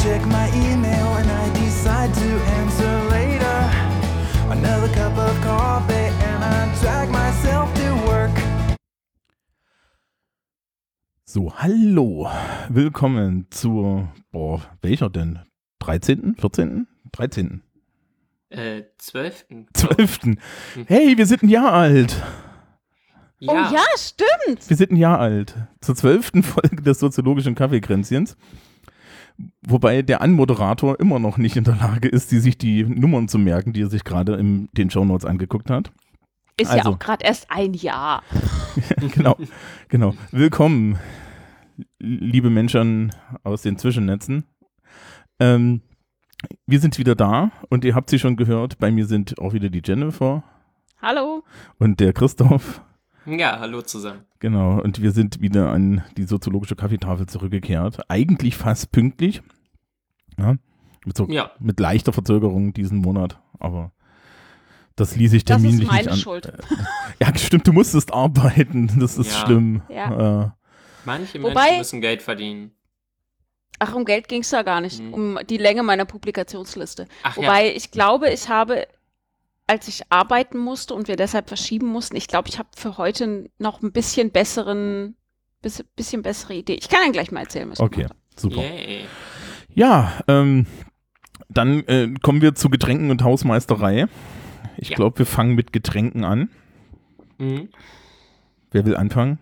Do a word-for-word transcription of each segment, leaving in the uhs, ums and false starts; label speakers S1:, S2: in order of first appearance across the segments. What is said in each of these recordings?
S1: check my email and I decide to answer later. Another cup of coffee and I drag myself to work.
S2: So, hallo, willkommen zur, boah, welcher denn? dreizehnten? vierzehnten? dreizehnten?
S3: Äh, zwölften.
S2: zwölften. Hey, wir sind ein Jahr alt.
S3: Ja.
S4: Oh ja, stimmt.
S2: Wir sind ein Jahr alt. Zur zwölften Folge des soziologischen Kaffeekränzchens. Wobei der Anmoderator immer noch nicht in der Lage ist, die sich die Nummern zu merken, die er sich gerade in den Shownotes angeguckt hat.
S4: Ist
S2: Also.
S4: ja auch gerade erst ein Jahr.
S2: Genau, genau. Willkommen, liebe Menschen aus den Zwischennetzen. Ähm, wir sind wieder da und ihr habt sie schon gehört. Bei mir sind auch wieder die Jennifer.
S4: Hallo.
S2: Und der Christoph.
S3: Ja, hallo zusammen.
S2: Genau, und wir sind wieder an die soziologische Kaffeetafel zurückgekehrt. Eigentlich fast pünktlich. Ja, mit, so,
S3: ja.
S2: mit leichter Verzögerung diesen Monat, aber das ließ sich
S4: Das
S2: terminlich
S4: ist meine
S2: nicht an.
S4: Schuld.
S2: Ja, stimmt, du musstest arbeiten, das ist
S3: Ja.
S2: schlimm.
S4: Ja.
S2: Äh,
S3: Manche
S4: Wobei-
S3: Menschen müssen Geld verdienen.
S4: Ach, um Geld ging es da gar nicht.
S3: Hm.
S4: Um die Länge meiner Publikationsliste.
S3: Ach
S4: Wobei ich glaube, ich habe, als ich arbeiten musste und wir deshalb verschieben mussten, ich glaube, ich habe für heute noch ein bisschen besseren, bis, bisschen bessere Idee. Ich kann Ihnen gleich mal erzählen, was ich
S2: okay,
S4: gemacht
S2: super.
S3: Yay.
S2: Ja, ähm, dann äh, kommen wir zu Getränken und Hausmeisterei. Ich
S3: Ja.
S2: glaube, wir fangen mit Getränken an.
S3: Mhm.
S2: Wer will anfangen?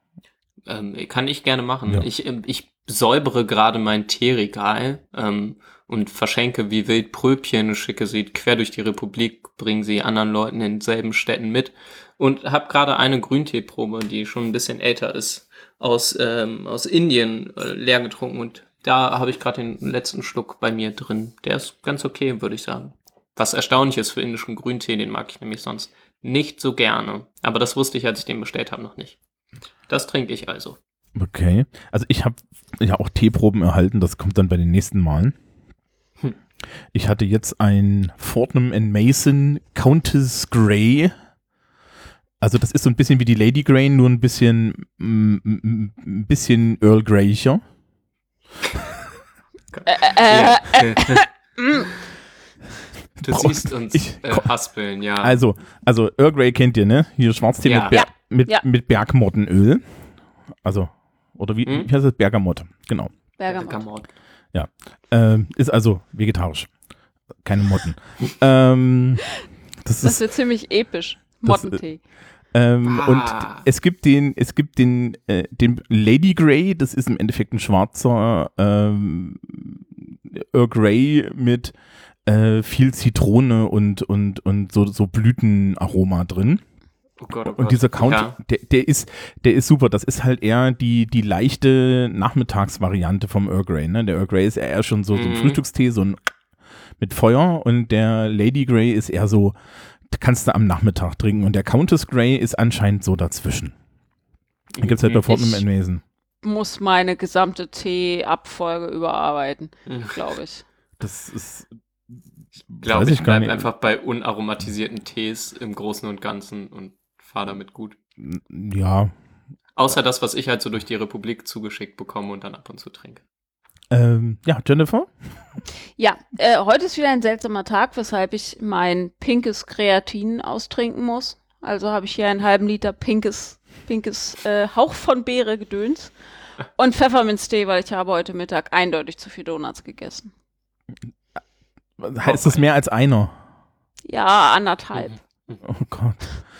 S3: Ähm, kann ich gerne machen.
S2: Ja.
S3: Ich, ähm, ich säubere gerade mein Teeregal ähm, und verschenke wie wild Pröbchen, schicke sie quer durch die Republik, bringe sie anderen Leuten in selben Städten mit und habe gerade eine Grünteeprobe, die schon ein bisschen älter ist, aus, ähm, aus Indien äh, leer getrunken und da habe ich gerade den letzten Schluck bei mir drin. Der ist ganz okay, würde ich sagen. Was erstaunlich ist für indischen Grüntee, den mag ich nämlich sonst nicht so gerne. Aber das wusste ich, als ich den bestellt habe, noch nicht. Das trinke ich also.
S2: Okay, also ich habe ja auch Teeproben erhalten, das kommt dann bei den nächsten Malen.
S3: Hm.
S2: Ich hatte jetzt ein Fortnum and Mason Countess Grey. Also das ist so ein bisschen wie die Lady Grey, nur ein bisschen mm, mm, ein bisschen Earl Greycher.
S4: Äh, äh, äh,
S3: Du siehst uns
S2: Ich-
S3: äh, haspeln, ja.
S2: Also, also Earl Grey kennt ihr, ne? Hier Schwarztee
S3: Ja.
S2: mit, Ber
S4: Ja.
S2: mit,
S4: Ja.
S2: mit Bergmottenöl. Also, oder wie,
S3: Hm?
S2: wie heißt das? Bergamott, genau.
S4: Bergamot.
S3: Bergamot.
S2: Ähm, ist also vegetarisch. Keine Motten. ähm, das
S4: Das
S2: ist,
S4: wird ziemlich episch.
S2: Das-
S4: Mottentee.
S2: ähm,
S3: Ah.
S2: und es gibt den, es gibt den, äh, den Lady Grey, das ist im Endeffekt ein schwarzer ähm, Earl Grey mit äh, viel Zitrone und, und, und so, so Blütenaroma drin.
S3: Oh Gott, oh Gott.
S2: Und dieser Count,
S3: Ja.
S2: der, der ist, der ist super. Das ist halt eher die, die leichte Nachmittagsvariante vom Earl Grey. Ne? Der Earl Grey ist eher schon so, so ein
S3: Mhm.
S2: Frühstückstee, so ein mit Feuer, und der Lady Grey ist eher so, kannst du am Nachmittag trinken. Und der Countess Grey ist anscheinend so dazwischen. Den gibt es halt bei
S3: Mhm.
S2: Fortnum
S4: Ich-
S2: and Mason.
S4: Muss meine gesamte Teeabfolge überarbeiten, glaube ich.
S2: Das ist,
S3: Ich glaube,
S2: weiß
S3: ich
S2: ich gar
S3: bleibe
S2: nicht.
S3: einfach bei unaromatisierten Tees im Großen und Ganzen und fahre damit gut.
S2: ja,
S3: Außer das, was ich halt so durch die Republik zugeschickt bekomme und dann ab und zu trinke.
S2: ähm, ja, Jennifer?
S4: Ja, äh, heute ist wieder ein seltsamer Tag, weshalb ich mein pinkes Kreatin austrinken muss. Also habe ich hier einen halben Liter pinkes, pinkes äh, Hauch von Beere Gedöns und Pfefferminztee, weil ich habe heute Mittag eindeutig zu viel Donuts gegessen.
S2: Heißt das mehr als einer?
S4: Ja, anderthalb.
S2: Oh Gott.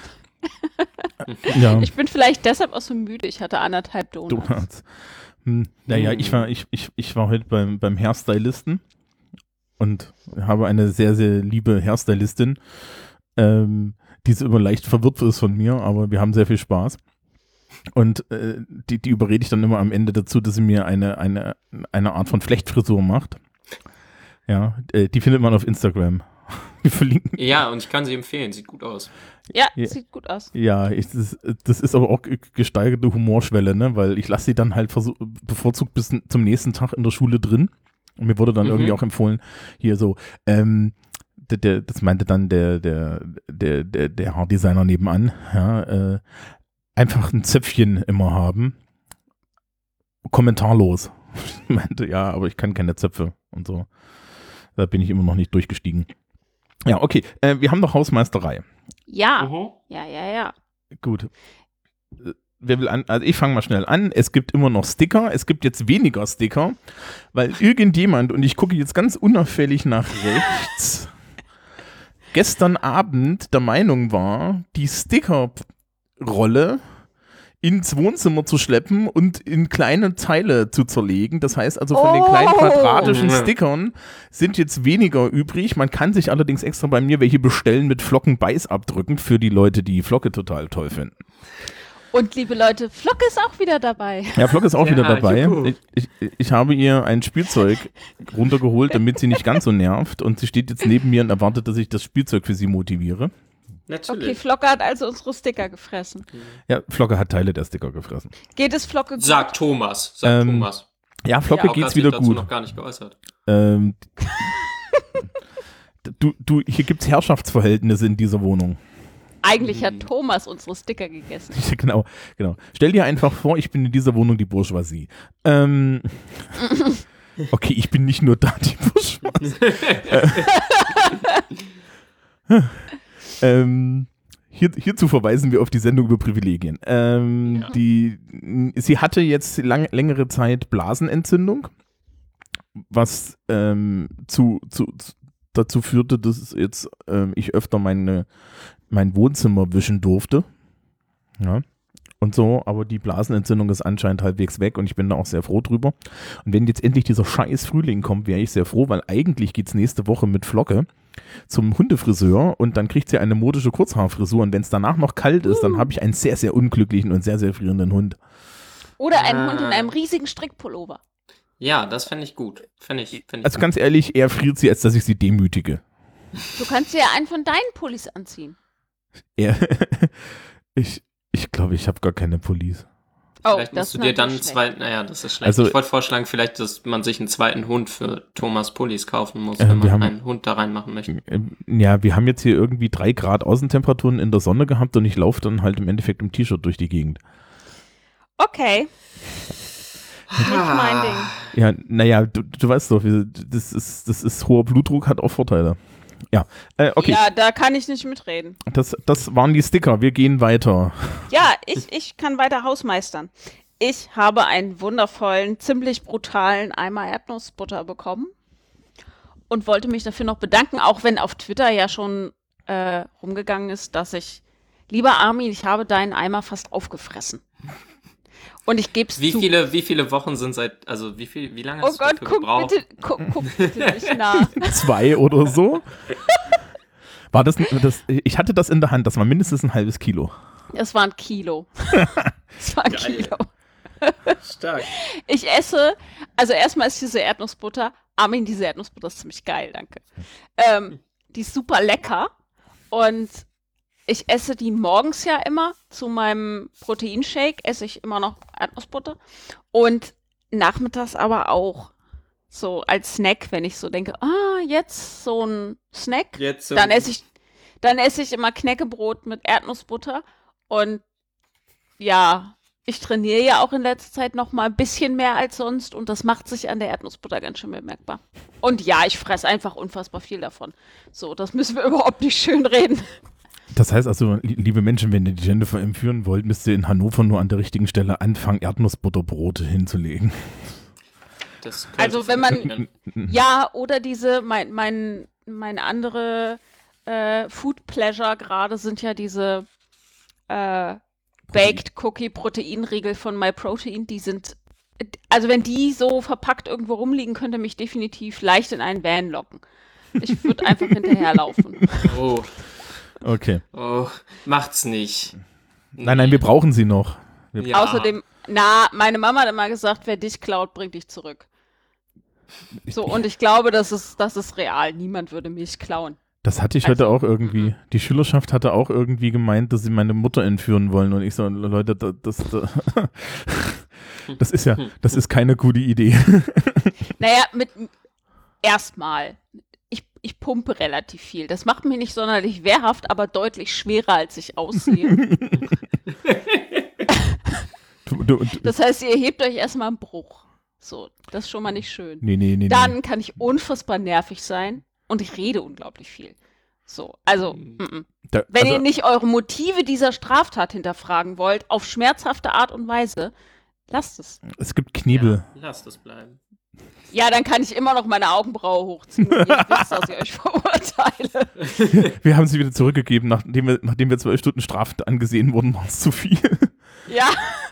S2: ja.
S4: Ich bin vielleicht deshalb auch so müde. Ich hatte anderthalb Donuts.
S2: Donuts. Hm, naja, ich war, ich, ich, ich war heute beim, beim Hairstylisten und habe eine sehr, sehr liebe Hairstylistin, ähm, die so immer leicht verwirrt ist von mir, aber wir haben sehr viel Spaß. Und äh, die, die überrede ich dann immer am Ende dazu, dass sie mir eine, eine, eine Art von Flechtfrisur macht. Ja, äh, die findet man auf Instagram. Wir verlinken.
S3: Ja, und ich kann sie empfehlen. Sieht gut aus.
S4: Ja,
S2: Ja.
S4: sieht gut aus.
S2: Ja, ich, das, das ist aber auch ge- gesteigerte Humorschwelle, ne? Weil ich lasse sie dann halt versuch, bevorzugt bis n- zum nächsten Tag in der Schule drin. Und mir wurde dann
S3: Mhm.
S2: irgendwie auch empfohlen, hier so, ähm, der, der, das meinte dann der, der, der, der, der Haardesigner nebenan, ja, äh, einfach ein Zöpfchen immer haben. Kommentarlos. Ich meinte, ja, aber ich kann keine Zöpfe. und so. Da bin ich immer noch nicht durchgestiegen. Ja, okay. Äh, wir haben noch Hausmeisterei.
S4: Ja,
S3: Mhm.
S4: ja, ja, ja.
S2: Gut. Äh, Wer will an? Also ich fange mal schnell an. Es gibt immer noch Sticker. Es gibt jetzt weniger Sticker, weil irgendjemand, und ich gucke jetzt ganz unauffällig nach rechts, gestern Abend der Meinung war, die Stickerrolle ins Wohnzimmer zu schleppen und in kleine Teile zu zerlegen. Das heißt also, von den kleinen
S4: Oh.
S2: quadratischen
S3: Mhm.
S2: Stickern sind jetzt weniger übrig. Man kann sich allerdings extra bei mir welche bestellen mit Flockenbeiß abdrücken für die Leute, die Flocke total toll finden.
S4: Und liebe Leute, Flocke ist auch wieder dabei.
S2: Ja, Flocke ist auch
S3: Ja,
S2: wieder dabei.
S3: juhu.
S2: Ich, ich, ich habe ihr ein Spielzeug runtergeholt, damit sie nicht ganz so nervt. Und sie steht jetzt neben mir und erwartet, dass ich das Spielzeug für sie motiviere.
S3: Natürlich.
S4: Okay, Flocke hat also unsere Sticker gefressen.
S2: Ja, Flocke hat Teile der Sticker gefressen.
S4: Geht es Flocke gut?
S3: Sagt Thomas. Sagt
S2: Ähm,
S3: Thomas.
S2: Ja, Flocke
S4: Ja,
S2: geht's
S3: Hat sich
S2: wieder
S3: dazu
S2: gut.
S3: noch gar nicht geäußert.
S2: Ähm, du, du, hier gibt's Herrschaftsverhältnisse in dieser Wohnung.
S4: Eigentlich hat
S3: Hm.
S4: Thomas unsere Sticker gegessen.
S2: Genau, genau. Stell dir einfach vor, ich bin in dieser Wohnung die Bourgeoisie. Ähm, okay, ich bin nicht nur da die Bourgeoisie. äh, ähm, hier, hierzu verweisen wir auf die Sendung über Privilegien. Ähm,
S3: Ja.
S2: die, sie hatte jetzt lang, längere Zeit Blasenentzündung, was ähm, zu, zu, zu, dazu führte, dass jetzt ähm, ich öfter meine, mein Wohnzimmer wischen durfte. Ja. Und so, aber die Blasenentzündung ist anscheinend halbwegs weg und ich bin da auch sehr froh drüber. Und wenn jetzt endlich dieser scheiß Frühling kommt, wäre ich sehr froh, weil eigentlich geht es nächste Woche mit Flocke zum Hundefriseur und dann kriegt sie eine modische Kurzhaarfrisur und wenn es danach noch kalt ist, dann habe ich einen sehr, sehr unglücklichen und sehr, sehr frierenden Hund.
S4: Oder ein
S3: Ah.
S4: Hund in einem riesigen Strickpullover.
S3: Ja, das fände ich gut. Fände ich, fänd ich
S2: Also
S3: gut.
S2: ganz ehrlich, eher friert sie, als dass ich sie demütige.
S4: Du kannst dir einen von deinen Pullis anziehen.
S2: Eher ich ich glaube, ich habe gar keine Pullis.
S4: Oh,
S3: Vielleicht
S4: das
S3: musst du
S4: ist
S3: dir dann einen
S4: natürlich
S3: zweiten, naja, das ist schlecht.
S2: Also-
S3: ich wollte vorschlagen, vielleicht, dass man sich einen zweiten Hund für Thomas Pullis kaufen muss,
S2: Äh,
S3: wenn
S2: wir
S3: man
S2: haben-
S3: einen Hund da reinmachen möchte.
S2: Ähm, Ja, wir haben jetzt hier irgendwie drei Grad Außentemperaturen in der Sonne gehabt und ich laufe dann halt im Endeffekt im T-Shirt durch die Gegend.
S4: Okay. Nicht mein Ding.
S2: Ja, naja, du, du weißt doch, wie- das ist, das ist hoher Blutdruck, hat auch Vorteile. Ja, äh, okay,
S4: Ja, da kann ich nicht mitreden.
S2: das, das waren die Sticker. Wir gehen weiter.
S4: Ja, ich, ich kann weiter hausmeistern. Ich habe einen wundervollen, ziemlich brutalen Eimer Erdnussbutter bekommen und wollte mich dafür noch bedanken, auch wenn auf Twitter ja schon äh, rumgegangen ist, dass ich, lieber Armin, ich habe deinen Eimer fast aufgefressen. Und ich gebe es
S3: Wie
S4: zu.
S3: viele, wie viele Wochen sind seit, also wie viel, wie lange
S4: Oh
S3: hast du
S4: Gott,
S3: dafür
S4: guck
S3: gebraucht?
S4: bitte, guck, guck bitte nicht nach.
S2: Zwei oder so. War das, das, ich hatte das in der Hand, das war mindestens ein halbes Kilo.
S4: Es war ein Kilo. Es war ein
S3: Geil.
S4: Kilo.
S3: Stark.
S4: Ich esse, also erstmal ist diese Erdnussbutter, Armin, diese Erdnussbutter ist ziemlich geil, danke. Ähm, die ist super lecker und ich esse die morgens ja immer zu meinem Proteinshake, esse ich immer noch Erdnussbutter und nachmittags aber auch so als Snack, wenn ich so denke, ah, jetzt so ein Snack,
S3: Jetzt so-
S4: dann esse ich, dann esse ich immer Knäckebrot mit Erdnussbutter und ja, ich trainiere ja auch in letzter Zeit noch mal ein bisschen mehr als sonst und das macht sich an der Erdnussbutter ganz schön bemerkbar. Und ja, ich fresse einfach unfassbar viel davon. So, das müssen wir überhaupt nicht schön reden.
S2: Das heißt also, li- liebe Menschen, wenn ihr die Jennifer entführen wollt, müsst ihr in Hannover nur an der richtigen Stelle anfangen, Erdnussbutterbrote hinzulegen.
S3: Das könnte
S4: Also wenn man,
S3: funktionieren.
S4: ja, oder diese, mein, mein, meine andere äh, Food Pleasure gerade sind ja diese äh, Baked Cookie Proteinriegel von MyProtein, die sind, also wenn die so verpackt irgendwo rumliegen, könnte mich definitiv leicht in einen Van locken. Ich würde einfach hinterherlaufen.
S3: Oh,
S2: Okay.
S3: oh, macht's nicht.
S2: Nein, nein, wir brauchen sie noch. Wir
S3: Ja.
S4: Außerdem, na, meine Mama hat immer gesagt, wer dich klaut, bringt dich zurück. So, und ich glaube, das ist, das ist real. Niemand würde mich klauen.
S2: Das hatte ich heute auch irgendwie. Die Schülerschaft hatte auch irgendwie gemeint, dass sie meine Mutter entführen wollen. Und ich so, Leute, das, das, das, das ist ja, das ist keine gute Idee.
S4: Naja, mit erstmal. Ich, ich pumpe relativ viel. Das macht mich nicht sonderlich wehrhaft, aber deutlich schwerer, als ich aussehe.
S2: Du, du, du,
S4: Das heißt, ihr hebt euch erstmal einen Bruch. So, das ist schon mal nicht schön.
S2: Nee, nee, nee.
S4: Dann
S2: nee.
S4: kann ich unfassbar nervig sein und ich rede unglaublich viel. So, also, mm -mm.
S2: Da,
S4: wenn
S2: also,
S4: ihr nicht eure Motive dieser Straftat hinterfragen wollt, auf schmerzhafte Art und Weise, lasst es.
S2: es gibt Knebel.
S3: Ja, lasst es bleiben.
S4: Ja, dann kann ich immer noch meine Augenbraue hochziehen und ihr wisst, dass ich euch verurteile.
S2: Wir haben sie wieder zurückgegeben, nachdem wir, nachdem wir zwölf Stunden Strafe angesehen wurden, war es zu viel.
S4: Ja.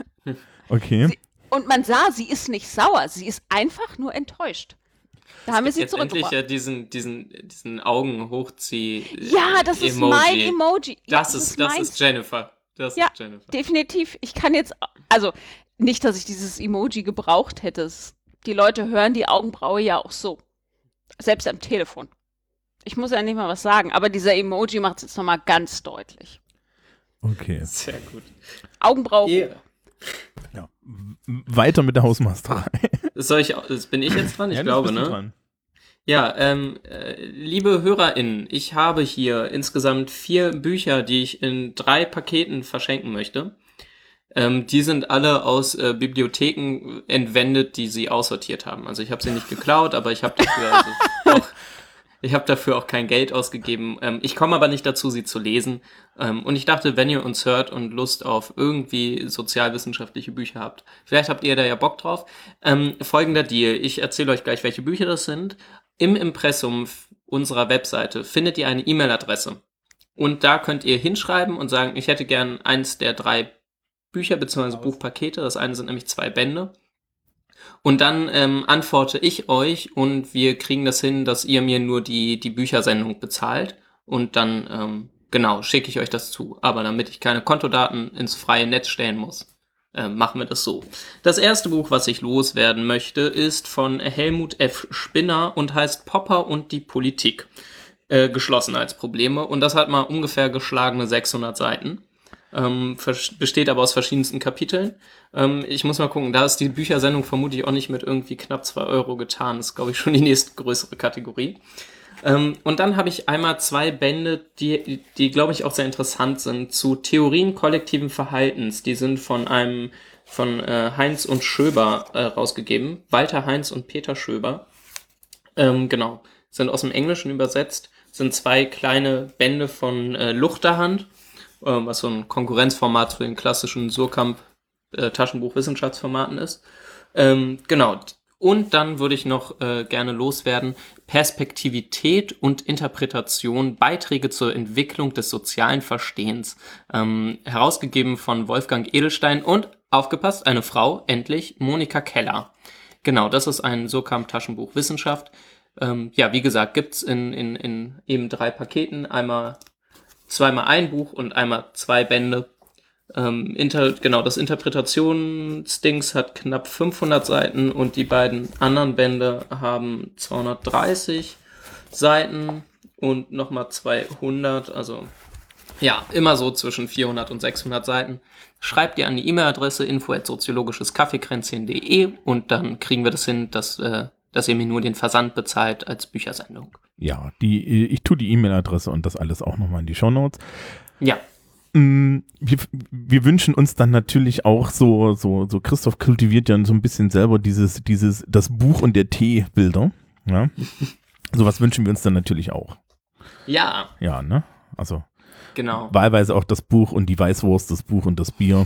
S2: Okay.
S4: Sie, und man sah, sie ist nicht sauer, sie ist einfach nur enttäuscht. Da haben wir sie
S3: Jetzt endlich
S4: zurückgebracht.
S3: ja diesen, diesen, diesen Augen hochzieh.
S4: Ja, das ist mein Emoji. Ja,
S3: Das, ist, das
S4: meins.
S3: ist Jennifer. Das
S4: Ja,
S3: ist Jennifer.
S4: definitiv. Ich kann jetzt, also nicht, dass ich dieses Emoji gebraucht hätte. Es, die Leute hören die Augenbraue ja auch so. Selbst am Telefon. Ich muss ja nicht mal was sagen, aber dieser Emoji macht es jetzt nochmal ganz deutlich.
S2: Okay.
S3: Sehr gut.
S4: Augenbraue.
S3: Yeah.
S2: Ja. Weiter mit der Hausmeisterei.
S3: Soll ich, das bin ich jetzt dran? Ich
S2: Ja,
S3: glaube,
S2: bist du
S3: ne?
S2: dran.
S3: Ja, ähm, äh, liebe HörerInnen, ich habe hier insgesamt vier Bücher, die ich in drei Paketen verschenken möchte. Ähm, die sind alle aus äh, Bibliotheken entwendet, die sie aussortiert haben. Also ich habe sie nicht geklaut, aber ich habe dafür also auch, ich habe dafür auch kein Geld ausgegeben. Ähm, ich komme aber nicht dazu, sie zu lesen. Ähm, und ich dachte, wenn ihr uns hört und Lust auf irgendwie sozialwissenschaftliche Bücher habt, vielleicht habt ihr da ja Bock drauf. Ähm, folgender Deal. Ich erzähle euch gleich, welche Bücher das sind. Im Impressum unserer Webseite findet ihr eine E-Mail-Adresse. Und da könnt ihr hinschreiben und sagen, ich hätte gern eins der drei Bücher bzw. Buchpakete. Das eine sind nämlich zwei Bände. Und dann ähm, antworte ich euch und wir kriegen das hin, dass ihr mir nur die, die Büchersendung bezahlt. Und dann, ähm, genau, schicke ich euch das zu. Aber damit ich keine Kontodaten ins freie Netz stellen muss, äh, machen wir das so. Das erste Buch, was ich loswerden möchte, ist von Helmut F. Spinner und heißt Popper und die Politik. Äh, Geschlossenheitsprobleme. Und das hat mal ungefähr geschlagene sechshundert Seiten. Ähm, besteht aber aus verschiedensten Kapiteln. Ähm, ich muss mal gucken, da ist die Büchersendung vermutlich auch nicht mit irgendwie knapp zwei Euro getan. Das ist, glaube ich, schon die nächstgrößere Kategorie. Ähm, und dann habe ich einmal zwei Bände, die, die glaube ich, auch sehr interessant sind, zu Theorien kollektiven Verhaltens. Die sind von einem, von äh, Heinz und Schöber äh, rausgegeben. Walter Heinz und Peter Schöber. Ähm, genau, sind aus dem Englischen übersetzt. Sind zwei kleine Bände von äh, Luchterhand, was so ein Konkurrenzformat zu den klassischen Surkamp äh, Taschenbuch-Wissenschaftsformaten ist. Ähm, genau. Und dann würde ich noch äh, gerne loswerden, Perspektivität und Interpretation, Beiträge zur Entwicklung des sozialen Verstehens. Ähm, herausgegeben von Wolfgang Edelstein und, aufgepasst, eine Frau, endlich, Monika Keller. Genau, das ist ein Surkamp Taschenbuch Wissenschaft. Ähm, ja, wie gesagt, gibt's in, in, in eben drei Paketen. Einmal zweimal ein Buch und einmal zwei Bände. Ähm, inter, genau, das Interpretationsdings hat knapp fünfhundert Seiten und die beiden anderen Bände haben zweihundertdreißig Seiten und nochmal zweihundert. Also ja, immer so zwischen vierhundert und sechshundert Seiten. Schreibt ihr an die E-Mail-Adresse info at soziologisches kaffeekränzchen punkt de und dann kriegen wir das hin, dass, äh, dass ihr mir nur den Versand bezahlt als Büchersendung.
S2: Ja, die, ich tue die E-Mail-Adresse und das alles auch nochmal in die Shownotes.
S3: Ja.
S2: Wir, wir wünschen uns dann natürlich auch so, so, so Christoph kultiviert ja so ein bisschen selber dieses, dieses, das Buch und der Tee-Bilder. Ja? Sowas wünschen wir uns dann natürlich auch.
S3: Ja.
S2: Ja, ne? Also
S3: genau.
S2: Wahlweise auch das Buch und die Weißwurst, das Buch und das Bier.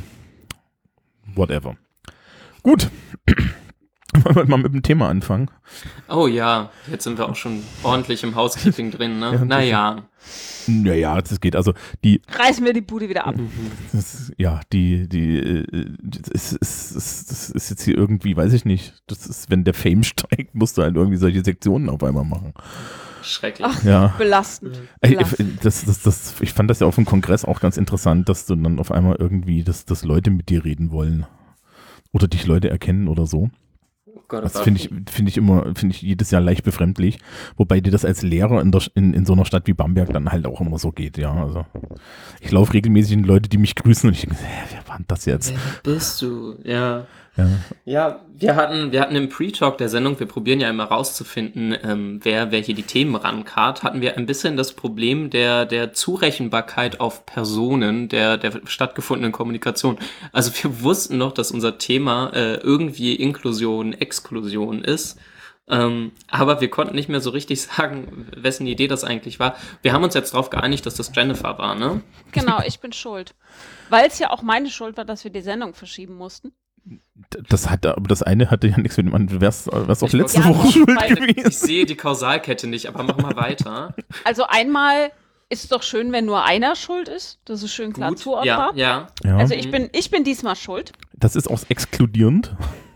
S2: Whatever. Gut. Wollen wir mal mit dem Thema anfangen?
S3: Oh ja, jetzt sind wir auch schon ordentlich im Housekeeping drin, ne? Ja, naja.
S2: Naja, das geht. Also die.
S4: Reißen wir die Bude wieder ab.
S2: Das, ja, die, die, das ist, das ist jetzt hier irgendwie, weiß ich nicht. Das ist, wenn der Fame steigt, musst du halt irgendwie solche Sektionen auf einmal machen.
S3: Schrecklich.
S4: Ach,
S2: ja.
S4: belastend.
S2: belastend. Das, das, das, ich fand das ja auf dem Kongress auch ganz interessant, dass du dann auf einmal irgendwie, dass, dass Leute mit dir reden wollen. Oder dich Leute erkennen oder so.
S3: Gott,
S2: das finde ich, finde ich immer, finde ich jedes Jahr leicht befremdlich, wobei dir das als Lehrer in, der, in, in so einer Stadt wie Bamberg dann halt auch immer so geht, ja, also ich laufe regelmäßig in Leute, die mich grüßen und ich denke, hä, wer war denn das jetzt?
S3: Wer bist du? Ja.
S2: Ja,
S3: ja Wir hatten, wir hatten im Pre-Talk der Sendung, wir probieren ja immer rauszufinden, ähm, wer, wer hier die Themen rankarrt, hatten wir ein bisschen das Problem der, der Zurechenbarkeit auf Personen, der, der stattgefundenen Kommunikation. Also wir wussten noch, dass unser Thema äh, irgendwie Inklusion, Exklusion ist, ähm, aber wir konnten nicht mehr so richtig sagen, wessen Idee das eigentlich war. Wir haben uns jetzt darauf geeinigt, dass das Jennifer war, ne?
S4: Genau, ich bin schuld. Weil es ja auch meine Schuld war, dass wir die Sendung verschieben mussten.
S2: Das hatte, aber das eine hatte ja nichts mit dem anderen. Wär's, wär's auch
S3: Ich
S2: letzte
S3: wollte
S2: Woche
S4: sagen,
S2: schuld
S4: beide-
S2: gewesen.
S3: Ich sehe die Kausalkette nicht, aber mach mal weiter.
S4: Also einmal ist es doch schön, wenn nur einer schuld ist. Das ist schön klar
S3: Gut,
S4: zuordbar.
S3: ja, ja.
S2: Ja,
S4: Also ich bin, ich bin diesmal schuld.
S2: das ist auch exkludierend.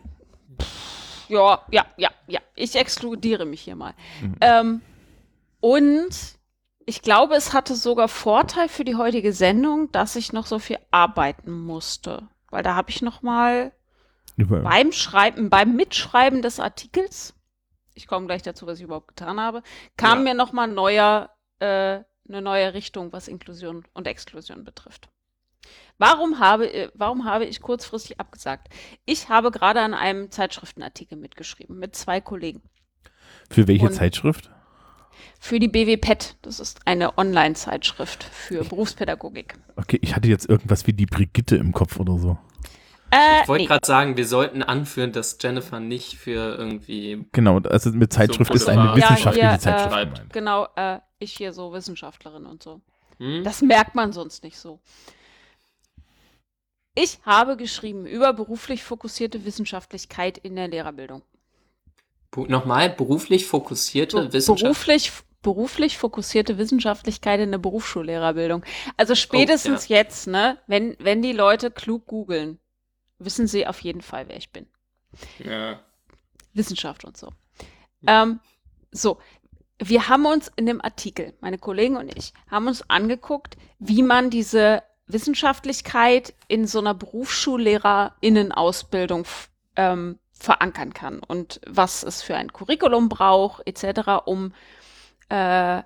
S4: Ja, ja, ja, ja. Ich exkludiere mich hier mal. Ähm, und ich glaube, es hatte sogar Vorteil für die heutige Sendung, dass ich noch so viel arbeiten musste. Weil da habe ich noch mal
S2: Über,
S4: beim Schreiben, beim Mitschreiben des Artikels, ich komme gleich dazu, was ich überhaupt getan habe, kam
S3: Ja.
S4: mir noch mal neuer, äh, eine neue Richtung, was Inklusion und Exklusion betrifft. Warum habe, äh, warum habe ich kurzfristig abgesagt? Ich habe gerade an einem Zeitschriftenartikel mitgeschrieben, mit zwei Kollegen.
S2: für welche
S4: und-
S2: Zeitschrift?
S4: Für die B W P E T, das ist eine Online-Zeitschrift für Berufspädagogik.
S2: Okay, ich hatte jetzt irgendwas wie die Brigitte im Kopf oder so.
S4: Äh,
S3: Ich wollte
S4: nee.
S3: gerade sagen, wir sollten anführen, dass Jennifer nicht für irgendwie.
S2: Genau, also mit Zeitschrift
S3: So,
S2: ist eine
S3: ja,
S2: wissenschaftliche
S4: hier,
S2: Zeitschrift
S3: äh,
S2: gemeint.
S4: Genau, äh, ich hier so Wissenschaftlerin und so.
S3: Hm?
S4: Das merkt man sonst nicht so. Ich habe geschrieben über beruflich fokussierte Wissenschaftlichkeit in der Lehrerbildung.
S3: Bu- Nochmal, beruflich fokussierte
S4: Be-
S3: Wissenschaft.
S4: Beruflich, beruflich fokussierte Wissenschaftlichkeit in der Berufsschullehrerbildung. Also spätestens
S3: ja.
S4: jetzt, ne, wenn, wenn die Leute klug googeln, wissen sie auf jeden Fall, wer ich bin.
S3: Ja.
S4: Wissenschaft und so. Ähm, so, wir haben uns in dem Artikel, meine Kollegen und ich, haben uns angeguckt, wie man diese Wissenschaftlichkeit in so einer BerufsschullehrerInnen-Ausbildung f- ähm, verankern kann und was es für ein Curriculum braucht, et cetera, um äh,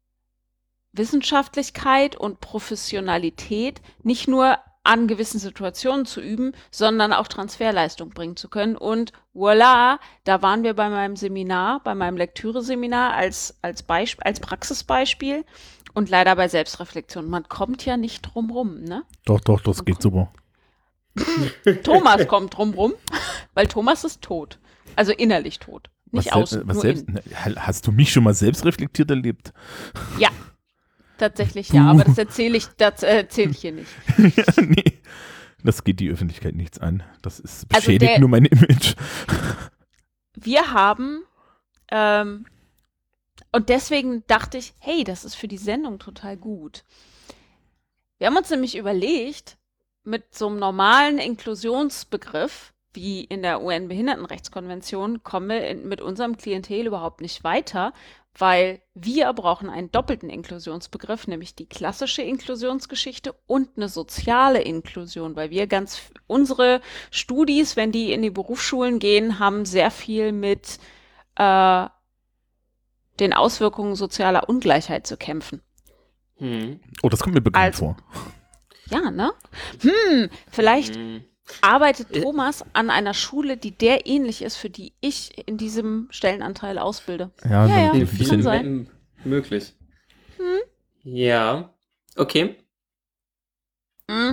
S4: Wissenschaftlichkeit und Professionalität nicht nur an gewissen Situationen zu üben, sondern auch Transferleistung bringen zu können. Und voilà, da waren wir bei meinem Seminar, bei meinem Lektüreseminar als, als, Beisp- als Praxisbeispiel und leider bei Selbstreflexion. Man kommt ja nicht drum rum, ne?
S2: Doch, doch, das geht super.
S4: Thomas kommt drum rum, weil Thomas ist tot. Also innerlich tot. Nicht
S2: was
S4: aus,
S2: sel- was
S4: nur
S2: selbst,
S4: innen.
S2: ne, hast du mich schon mal selbst reflektiert erlebt?
S4: Ja, tatsächlich ja, aber das erzähle ich, das erzähle ich hier nicht.
S2: Nee, das geht die Öffentlichkeit nichts an. Das ist
S4: Also
S2: beschädigt
S4: der-
S2: nur mein Image.
S4: Wir haben, ähm, und deswegen dachte ich, hey, das ist für die Sendung total gut. Wir haben uns nämlich überlegt, mit so einem normalen Inklusionsbegriff, wie in der U N-Behindertenrechtskonvention, kommen wir in, mit unserem Klientel überhaupt nicht weiter, weil wir brauchen einen doppelten Inklusionsbegriff, nämlich die klassische Inklusionsgeschichte und eine soziale Inklusion, weil wir ganz, unsere Studis, wenn die in die Berufsschulen gehen, haben sehr viel mit äh, den Auswirkungen sozialer Ungleichheit zu kämpfen.
S3: Hm.
S2: Oh, das kommt mir bekannt
S4: Also-
S2: vor.
S4: Ja, ne? Hm, vielleicht
S3: Hm.
S4: arbeitet
S3: Äh.
S4: Thomas an einer Schule, die der ähnlich ist, für die ich in diesem Stellenanteil ausbilde.
S2: Ja,
S4: Ja,
S2: so
S4: ja.
S2: ein
S3: In
S4: Kann
S3: vielen
S4: sein.
S3: M- möglich.
S4: Hm?
S3: Ja. Okay.
S4: Hm.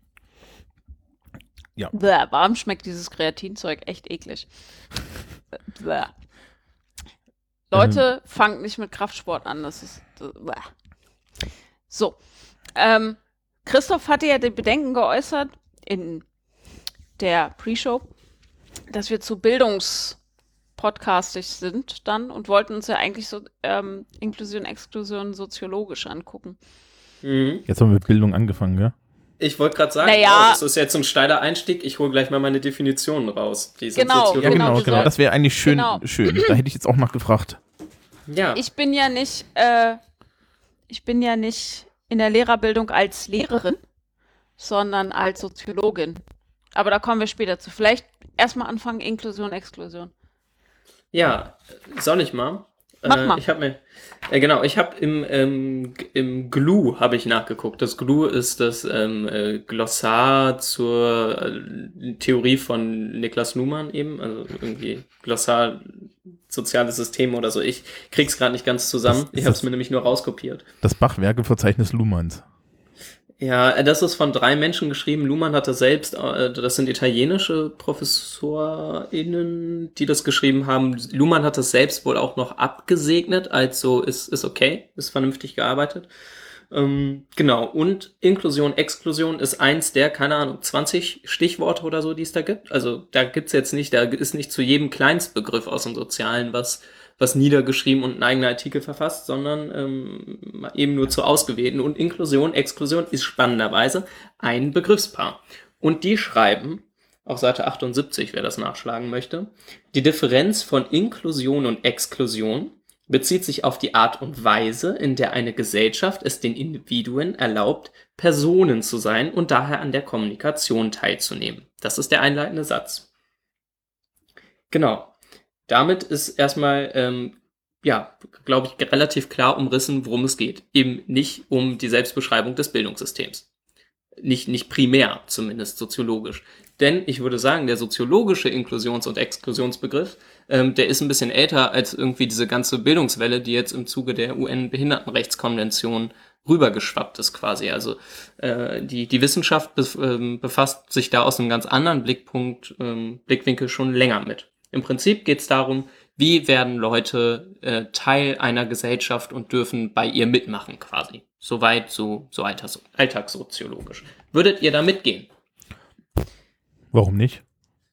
S2: Ja.
S4: Bäh, warum schmeckt dieses Kreatinzeug echt eklig? Bäh. Leute, fangt nicht mit Kraftsport an. Das ist. Bäh. So. Ähm, Christoph hatte ja die Bedenken geäußert in der Pre-Show, dass wir zu bildungspodcastig sind dann und wollten uns ja eigentlich so ähm, Inklusion, Exklusion soziologisch angucken.
S3: Mhm.
S2: Jetzt haben wir mit Bildung angefangen, ja?
S3: Ich wollte gerade sagen,
S4: Naja.
S3: oh, das ist jetzt ein steiler Einstieg. Ich hole gleich mal meine Definitionen raus. Die sind
S4: Genau,
S3: soziologisch.
S2: Ja, genau,
S4: wir
S2: genau.
S4: sollten-
S2: Das wäre eigentlich schön,
S4: Genau.
S2: schön. Da hätte ich jetzt auch noch gefragt.
S3: Ja.
S4: Ich bin ja nicht, äh, ich bin ja nicht in der Lehrerbildung als Lehrerin, sondern als Soziologin. Aber da kommen wir später zu. Vielleicht erstmal anfangen, Inklusion, Exklusion.
S3: Ja, soll ich mal?
S4: Mach
S3: äh,
S4: mal.
S3: ich habe mir, äh, genau, ich habe im, ähm, g- im G L U habe ich nachgeguckt. Das G L U ist das ähm, äh, Glossar zur äh, Theorie von Niklas Luhmann eben, also irgendwie Glossar soziale Systeme oder so. Ich krieg's gerade nicht ganz zusammen.
S2: Das-
S3: Ich habe es
S2: das-
S3: mir nämlich nur rauskopiert.
S2: Das Bach-Werke-Verzeichnis Luhmanns.
S3: Ja, das ist von drei Menschen geschrieben. Luhmann hatte selbst, äh, das sind italienische ProfessorInnen, die das geschrieben haben. Luhmann hat das selbst wohl auch noch abgesegnet, also ist, ist okay, ist vernünftig gearbeitet. Ähm, genau, und Inklusion, Exklusion ist eins der, keine Ahnung, zwanzig Stichworte oder so, die es da gibt. Also da gibt's jetzt nicht, da ist nicht zu jedem Kleinstbegriff aus dem Sozialen was was niedergeschrieben und ein eigener Artikel verfasst, sondern ähm, eben nur zu ausgewählten. Und Inklusion, Exklusion ist spannenderweise ein Begriffspaar. Und die schreiben, auf Seite achtundsiebzig, wer das nachschlagen möchte, die Differenz von Inklusion und Exklusion bezieht sich auf die Art und Weise, in der eine Gesellschaft es den Individuen erlaubt, Personen zu sein und daher an der Kommunikation teilzunehmen. Das ist der einleitende Satz. Genau. Damit ist erstmal, ähm, ja, glaube ich, relativ klar umrissen, worum es geht. Eben nicht um die Selbstbeschreibung des Bildungssystems. Nicht, nicht primär, zumindest soziologisch. Denn ich würde sagen, der soziologische Inklusions- und Exklusionsbegriff, ähm, der ist ein bisschen älter als irgendwie diese ganze Bildungswelle, die jetzt im Zuge der U N-Behindertenrechtskonvention rübergeschwappt ist quasi. Also äh, die, die Wissenschaft bef- ähm, befasst sich da aus einem ganz anderen Blickpunkt, ähm, Blickwinkel schon länger mit. Im Prinzip geht es darum, wie werden Leute äh, Teil einer Gesellschaft und dürfen bei ihr mitmachen quasi. Soweit, so, so alltags- alltagssoziologisch. Würdet ihr da mitgehen?
S2: Warum nicht?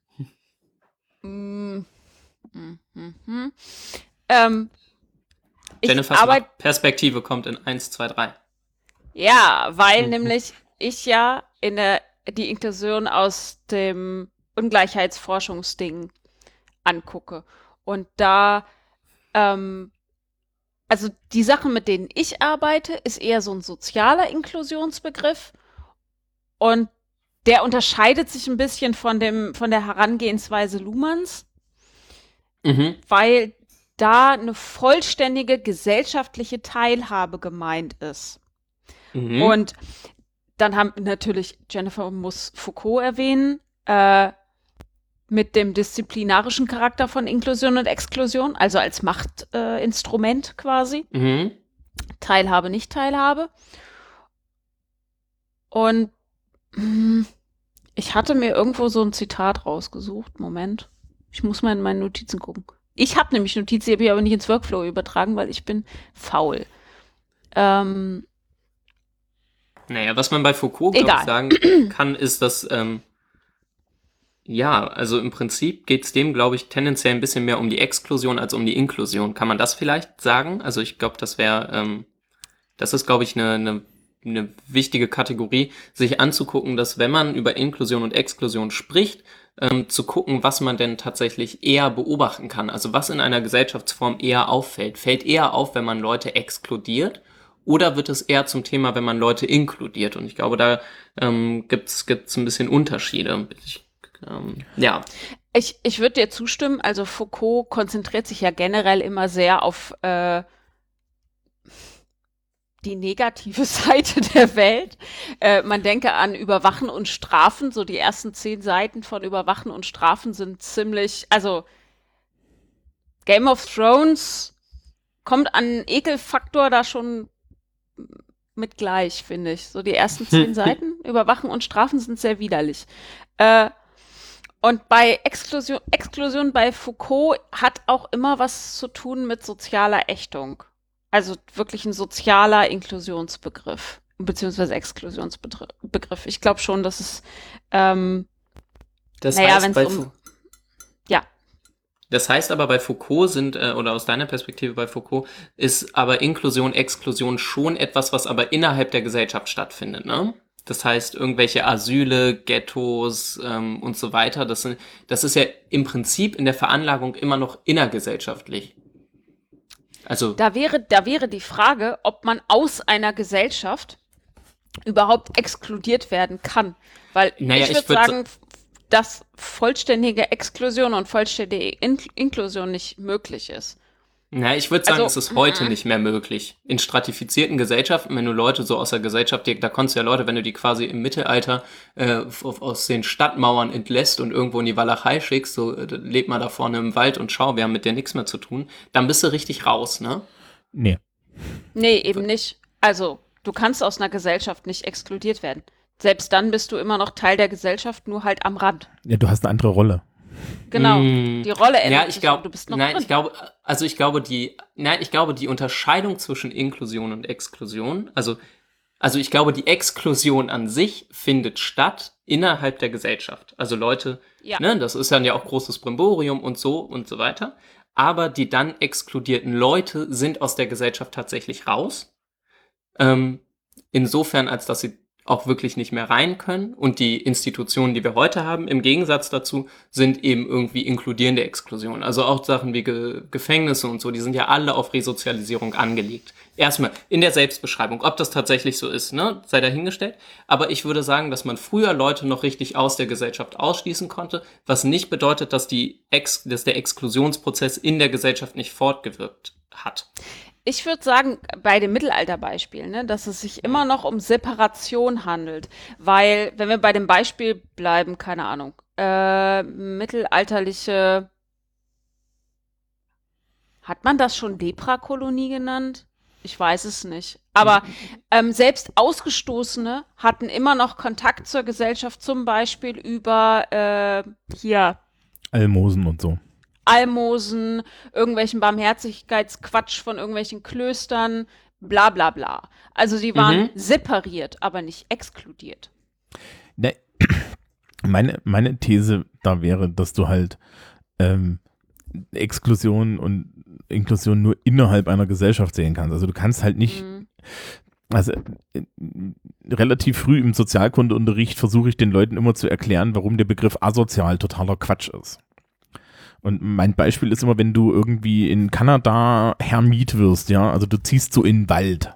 S4: Mm, mm, mm, mm. Ähm, ich
S3: Jennifers
S4: arbeite,
S3: Perspektive kommt in eins, zwei, drei.
S4: ja, weil
S3: Mhm.
S4: nämlich ich ja in der die Inklusion aus dem Ungleichheitsforschungsding angucke. Und da, ähm, also die Sachen, mit denen ich arbeite, ist eher so ein sozialer Inklusionsbegriff. Und der unterscheidet sich ein bisschen von dem, von der Herangehensweise Luhmanns,
S3: Mhm.
S4: weil da eine vollständige gesellschaftliche Teilhabe gemeint ist.
S3: Mhm.
S4: Und dann haben natürlich, Jennifer muss Foucault erwähnen, äh, mit dem disziplinarischen Charakter von Inklusion und Exklusion, also als Machtinstrument äh, Instrument quasi.
S3: Mhm.
S4: Teilhabe, nicht Teilhabe. Und mm, ich hatte mir irgendwo so ein Zitat rausgesucht. Moment. Ich muss mal in meine Notizen gucken. Ich habe nämlich Notizen, die habe ich aber nicht ins Workflow übertragen, weil ich bin faul. Ähm,
S3: Naja, was man bei Foucault, glaube
S4: Egal.
S3: ich, sagen kann, ist, dass, ähm, ja, also im Prinzip geht es dem, glaube ich, tendenziell ein bisschen mehr um die Exklusion als um die Inklusion. Kann man das vielleicht sagen? Also ich glaube, das wäre, ähm, das ist, glaube ich, eine, eine, eine wichtige Kategorie, sich anzugucken, dass wenn man über Inklusion und Exklusion spricht, ähm, zu gucken, was man denn tatsächlich eher beobachten kann. Also was in einer Gesellschaftsform eher auffällt. Fällt eher auf, wenn man Leute exkludiert? Oder wird es eher zum Thema, wenn man Leute inkludiert? Und ich glaube, da ähm, gibt's gibt's ein bisschen Unterschiede. Ich, ähm, ja.
S4: Ich, ich würde dir zustimmen. Also Foucault konzentriert sich ja generell immer sehr auf äh, die negative Seite der Welt. Äh, man denke an Überwachen und Strafen. So die ersten zehn Seiten von Überwachen und Strafen sind ziemlich, also Game of Thrones kommt an Ekelfaktor da schon mit gleich, finde ich. So die ersten zehn Seiten Überwachen und Strafen sind sehr widerlich. Äh, und bei Exklusion, Exklusion bei Foucault hat auch immer was zu tun mit sozialer Ächtung. Also wirklich ein sozialer Inklusionsbegriff, beziehungsweise Exklusionsbegriff. Ich glaube schon, dass es, ähm,
S3: Das
S4: naja,
S3: heißt,
S4: wenn's
S3: bei
S4: um-
S3: Fou-
S4: ja,
S3: Das heißt aber bei Foucault sind, äh, oder aus deiner Perspektive bei Foucault, ist aber Inklusion, Exklusion schon etwas, was aber innerhalb der Gesellschaft stattfindet, ne? Das heißt, irgendwelche Asyle, Ghettos ähm, und so weiter, das, sind, das ist ja im Prinzip in der Veranlagung immer noch innergesellschaftlich. Also,
S4: da wäre, da wäre die Frage, ob man aus einer Gesellschaft überhaupt exkludiert werden kann. Weil
S3: Naja,
S4: ich
S3: ich
S4: würde
S3: würd
S4: sagen, dass vollständige Exklusion und vollständige In Inklusion nicht möglich ist.
S3: Na, ich würde sagen,
S4: Also,
S3: es ist heute
S4: mhm.
S3: nicht mehr möglich. In stratifizierten Gesellschaften, wenn du Leute so aus der Gesellschaft, die, da konntest du ja Leute, wenn du die quasi im Mittelalter äh, auf, aus den Stadtmauern entlässt und irgendwo in die Walachei schickst, so äh, leb mal da vorne im Wald und schau, wir haben mit dir nichts mehr zu tun, dann bist du richtig raus, ne?
S2: Nee.
S4: Nee, eben nicht. Also, du kannst aus einer Gesellschaft nicht exkludiert werden. Selbst dann bist du immer noch Teil der Gesellschaft, nur halt am Rand.
S2: Ja, du hast eine andere Rolle.
S4: Genau.
S3: Mm.
S4: Die Rolle ändert
S3: Ja, ich
S4: sich
S3: glaube,
S4: und du bist noch
S3: nein,
S4: drin.
S3: ich glaube, also ich glaube die, nein, ich glaube die Unterscheidung zwischen Inklusion und Exklusion, also, also ich glaube die Exklusion an sich findet statt innerhalb der Gesellschaft. Also Leute,
S4: Ja.
S3: ne, das ist dann ja auch großes Brimborium und so und so weiter. Aber die dann exkludierten Leute sind aus der Gesellschaft tatsächlich raus. Ähm, insofern, als dass sie auch wirklich nicht mehr rein können. Und die Institutionen, die wir heute haben, im Gegensatz dazu, sind eben irgendwie inkludierende Exklusion. Also auch Sachen wie Ge- Gefängnisse und so, die sind ja alle auf Resozialisierung angelegt. Erstmal in der Selbstbeschreibung, ob das tatsächlich so ist, ne, sei dahingestellt. Aber ich würde sagen, dass man früher Leute noch richtig aus der Gesellschaft ausschließen konnte, was nicht bedeutet, dass, die Ex- dass der Exklusionsprozess in der Gesellschaft nicht fortgewirkt hat.
S4: Ich würde sagen, bei dem Mittelalterbeispiel, ne, dass es sich immer noch um Separation handelt. Weil, wenn wir bei dem Beispiel bleiben, keine Ahnung, äh, mittelalterliche, hat man das schon Leprakolonie genannt? Ich weiß es nicht. Aber ähm, selbst Ausgestoßene hatten immer noch Kontakt zur Gesellschaft, zum Beispiel über äh, hier
S2: Almosen und so.
S4: Almosen, irgendwelchen Barmherzigkeitsquatsch von irgendwelchen Klöstern, bla bla bla. Also sie waren
S3: Mhm.
S4: separiert, aber nicht exkludiert.
S2: Ne, meine, meine These da wäre, dass du halt ähm, Exklusion und Inklusion nur innerhalb einer Gesellschaft sehen kannst. Also du kannst halt nicht,
S4: Mhm.
S2: also äh, relativ früh im Sozialkundeunterricht versuche ich den Leuten immer zu erklären, warum der Begriff asozial totaler Quatsch ist. Und mein Beispiel ist immer, wenn du irgendwie in Kanada Hermit wirst, ja, also du ziehst so in den Wald,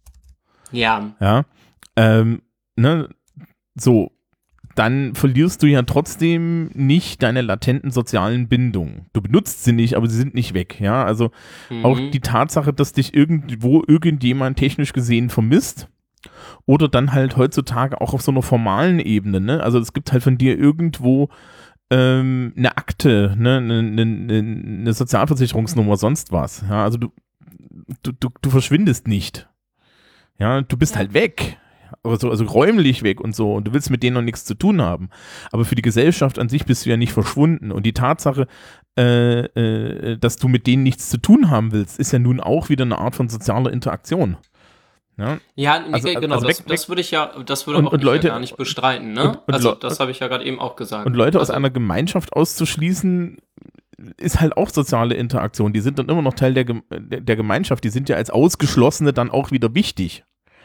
S3: Ja.
S2: ja, ähm, ne, so, dann verlierst du ja trotzdem nicht deine latenten sozialen Bindungen. Du benutzt sie nicht, aber sie sind nicht weg, ja, also
S3: Mhm.
S2: auch die Tatsache, dass dich irgendwo irgendjemand technisch gesehen vermisst oder dann halt heutzutage auch auf so einer formalen Ebene, ne, also es gibt halt von dir irgendwo ähm, eine Akte, ne, eine, eine, eine Sozialversicherungsnummer, sonst was, ja, also du, du, du, du verschwindest nicht, ja, du bist
S4: Ja.
S2: halt weg, aber so, also räumlich weg und so und du willst mit denen noch nichts zu tun haben, aber für die Gesellschaft an sich bist du ja nicht verschwunden und die Tatsache, äh, äh, dass du mit denen nichts zu tun haben willst, ist ja nun auch wieder eine Art von sozialer Interaktion. Ja,
S3: Ja, nee,
S2: Also-
S3: genau,
S2: also
S3: das,
S2: weg-
S3: das würde ich ja, das würde
S2: Und-
S3: auch
S2: und
S3: ich
S2: Leute-
S3: ja gar nicht bestreiten, ne?
S2: und- und
S3: also
S2: Leu-
S3: das habe ich ja gerade eben auch gesagt.
S2: und Leute aus
S3: also,
S2: einer Gemeinschaft auszuschließen, ist halt auch soziale Interaktion. Die sind dann immer noch Teil der, Gem- der der Gemeinschaft. Die sind ja als Ausgeschlossene dann auch wieder wichtig.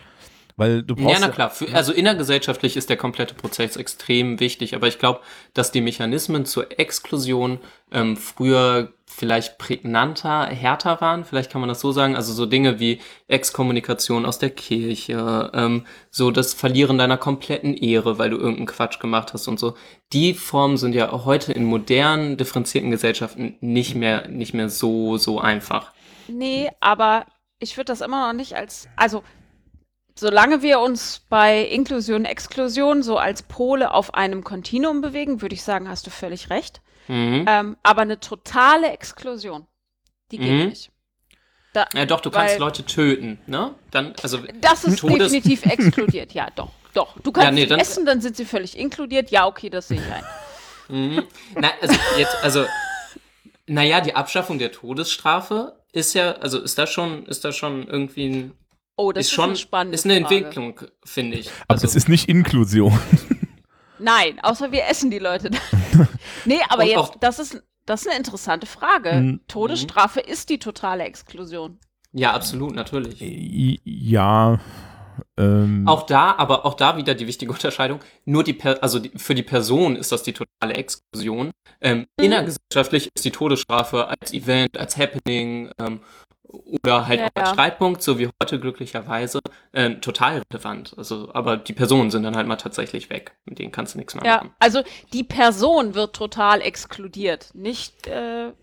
S2: Weil du brauchst
S3: Ja, na klar. Für, also innergesellschaftlich ist der komplette Prozess extrem wichtig, aber ich glaube, dass die Mechanismen zur Exklusion ähm, früher vielleicht prägnanter, härter waren, vielleicht kann man das so sagen. Also so Dinge wie Exkommunikation aus der Kirche, ähm, so das Verlieren deiner kompletten Ehre, weil du irgendeinen Quatsch gemacht hast und so. Die Formen sind ja auch heute in modernen, differenzierten Gesellschaften nicht mehr, nicht mehr so, so einfach.
S4: Nee, aber ich würde das immer noch nicht als, also solange wir uns bei Inklusion, Exklusion so als Pole auf einem Kontinuum bewegen, würde ich sagen, hast du völlig recht.
S3: Mhm.
S4: Ähm, aber eine totale Exklusion, die geht
S3: Mhm.
S4: nicht. Da,
S3: Ja, doch, du
S4: weil
S3: kannst Leute töten, ne? Dann, also
S4: das ist
S3: Todes-
S4: definitiv exkludiert, ja, doch, doch. Du kannst
S3: Ja, nee,
S4: sie
S3: dann-
S4: essen, dann sind sie völlig inkludiert. Ja, okay, das sehe ich ein.
S3: Mhm. Na, also jetzt, also, naja, die Abschaffung der Todesstrafe ist ja, also ist da schon, ist da schon irgendwie ein,
S4: Oh, das
S3: ist
S4: ist,
S3: schon,
S4: eine spannende
S3: ist eine
S4: Frage.
S3: Entwicklung, finde ich.
S2: aber
S3: Also,
S2: es ist nicht Inklusion.
S4: Nein, außer wir essen die Leute dann. Nee, aber
S3: Und
S4: jetzt,
S3: auch-
S4: das ist, das ist eine interessante Frage.
S2: Mhm.
S4: Todesstrafe ist die totale Exklusion.
S3: ja, absolut, natürlich.
S2: I- Ja, ähm,
S3: Auch da, aber auch da wieder die wichtige Unterscheidung. Nur die, per also die, für die Person ist das die totale Exklusion. Ähm,
S4: Mhm.
S3: Innergesellschaftlich ist die Todesstrafe als Event, als Happening ähm, oder halt
S4: Ja,
S3: auch als
S4: ja.
S3: Streitpunkt, so wie heute glücklicherweise, ähm, total relevant. Also, aber die Personen sind dann halt mal tatsächlich weg. Mit denen kannst du nichts mehr
S4: Ja,
S3: machen.
S4: also die Person wird total exkludiert, nicht, äh, ne?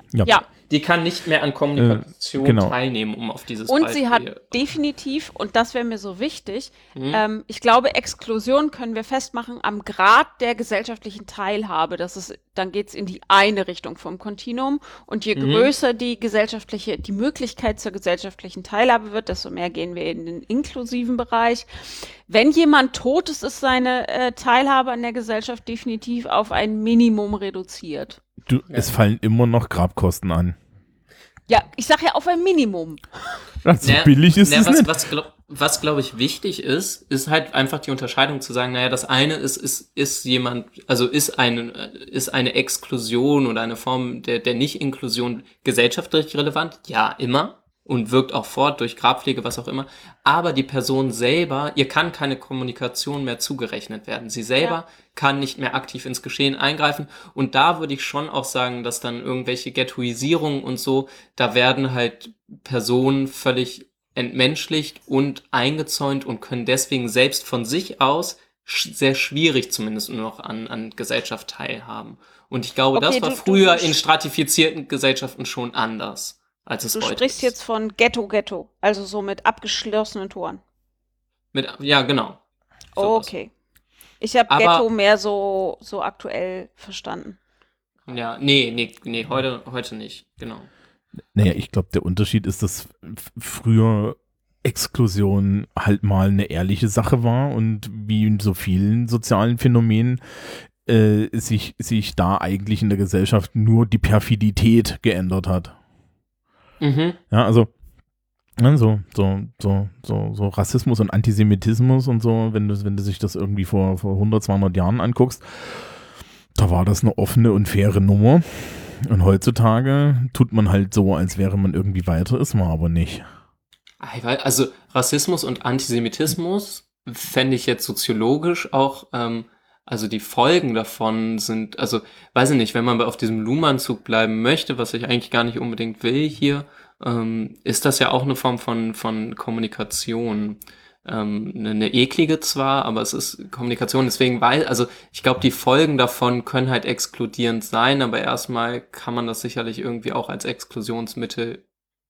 S2: Ja.
S4: Ja.
S3: Die kann nicht mehr an Kommunikation
S2: Äh, genau.
S3: teilnehmen, um auf dieses
S4: Und
S3: Beispiel.
S4: sie hat definitiv, und das wäre mir so wichtig,
S3: Mhm.
S4: ähm, ich glaube, Exklusion können wir festmachen am Grad der gesellschaftlichen Teilhabe. Das ist, dann geht es in die eine Richtung vom Kontinuum. Und je
S3: Mhm.
S4: größer die gesellschaftliche, die Möglichkeit zur gesellschaftlichen Teilhabe wird, desto mehr gehen wir in den inklusiven Bereich. Wenn jemand tot ist, ist seine äh, Teilhabe an der Gesellschaft definitiv auf ein Minimum reduziert.
S2: Du, es fallen immer noch Grabkosten an.
S4: Ja, ich sage ja auf ein Minimum.
S2: So
S3: Na,
S2: billig ist
S3: na,
S2: es
S3: was,
S2: nicht.
S3: Was, glaub, was glaube ich wichtig ist, ist halt einfach die Unterscheidung zu sagen, naja, das eine ist, ist, ist jemand, also ist eine, ist eine Exklusion oder eine Form der, der Nicht-Inklusion gesellschaftlich relevant? Ja, immer. Und wirkt auch fort durch Grabpflege, was auch immer. Aber die Person selber, ihr kann keine Kommunikation mehr zugerechnet werden. Sie selber
S4: Ja.
S3: kann nicht mehr aktiv ins Geschehen eingreifen. Und da würde ich schon auch sagen, dass dann irgendwelche Ghettoisierungen und so, da werden halt Personen völlig entmenschlicht und eingezäunt und können deswegen selbst von sich aus sch- sehr schwierig zumindest nur noch an, an Gesellschaft teilhaben. Und ich glaube,
S4: Okay,
S3: das war
S4: du- du-
S3: früher
S4: du-
S3: in stratifizierten Gesellschaften schon anders, als es
S4: Du
S3: heute
S4: sprichst
S3: ist.
S4: jetzt von Ghetto-Ghetto, also so mit abgeschlossenen Toren.
S3: Mit, ja, genau. Sowas.
S4: Okay. Ich habe
S3: Aber-
S4: Ghetto mehr so, so aktuell verstanden.
S3: Ja, nee, nee, nee, heute, heute nicht, genau.
S2: Naja, ich glaube, der Unterschied ist, dass f- früher Exklusion halt mal eine ehrliche Sache war und wie in so vielen sozialen Phänomenen äh, sich, sich da eigentlich in der Gesellschaft nur die Perfidität geändert hat.
S3: Mhm.
S2: Ja, also ja, so, so, so, so, so Rassismus und Antisemitismus und so, wenn du, wenn du sich das irgendwie vor, vor hundert, zweihundert Jahren anguckst, da war das eine offene und faire Nummer. Und heutzutage tut man halt so, als wäre man irgendwie weiter, ist man aber nicht.
S3: Also Rassismus und Antisemitismus fände ich jetzt soziologisch auch, ähm, also die Folgen davon sind, also weiß ich nicht, wenn man auf diesem Luhmann-Zug bleiben möchte, was ich eigentlich gar nicht unbedingt will hier, ähm, ist das ja auch eine Form von, von Kommunikation. Ähm, eine, eine eklige zwar, aber es ist Kommunikation, deswegen, weil, also ich glaube, die Folgen davon können halt exkludierend sein, aber erstmal kann man das sicherlich irgendwie auch als Exklusionsmittel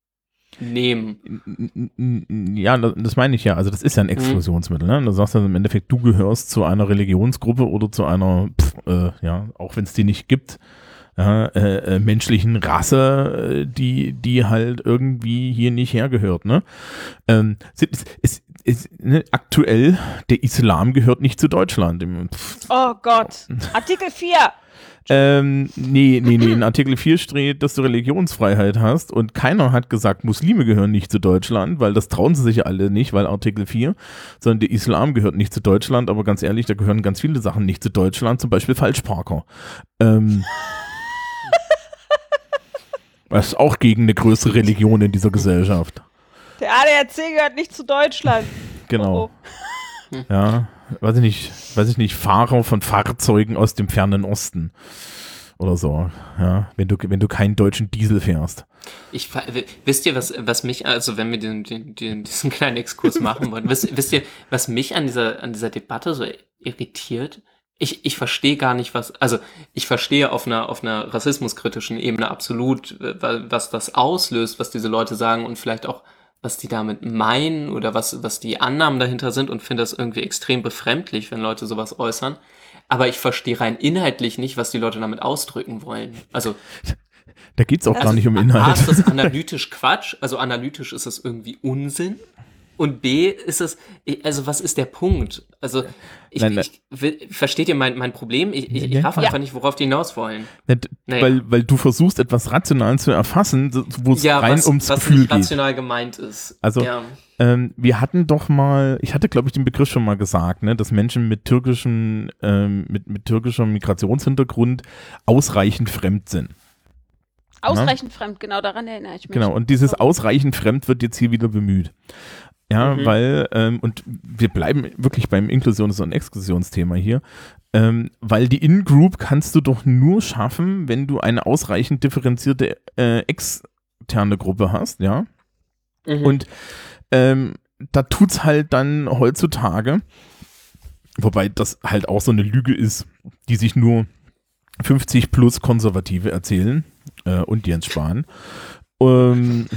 S3: nehmen.
S2: Ja, das das meine ich ja. Also das ist ja ein Exklusionsmittel. Ne? Du sagst ja im Endeffekt, du gehörst zu einer Religionsgruppe oder zu einer, pff, äh, ja, auch wenn es die nicht gibt, ja, äh, äh, menschlichen Rasse, äh, die, die halt irgendwie hier nicht hergehört. Ne? Ähm, es, es, es, ne, aktuell, der Islam gehört nicht zu Deutschland. Pff,
S4: Oh Gott. Artikel vier.
S2: Ähm, nee, nee, nee, in Artikel vier steht, dass du Religionsfreiheit hast und keiner hat gesagt, Muslime gehören nicht zu Deutschland, weil das trauen sie sich ja alle nicht, weil Artikel vier, sondern der Islam gehört nicht zu Deutschland, aber ganz ehrlich, da gehören ganz viele Sachen nicht zu Deutschland, zum Beispiel Falschparker. Ähm, was ist auch gegen eine größere Religion in dieser Gesellschaft.
S4: Der A D A C gehört nicht zu Deutschland.
S2: Genau.
S4: Oh,
S2: Ja, weiß ich nicht, weiß ich nicht, Fahrer von Fahrzeugen aus dem fernen Osten oder so, ja, wenn du, wenn du keinen deutschen Diesel fährst.
S3: Ich, wisst ihr, was, was mich, also wenn wir den, den, den, diesen kleinen Exkurs machen wollen, wisst, wisst ihr, was mich an dieser, an dieser Debatte so irritiert? Ich, ich verstehe gar nicht, was, also ich verstehe auf einer, auf einer rassismuskritischen Ebene absolut, was das auslöst, was diese Leute sagen und vielleicht auch, was die damit meinen oder was, was die Annahmen dahinter sind und finde das irgendwie extrem befremdlich, wenn Leute sowas äußern. Aber ich verstehe rein inhaltlich nicht, was die Leute damit ausdrücken wollen. Also
S2: Da geht es auch
S4: Also,
S2: gar nicht um
S3: A,
S2: Inhalt.
S3: ist das analytisch Quatsch, also analytisch ist das irgendwie Unsinn. Und B, ist es, also was ist der Punkt? Also, ich,
S2: Nein, nein.
S3: ich will, versteht ihr mein, mein Problem? Ich, ich, ich
S2: Ja.
S3: raff
S2: Ja.
S3: einfach nicht, worauf die hinaus wollen.
S2: Nicht,
S3: Naja.
S2: weil, weil du versuchst, etwas rational zu erfassen, so- wo es
S3: Ja,
S2: rein
S3: was,
S2: ums
S3: was
S2: Gefühl
S3: nicht
S2: geht.
S3: rational gemeint ist.
S2: Also,
S3: ja.
S2: Ähm, wir hatten doch mal, ich hatte glaube ich den Begriff schon mal gesagt, ne, dass Menschen mit türkischen, ähm, mit, mit türkischem Migrationshintergrund ausreichend fremd sind.
S4: ausreichend fremd, genau, daran erinnere ich mich.
S2: Genau, und dieses ausreichend fremd wird jetzt hier wieder bemüht. Ja,
S3: Mhm.
S2: weil, ähm, und wir bleiben wirklich beim Inklusions- und Exklusionsthema hier, ähm, weil die In-Group kannst du doch nur schaffen, wenn du eine ausreichend differenzierte äh, externe Gruppe hast, ja.
S3: Mhm.
S2: Und ähm, da tut's halt dann heutzutage, wobei das halt auch so eine Lüge ist, die sich nur fünfzig plus Konservative erzählen. äh, und Jens Spahn. Ähm,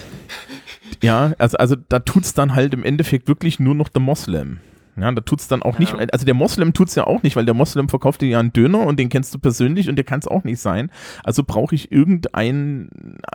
S2: ja, also, also da tut's dann halt im Endeffekt wirklich nur noch der Moslem. Ja, da tut's dann auch
S3: Ja.
S2: nicht, also der Moslem tut's ja auch nicht, weil der Moslem verkauft dir ja einen Döner und den kennst du persönlich und der kann's auch nicht sein. Also brauche ich irgendein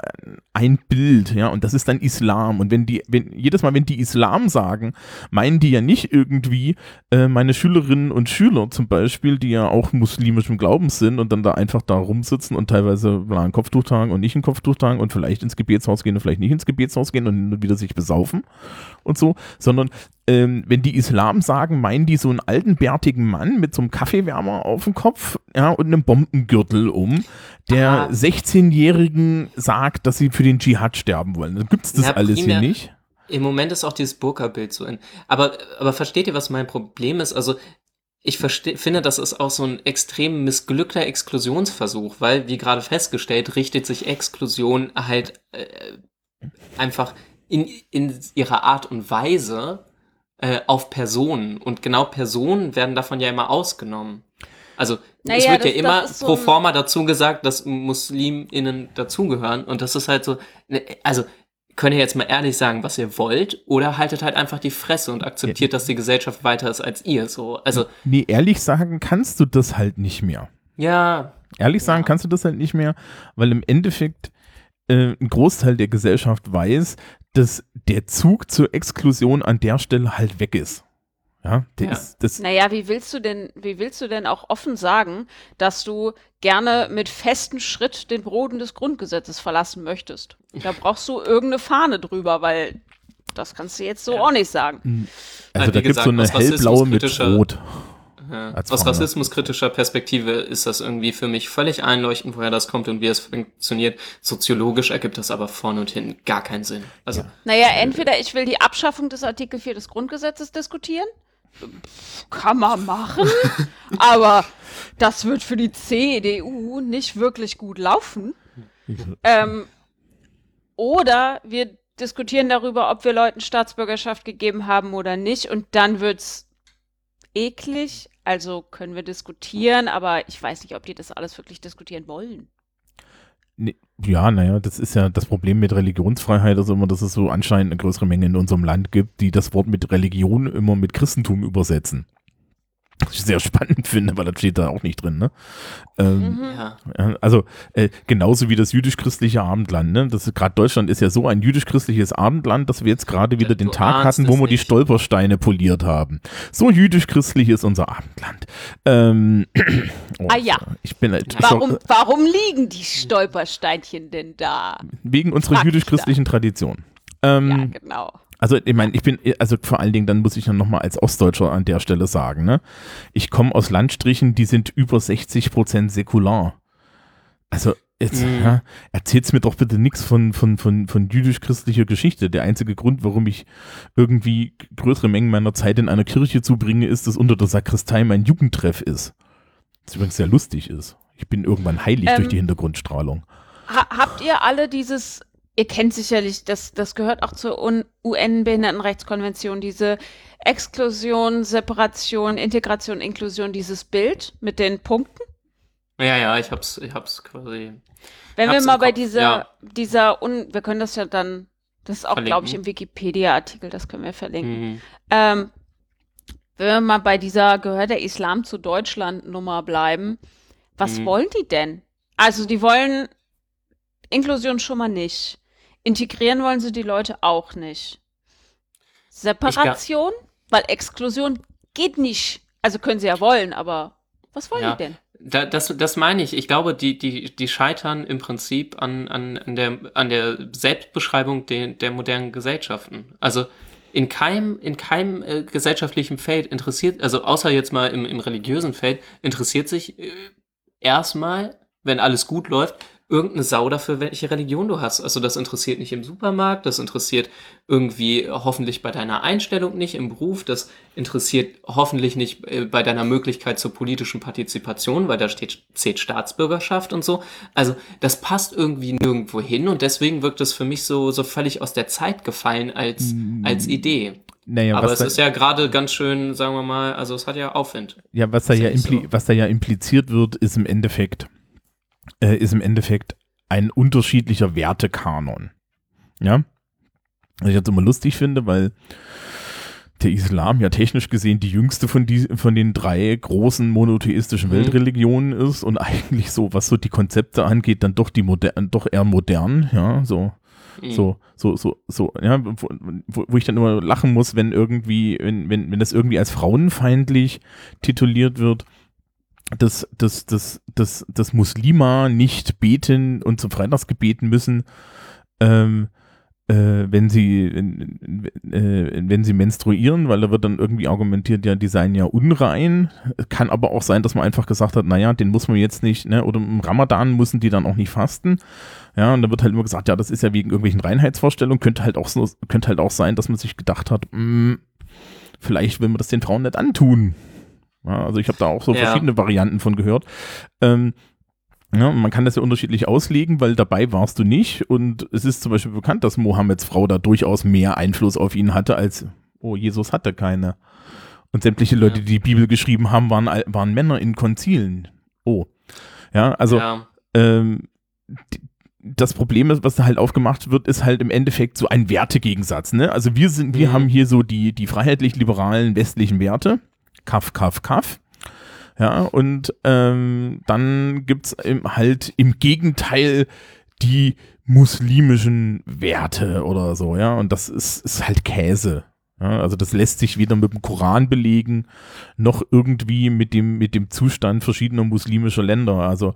S2: ein Bild, ja, und das ist dann Islam. Und wenn die, wenn jedes Mal, wenn die Islam sagen, meinen die ja nicht irgendwie äh, meine Schülerinnen und Schüler zum Beispiel, die ja auch muslimischem Glaubens sind und dann da einfach da rumsitzen und teilweise mal ein Kopftuch tragen und nicht ein Kopftuch tragen und vielleicht ins Gebetshaus gehen und vielleicht nicht ins Gebetshaus gehen und wieder sich besaufen und so, sondern Ähm, wenn die Islam sagen, meinen die so einen alten, bärtigen Mann mit so einem Kaffeewärmer auf dem Kopf, ja, und einem Bombengürtel um, der
S3: Aha.
S2: sechzehnjährigen sagt, dass sie für den Dschihad sterben wollen. Dann gibt's das
S3: Ja,
S2: alles
S3: primär-
S2: hier nicht.
S3: Im Moment ist auch dieses Burka-Bild so in. Aber, aber versteht ihr, was mein Problem ist? Also, ich verste- finde, das ist auch so ein extrem missglückter Exklusionsversuch, weil, wie gerade festgestellt, richtet sich Exklusion halt äh, einfach in, in ihrer Art und Weise äh, auf Personen. Und genau Personen werden davon ja immer ausgenommen. Also,
S4: Naja,
S3: es wird
S4: das-
S3: ja immer
S4: das ist so
S3: pro
S4: ein-
S3: forma dazu gesagt, dass MuslimInnen dazugehören. Und das ist halt so, ne, also, könnt ihr jetzt mal ehrlich sagen, was ihr wollt, oder haltet halt einfach die Fresse und akzeptiert, dass die Gesellschaft weiter ist als ihr, so. Also,
S2: Nee, ehrlich sagen kannst du das halt nicht mehr.
S3: ja,
S2: Ehrlich sagen
S3: Ja.
S2: kannst du das halt nicht mehr, weil im Endeffekt äh, ein Großteil der Gesellschaft weiß, dass der Zug zur Exklusion an der Stelle halt weg ist. Ja, der
S3: Ja.
S2: ist, das,
S4: Naja, wie willst du denn, wie willst du denn auch offen sagen, dass du gerne mit festem Schritt den Boden des Grundgesetzes verlassen möchtest? Da brauchst du irgendeine Fahne drüber, weil das kannst du jetzt so
S3: Ja.
S4: auch nicht sagen.
S2: also
S3: wie
S2: da gibt es
S3: gesagt,
S2: so eine
S3: aus
S2: hellblaue mit
S3: rassismuskritischer-
S2: Rot.
S3: ja.
S2: Als
S3: Aus
S2: Fahne.
S3: rassismuskritischer Perspektive ist das irgendwie für mich völlig einleuchtend, woher das kommt und wie es funktioniert. Soziologisch ergibt das aber vorne und hinten gar keinen Sinn. Also,
S2: Ja.
S4: Naja, entweder ich will die Abschaffung des Artikel vier des Grundgesetzes diskutieren. Pff, Kann man machen, aber das wird für die C D U nicht wirklich gut laufen. Ähm, oder wir diskutieren darüber, ob wir Leuten Staatsbürgerschaft gegeben haben oder nicht, und dann wird's eklig. Also können wir diskutieren, aber ich weiß nicht, ob die das alles wirklich diskutieren wollen.
S2: Nee, ja, naja, das ist ja das Problem mit Religionsfreiheit, also immer, dass es so anscheinend eine größere Menge in unserem Land gibt, die das Wort mit Religion immer mit Christentum übersetzen. Was ich sehr spannend finde, weil das steht da auch nicht drin, ne? Ähm,
S3: ja.
S2: ja, also äh, genauso wie das jüdisch-christliche Abendland, ne? Das gerade Deutschland ist ja so ein jüdisch-christliches Abendland, dass wir jetzt gerade wieder den
S3: Du
S2: Tag
S3: ahnst
S2: hatten, wo
S3: es
S2: wir die
S3: nicht.
S2: Stolpersteine poliert haben. So jüdisch-christlich ist unser Abendland. Ähm, oh,
S4: Ah ja.
S2: Ich bin halt
S4: Warum, warum liegen die Stolpersteinchen denn da?
S2: wegen unserer
S4: Frag mich
S2: jüdisch-christlichen Tradition. Ähm,
S4: Ja, genau.
S2: Also ich meine, ich bin, also vor allen Dingen, dann muss ich dann nochmal als Ostdeutscher an der Stelle sagen, ne? Ich komme aus Landstrichen, die sind über sechzig Prozent säkular. Also jetzt,
S3: Mhm.
S2: ja, erzählt's mir doch bitte nichts von, von, von, von jüdisch-christlicher Geschichte. Der einzige Grund, warum ich irgendwie größere Mengen meiner Zeit in einer Kirche zubringe, ist, dass unter der Sakristei mein Jugendtreff ist. Was übrigens sehr lustig ist. Ich bin irgendwann heilig
S4: Ähm,
S2: durch die Hintergrundstrahlung.
S4: Ha habt ihr alle dieses, ihr kennt sicherlich, das, das gehört auch zur U N-Behindertenrechtskonvention, diese Exklusion, Separation, Integration, Inklusion, dieses Bild mit den Punkten?
S3: Ja, ja, ich hab's, ich hab's quasi.
S4: Wenn wir
S3: Hab's
S4: mal
S3: im
S4: bei
S3: Kopf,
S4: dieser,
S3: ja.
S4: dieser, Un wir können das ja dann, das ist auch,
S3: Verlinken.
S4: glaube ich, im Wikipedia-Artikel, das können wir verlinken.
S3: Mhm.
S4: Ähm, wenn wir mal bei dieser gehört der Islam zu Deutschland Nummer bleiben, was
S3: Mhm.
S4: wollen die denn? Also die wollen Inklusion schon mal nicht. Integrieren wollen sie die Leute auch nicht. Separation? Weil Exklusion geht nicht. Also können sie ja wollen, aber was wollen
S3: Ja.
S4: die denn?
S3: Da, das, das meine ich. Ich glaube, die, die, die scheitern im Prinzip an, an, an, der, an der Selbstbeschreibung der, der modernen Gesellschaften. Also in keinem, in keinem äh, gesellschaftlichen Feld interessiert, also außer jetzt mal im, im religiösen Feld, interessiert sich äh, erstmal, wenn alles gut läuft, irgendeine Sau dafür, welche Religion du hast. Also das interessiert nicht im Supermarkt, das interessiert irgendwie hoffentlich bei deiner Einstellung nicht im Beruf, das interessiert hoffentlich nicht äh, bei deiner Möglichkeit zur politischen Partizipation, weil da steht, zählt Staatsbürgerschaft und so. Also das passt irgendwie nirgendwo hin und deswegen wirkt es für mich so, so völlig aus der Zeit gefallen als, als Idee.
S2: Naja,
S3: Aber
S2: was
S3: es
S2: da,
S3: ist ja gerade ganz schön, sagen wir mal, also es hat ja Aufwind.
S2: ja, was da
S3: ist
S2: ja,
S3: ja nicht
S2: impli
S3: so.
S2: was da ja impliziert wird, ist im Endeffekt, äh, ist im Endeffekt ein unterschiedlicher Wertekanon. Ja, was ich jetzt immer lustig finde, weil der Islam ja technisch gesehen die jüngste von, die, von den drei großen monotheistischen mhm. Weltreligionen ist und eigentlich so, was so die Konzepte angeht, dann doch die modern, doch eher modern, ja, so, mhm. so, so, so, so, ja, wo, wo ich dann immer lachen muss, wenn irgendwie, wenn, wenn, wenn das irgendwie als frauenfeindlich tituliert wird, dass, dass, dass, dass, dass Muslima nicht beten und zum Freitagsgebeten müssen, ähm, Äh, wenn sie äh, wenn sie menstruieren, weil da wird dann irgendwie argumentiert, ja, die seien ja unrein. Kann aber auch sein, dass man einfach gesagt hat, naja, den muss man jetzt nicht, ne, oder im Ramadan müssen die dann auch nicht fasten. Ja, und dann wird halt immer gesagt, ja, das ist ja wegen irgendwelchen Reinheitsvorstellungen. Könnte halt auch so, könnte halt auch sein, dass man sich gedacht hat, mh, vielleicht will man das den Frauen nicht antun. Ja, also ich habe da auch so ja. verschiedene Varianten von gehört. Ähm, Ja, man kann das ja unterschiedlich auslegen, weil dabei warst du nicht und es ist zum Beispiel bekannt, dass Mohammeds Frau da durchaus mehr Einfluss auf ihn hatte als, oh, Jesus hatte keine. Und sämtliche Leute, die die Bibel geschrieben haben, waren, waren Männer in Konzilen. Oh. Ja, also ja. Ähm, das Problem ist, was da halt aufgemacht wird, ist halt im Endeffekt so ein Wertegegensatz. Ne? Also wir sind, wir mhm. haben hier so die, die freiheitlich-liberalen westlichen Werte. Kaff, kaff, kaff. Ja, und ähm, dann gibt's im, halt im Gegenteil die muslimischen Werte oder so, ja, und das ist, ist halt Käse. Ja, also das lässt sich weder mit dem Koran belegen, noch irgendwie mit dem, mit dem Zustand verschiedener muslimischer Länder. Also,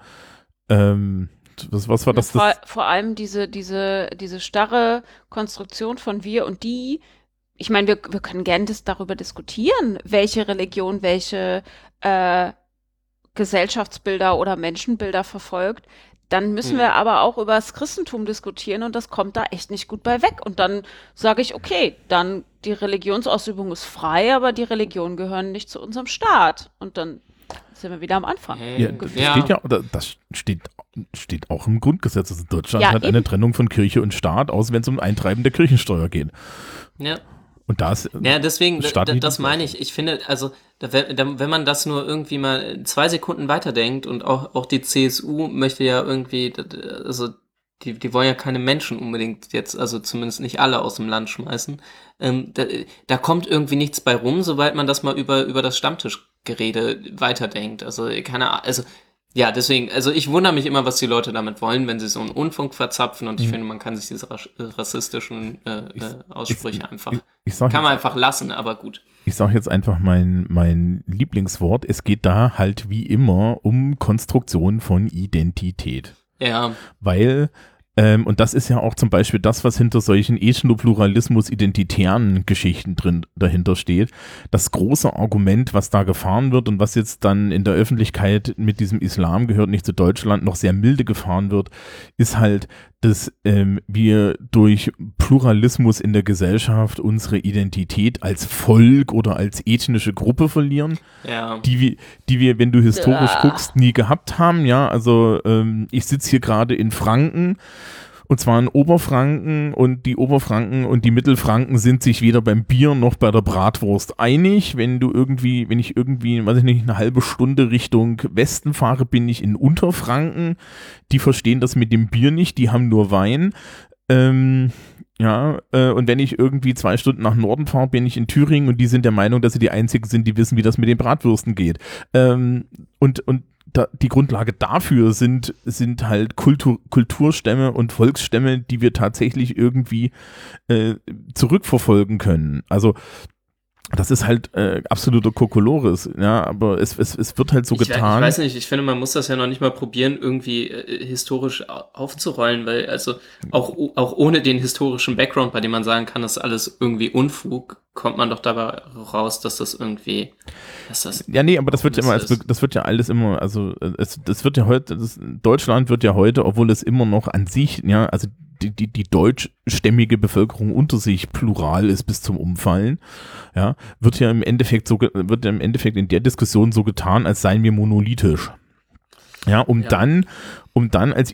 S2: ähm, was, was war das?
S4: Vor,
S2: das?
S4: vor allem diese, diese, diese starre Konstruktion von wir und die. Ich meine, wir, wir können gerne das darüber diskutieren, welche Religion welche äh, Gesellschaftsbilder oder Menschenbilder verfolgt. Dann müssen hm. wir aber auch über das Christentum diskutieren und das kommt da echt nicht gut bei weg. Und dann sage ich, okay, dann die Religionsausübung ist frei, aber die Religionen gehören nicht zu unserem Staat. Und dann sind wir wieder am Anfang.
S2: Ja, das
S4: ja.
S2: steht ja, das steht, steht auch im Grundgesetz. Also Deutschland ja, hat eben. eine Trennung von Kirche und Staat, außer wenn es um Eintreiben der Kirchensteuer geht.
S3: Ja.
S2: Und das,
S3: ja, deswegen, da, das meine ich. Ich finde, also, da, wenn man das nur irgendwie mal zwei Sekunden weiterdenkt und auch, auch die C S U möchte ja irgendwie, also, die, die wollen ja keine Menschen unbedingt jetzt, also zumindest nicht alle aus dem Land schmeißen. Ähm, da, da kommt irgendwie nichts bei rum, sobald man das mal über, über das Stammtischgerede weiterdenkt. Also, keine Ahnung, also, ja, deswegen, also ich wundere mich immer, was die Leute damit wollen, wenn sie so einen Unfunk verzapfen und ich mhm. finde, man kann sich diese rassistischen äh, ich, äh, Aussprüche ich, einfach, ich, ich kann man einfach lassen, aber gut.
S2: Ich sage jetzt einfach mein, mein Lieblingswort, es geht da halt wie immer um Konstruktion von Identität.
S3: Ja.
S2: Weil, ähm, und das ist ja auch zum Beispiel das, was hinter solchen Ethnopluralismus-identitären Geschichten drin dahinter steht. Das große Argument, was da gefahren wird und was jetzt dann in der Öffentlichkeit mit diesem Islam gehört nicht zu Deutschland noch sehr milde gefahren wird, ist halt, dass ähm, wir durch Pluralismus in der Gesellschaft unsere Identität als Volk oder als ethnische Gruppe verlieren,
S3: ja.
S2: die, wir, die wir, wenn du historisch ja. guckst, nie gehabt haben. Ja, also ähm, ich sitze hier gerade in Franken, und zwar in Oberfranken, und die Oberfranken und die Mittelfranken sind sich weder beim Bier noch bei der Bratwurst einig. Wenn du irgendwie, wenn ich irgendwie, weiß ich nicht, eine halbe Stunde Richtung Westen fahre, bin ich in Unterfranken. Die verstehen das mit dem Bier nicht, die haben nur Wein. Ähm, ja, äh, und wenn ich irgendwie zwei Stunden nach Norden fahre, bin ich in Thüringen und die sind der Meinung, dass sie die Einzigen sind, die wissen, wie das mit den Bratwürsten geht. Ähm, und, und Da, die Grundlage dafür sind, sind halt Kultur, Kulturstämme und Volksstämme, die wir tatsächlich irgendwie äh, zurückverfolgen können. Also das ist halt äh, absoluter Kokolores, ja, aber es, es, es wird halt so
S3: ich,
S2: getan.
S3: Ich weiß nicht, ich finde, man muss das ja noch nicht mal probieren, irgendwie äh, historisch aufzurollen, weil also auch, auch ohne den historischen Background, bei dem man sagen kann, das ist alles irgendwie Unfug, kommt man doch dabei raus, dass das irgendwie, dass das
S2: ja, nee, aber das wird ja immer, als, das wird ja alles immer, also es, das wird ja heute, das, Deutschland wird ja heute, obwohl es immer noch an sich, ja, also die, die, die deutschstämmige Bevölkerung unter sich plural ist bis zum Umfallen, ja, wird ja im Endeffekt so, wird ja im Endeffekt in der Diskussion so getan, als seien wir monolithisch. Ja, um ja. dann, um dann als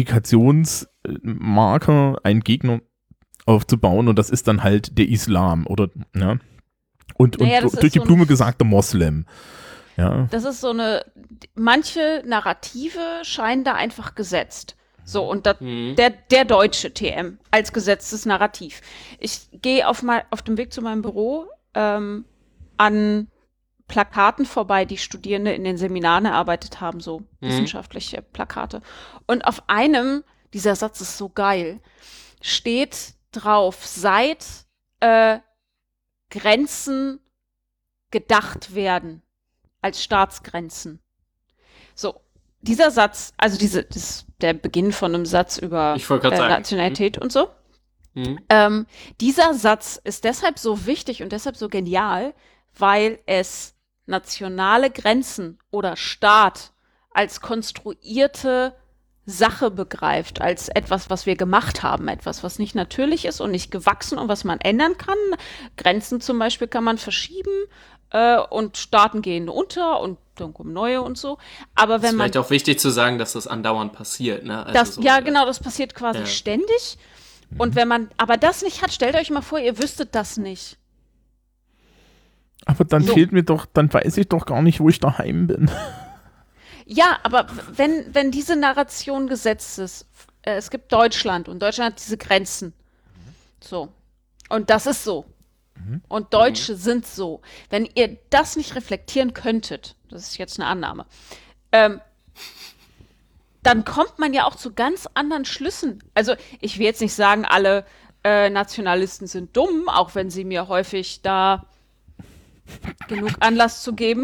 S2: Identifikationsmarker einen Gegner aufzubauen, und das ist dann halt der Islam oder, ja, und, naja, und durch die so Blume gesagt der Moslem. Ja.
S4: Das ist so eine, manche Narrative scheinen da einfach gesetzt. So, und dat,
S3: Mhm.
S4: der, der deutsche T M als gesetztes Narrativ. Ich gehe auf, mal, auf dem Weg zu meinem Büro ähm, an Plakaten vorbei, die Studierende in den Seminaren erarbeitet haben, so
S3: Mhm.
S4: wissenschaftliche Plakate. Und auf einem, dieser Satz ist so geil, steht drauf, seit äh, Grenzen gedacht werden als Staatsgrenzen. So, dieser Satz, also diese, das, der Beginn von einem Satz über
S3: Ich wollte
S4: äh,
S3: gerade sagen.
S4: Nationalität und so.
S3: Mhm.
S4: Ähm, dieser Satz ist deshalb so wichtig und deshalb so genial, weil es nationale Grenzen oder Staat als konstruierte Sache begreift, als etwas, was wir gemacht haben, etwas, was nicht natürlich ist und nicht gewachsen und was man ändern kann. Grenzen zum Beispiel kann man verschieben äh, und Staaten gehen unter und dann kommen neue und so. Aber
S3: Ist
S4: wenn man
S3: vielleicht auch wichtig zu sagen, dass das andauernd passiert. Ne? Also
S4: das,
S3: so,
S4: ja,
S3: äh,
S4: genau, das passiert quasi
S3: Ja.
S4: ständig. Und wenn man aber das nicht hat, stellt euch mal vor, ihr wüsstet das nicht.
S2: Aber dann
S4: So.
S2: fehlt mir doch, dann weiß ich doch gar nicht, wo ich daheim bin.
S4: Ja, aber wenn, wenn diese Narration gesetzt ist, äh, es gibt Deutschland und Deutschland hat diese Grenzen. So. Und das ist so. Und Deutsche sind so. Wenn ihr das nicht reflektieren könntet, das ist jetzt eine Annahme, ähm, dann kommt man ja auch zu ganz anderen Schlüssen. Also ich will jetzt nicht sagen, alle äh, Nationalisten sind dumm, auch wenn sie mir häufig da genug Anlass zu geben.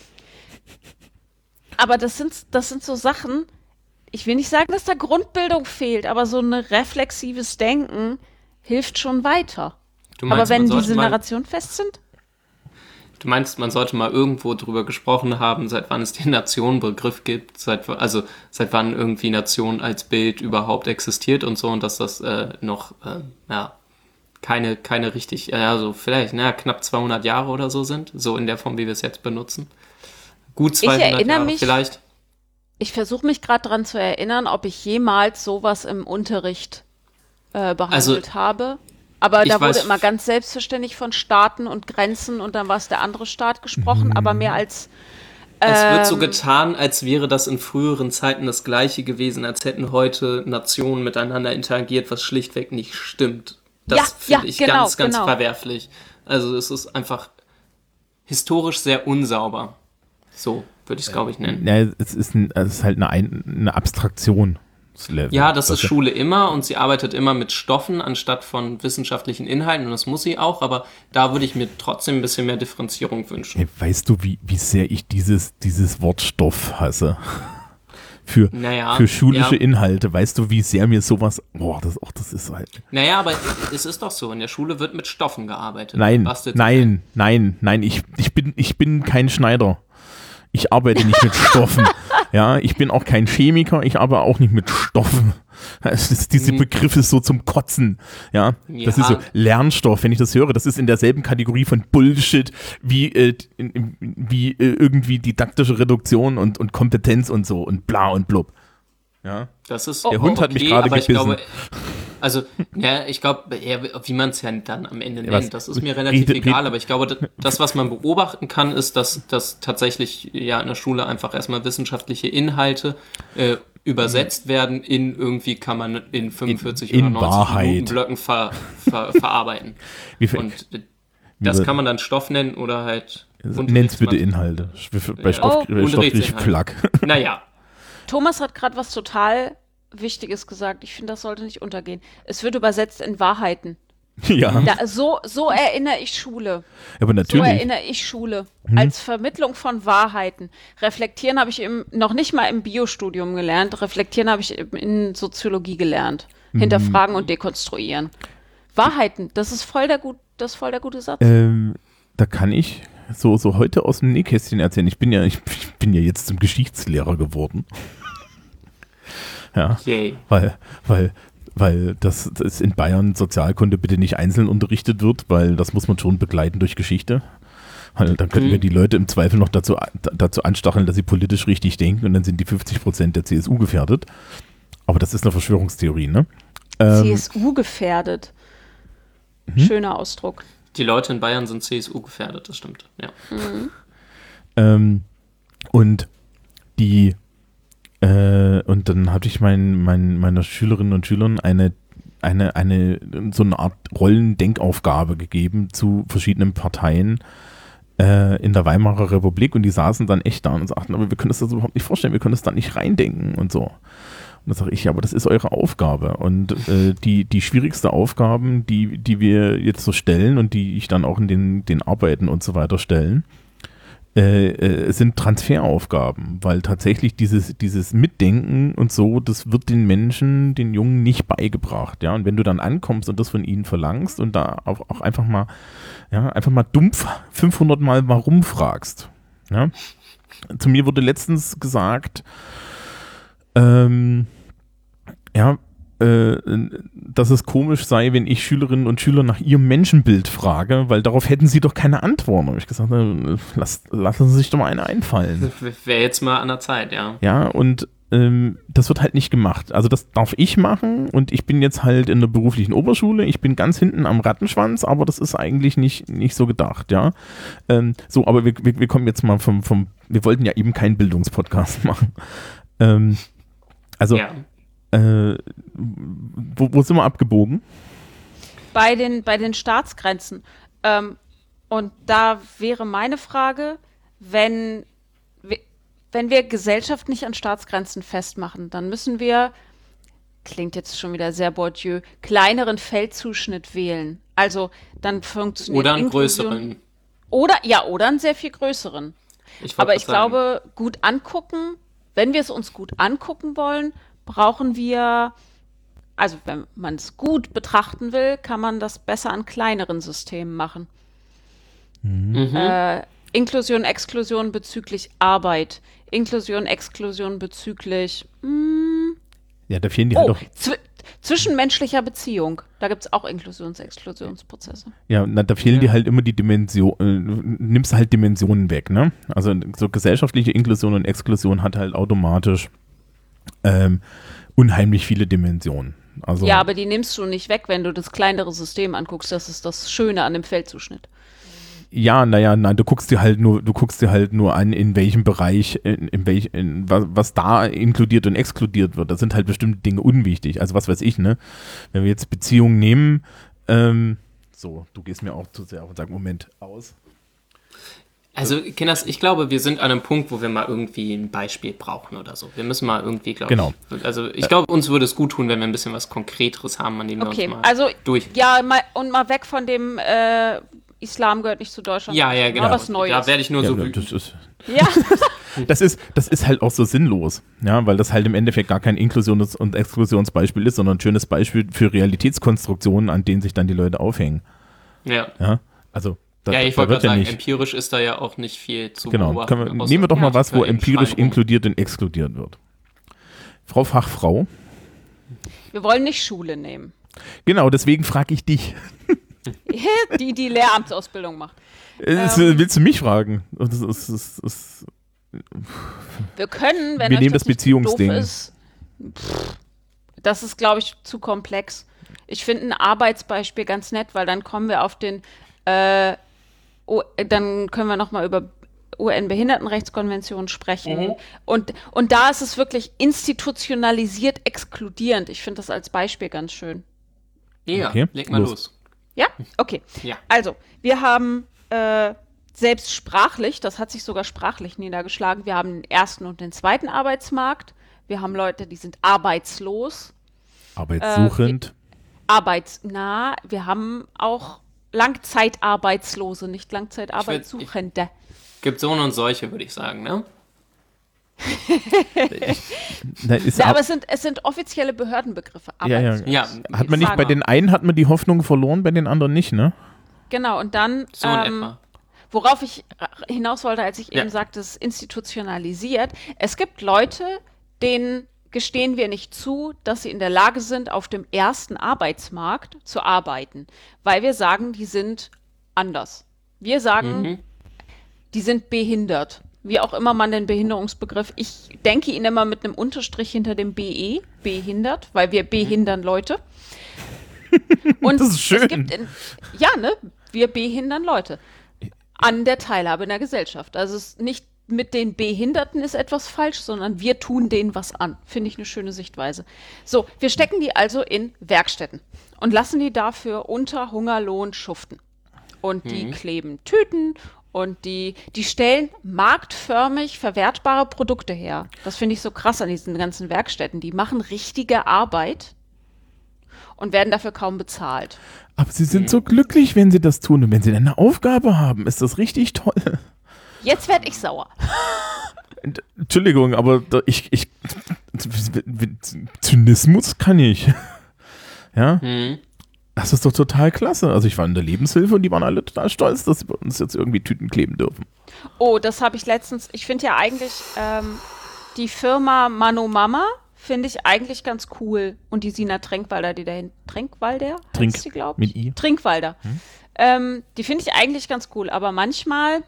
S4: Aber das sind, das sind so Sachen, ich will nicht sagen, dass da Grundbildung fehlt, aber so ein reflexives Denken hilft schon weiter.
S3: du
S4: Aber
S3: meinst,
S4: wenn
S3: man sollte
S4: diese
S3: mal,
S4: Narrationen fest sind,
S3: Du meinst, man sollte mal irgendwo drüber gesprochen haben, seit wann es den Nationenbegriff gibt, seit, also seit wann irgendwie Nation als Bild überhaupt existiert und so, und dass das äh, noch, äh, ja, keine, keine richtig, ja, so vielleicht, na, knapp zweihundert Jahre oder so sind, so in der Form, wie wir es jetzt benutzen. Gut zweihundert
S4: erinnere
S3: Jahre
S4: mich-
S3: vielleicht.
S4: ich versuche mich gerade daran zu erinnern, ob ich jemals sowas im Unterricht äh, behandelt habe. Aber
S3: ich
S4: da wurde
S3: weiß-
S4: immer ganz selbstverständlich von Staaten und Grenzen und dann war es der andere Staat gesprochen, aber mehr als
S3: Es wird so
S4: ähm,
S3: getan, als wäre das in früheren Zeiten das Gleiche gewesen, als hätten heute Nationen miteinander interagiert, was schlichtweg nicht stimmt. Das
S4: Ja,
S3: finde
S4: ja,
S3: ich
S4: genau,
S3: ganz, ganz
S4: genau.
S3: verwerflich. Also es ist einfach historisch sehr unsauber. So würde ich es, glaube ich, nennen.
S2: Ja, es ist, ein, es ist halt eine, Ein- eine Abstraktion.
S3: Ja, das ist
S2: Was ja-
S3: Schule immer, und sie arbeitet immer mit Stoffen anstatt von wissenschaftlichen Inhalten, und das muss sie auch, aber da würde ich mir trotzdem ein bisschen mehr Differenzierung wünschen.
S2: Ey, weißt du, wie, wie sehr ich dieses, dieses Wort Stoff hasse? Für,
S3: Naja,
S2: für schulische
S3: ja.
S2: Inhalte. Weißt du, wie sehr mir sowas. Boah, das, oh, das ist halt.
S3: Naja, aber es ist doch so, in der Schule wird mit Stoffen gearbeitet.
S2: Nein,
S3: Bastelt-
S2: nein, nein, nein, ich, ich, bin, ich bin kein Schneider. Ich arbeite nicht mit Stoffen. Ja, ich bin auch kein Chemiker, ich arbeite auch nicht mit Stoffen. Es ist, diese
S3: Mhm.
S2: Begriff ist so zum Kotzen. Ja, das
S3: Ja.
S2: ist so Lernstoff, wenn ich das höre, das ist in derselben Kategorie von Bullshit wie, äh, in, in, wie äh, irgendwie didaktische Reduktion und, und Kompetenz und so und bla und blub. Ja.
S3: Das ist
S2: Der Hund hat mich gerade
S3: aber ich
S2: gebissen.
S3: glaube, also, ja, ich glaube, ja, wie man es ja dann am Ende
S2: Ja, was-
S3: nennt, das ist mir relativ
S2: Rede-
S3: egal,
S2: Rede-
S3: aber ich glaube, das- das, was man beobachten kann, ist, dass, dass tatsächlich ja in der Schule einfach erstmal wissenschaftliche Inhalte äh, übersetzt werden in irgendwie kann man in fünfundvierzig
S2: In- in
S3: oder neunzig
S2: Wahrheit.
S3: Minutenblöcken ver, ver, verarbeiten.
S2: Wie viel,
S3: Und äh, das
S2: wir-
S3: kann man dann Stoff nennen oder halt
S2: Nenn's bitte
S3: Unterrichtsmat-
S2: Inhalte. Bei
S3: Ja.
S2: Stoff,
S4: Oh.
S2: bei Stoff krieg ich
S3: Unterrichtsinhalte.
S2: Plack.
S3: Naja,
S4: Thomas hat gerade was total Wichtiges gesagt. Ich finde, das sollte nicht untergehen. Es wird übersetzt in Wahrheiten.
S2: Ja,
S4: Da, so, so erinnere ich Schule.
S2: aber
S4: So
S2: natürlich.
S4: erinnere ich Schule. Als Vermittlung von Wahrheiten. Reflektieren habe ich im, noch nicht mal im Biostudium gelernt. Reflektieren habe ich im- in Soziologie gelernt. Hinterfragen und dekonstruieren. Wahrheiten, das ist voll der, gut, das ist voll der gute Satz.
S2: Ähm, da kann ich so, so heute aus dem Nähkästchen erzählen. Ich bin ja, ich, ich bin ja jetzt zum Geschichtslehrer geworden. Ja,
S3: yay.
S2: weil, weil, weil das, das in Bayern Sozialkunde bitte nicht einzeln unterrichtet wird, weil das muss man schon begleiten durch Geschichte. Weil dann könnten
S3: Mhm.
S2: wir die Leute im Zweifel noch dazu, dazu anstacheln, dass sie politisch richtig denken, und dann sind die fünfzig Prozent der C S U gefährdet. Aber das ist eine Verschwörungstheorie, ne? Ähm,
S4: C S U gefährdet.
S2: Mhm.
S4: Schöner Ausdruck.
S3: Die Leute in Bayern sind C S U gefährdet, das stimmt. Ja.
S2: Ähm, und die, Äh, und dann hatte ich mein, mein, meiner Schülerinnen und Schülern eine, eine, eine, so eine Art Rollendenkaufgabe gegeben zu verschiedenen Parteien äh, in der Weimarer Republik und die saßen dann echt da und sagten, aber wir können uns das überhaupt nicht vorstellen, wir können das da nicht reindenken und so. Und dann sage ich, ja, aber das ist eure Aufgabe. Und äh, die, die schwierigste Aufgaben, die, die wir jetzt so stellen und die ich dann auch in den, den Arbeiten und so weiter stellen, Äh, äh, sind Transferaufgaben, weil tatsächlich dieses, dieses Mitdenken und so, das wird den Menschen, den Jungen nicht beigebracht, ja, und wenn du dann ankommst und das von ihnen verlangst und da auch, auch einfach mal, ja, einfach mal dumpf fünfhundert Mal warum fragst, ja, zu mir wurde letztens gesagt, ähm, ja, äh, dass es komisch sei, wenn ich Schülerinnen und Schüler nach ihrem Menschenbild frage, weil darauf hätten sie doch keine Antworten. Und ich gesagt, lass, lassen Sie sich doch mal eine einfallen.
S3: Wäre jetzt mal an der Zeit, ja.
S2: Ja, und ähm, das wird halt nicht gemacht. Also das darf ich machen und ich bin jetzt halt in der beruflichen Oberschule, ich bin ganz hinten am Rattenschwanz, aber das ist eigentlich nicht, nicht so gedacht, ja. Ähm, so, aber wir, wir, wir kommen jetzt mal vom, vom, wir wollten ja eben keinen Bildungspodcast machen. Ähm, also
S3: Ja.
S2: Äh, wo, wo sind wir abgebogen?
S4: Bei den, bei den Staatsgrenzen. Ähm, und da wäre meine Frage, wenn, wir- wenn wir Gesellschaft nicht an Staatsgrenzen festmachen, dann müssen wir, klingt jetzt schon wieder sehr Bourdieu, kleineren Feldzuschnitt wählen. Also dann funktioniert
S3: Oder einen
S4: Inklusion-
S3: größeren.
S4: Oder, ja, oder einen sehr viel größeren.
S3: Ich wollt
S4: Aber
S3: grad
S4: ich
S3: sagen.
S4: glaube, gut angucken, wenn wir es uns gut angucken wollen, brauchen wir, also wenn man es gut betrachten will, kann man das besser an kleineren Systemen machen.
S3: Mhm.
S4: Äh, Inklusion, Exklusion bezüglich Arbeit, Inklusion, Exklusion bezüglich mh,
S2: Ja, da fehlen die halt
S4: oh,
S2: auch.
S4: zw zwischenmenschlicher Beziehung. Da gibt es auch Inklusions-, Exklusionsprozesse.
S2: Ja, na, da fehlen
S3: Ja.
S2: dir halt immer die Dimension, äh, nimmst halt Dimensionen weg, ne? Also so gesellschaftliche Inklusion und Exklusion hat halt automatisch ähm, unheimlich viele Dimensionen. Also,
S4: Ja, aber die nimmst du nicht weg, wenn du das kleinere System anguckst. Das ist das Schöne an dem Feldzuschnitt.
S2: ja, naja, nein, du guckst dir halt nur, du guckst dir halt nur an, in welchem Bereich, in, in welch, in, was, was da inkludiert und exkludiert wird. Da sind halt bestimmte Dinge unwichtig. Also was weiß ich, ne? Wenn wir jetzt Beziehungen nehmen, ähm, so, du gehst mir auch zu sehr auf und sagst, Moment, aus.
S3: Also, Kinders, ich glaube, wir sind an einem Punkt, wo wir mal irgendwie ein Beispiel brauchen oder so. Wir müssen mal irgendwie, glaube
S2: Genau.
S3: ich. Also, ich glaube, uns würde es gut tun, wenn wir ein bisschen was Konkreteres haben, an dem wir
S4: Okay,
S3: uns mal
S4: also
S3: durch.
S4: ja, mal, und mal weg von dem äh, Islam gehört nicht zu Deutschland.
S3: Ja, ja, genau.
S4: Mal was Neues.
S3: Da werde ich nur
S2: Ja,
S3: so
S2: das
S3: wütend.
S2: ist,
S4: Ja,
S2: das ist, das ist halt auch so sinnlos, ja, weil das halt im Endeffekt gar kein Inklusions- und Exklusionsbeispiel ist, sondern ein schönes Beispiel für Realitätskonstruktionen, an denen sich dann die Leute aufhängen.
S3: Ja.
S2: Ja, also da,
S3: Ja, ich
S2: da
S3: wollte
S2: wird
S3: gerade
S2: ja
S3: sagen,
S2: nicht.
S3: empirisch ist da ja auch nicht viel zu
S2: Genau,
S3: beobachten.
S2: können wir,
S3: außer-
S2: nehmen wir doch
S3: ja,
S2: mal was, wo
S3: wir eben
S2: empirisch
S3: schreien rum.
S2: inkludiert und exkludiert wird. Frau Fachfrau,
S4: wir wollen nicht Schule nehmen.
S2: genau, deswegen frage ich dich.
S4: Die, die Lehramtsausbildung macht.
S2: Äh,
S4: Ähm.
S2: Willst du mich fragen? Das ist, das ist, das
S4: Wir können, wenn
S2: Wir
S4: euch
S2: nehmen
S4: das,
S2: das
S4: nicht zu
S2: Beziehungsding.
S4: doof ist, pff, das ist, glaube ich, zu komplex. Ich finde ein Arbeitsbeispiel ganz nett, weil dann kommen wir auf den, äh, oh, dann können wir nochmal über U N-Behindertenrechtskonvention sprechen. Und, und da ist es wirklich institutionalisiert exkludierend. Ich finde das als Beispiel ganz schön.
S3: Ja,
S2: Okay,
S3: leg mal
S2: los.
S3: los.
S4: Ja? Okay.
S3: Ja.
S4: Also, wir haben äh, selbst sprachlich, das hat sich sogar sprachlich niedergeschlagen, wir haben den ersten und den zweiten Arbeitsmarkt. Wir haben Leute, die sind arbeitslos,
S2: arbeitssuchend.
S4: arbeitsnah. Wir haben auch Langzeitarbeitslose, nicht Langzeitarbeitssuchende.
S3: Gibt so und solche, würde ich sagen, ne?
S2: Da ist
S4: Ja,
S2: ab-
S4: aber es sind, es sind offizielle Behördenbegriffe.
S2: Ja, ja.
S4: Arbeitslos.
S3: Ja,
S2: hat man nicht
S3: sag
S2: bei
S3: mal.
S2: den einen hat man die Hoffnung verloren, bei den anderen nicht, ne?
S4: Genau, und dann,
S3: So in
S4: ähm,
S3: etwa.
S4: worauf ich ra- hinaus wollte, als ich
S3: Ja.
S4: eben sagte, es ist institutionalisiert. Es gibt Leute, denen gestehen wir nicht zu, dass sie in der Lage sind, auf dem ersten Arbeitsmarkt zu arbeiten, weil wir sagen, die sind anders. Wir sagen,
S3: Mhm.
S4: die sind behindert. Wie auch immer man den Behinderungsbegriff, ich denke ihn immer mit einem Unterstrich hinter dem B E, behindert, weil wir behindern Leute. Und
S2: Das ist schön.
S4: Es gibt in, ja, ne? Wir behindern Leute an der Teilhabe in der Gesellschaft. Also es ist nicht mit den Behinderten ist etwas falsch, sondern wir tun denen was an. Finde ich eine schöne Sichtweise. So, wir stecken die also in Werkstätten und lassen die dafür unter Hungerlohn schuften. Und die
S3: Mhm.
S4: kleben Tüten und die, die stellen marktförmig verwertbare Produkte her. Das finde ich so krass an diesen ganzen Werkstätten. Die machen richtige Arbeit und werden dafür kaum bezahlt.
S2: Aber sie sind so glücklich, wenn sie das tun. Und wenn sie dann eine Aufgabe haben, ist das richtig toll.
S4: Jetzt werde ich sauer.
S2: Entschuldigung, aber da, ich, ich Zynismus kann ich. Ja,
S3: Mhm.
S2: das ist doch total klasse. Also ich war in der Lebenshilfe und die waren alle total stolz, dass sie bei uns jetzt irgendwie Tüten kleben dürfen.
S4: Oh, das habe ich letztens. Ich finde ja eigentlich ähm, die Firma Mano Mama finde ich eigentlich ganz cool. Und die Sina Tränkwalder, die dahin. Tränkwalder?
S2: Trink
S4: heißt die, glaub
S2: mit
S4: ich?
S2: I.
S4: Trinkwalder. Hm? Ähm, die finde ich eigentlich ganz cool. Aber manchmal,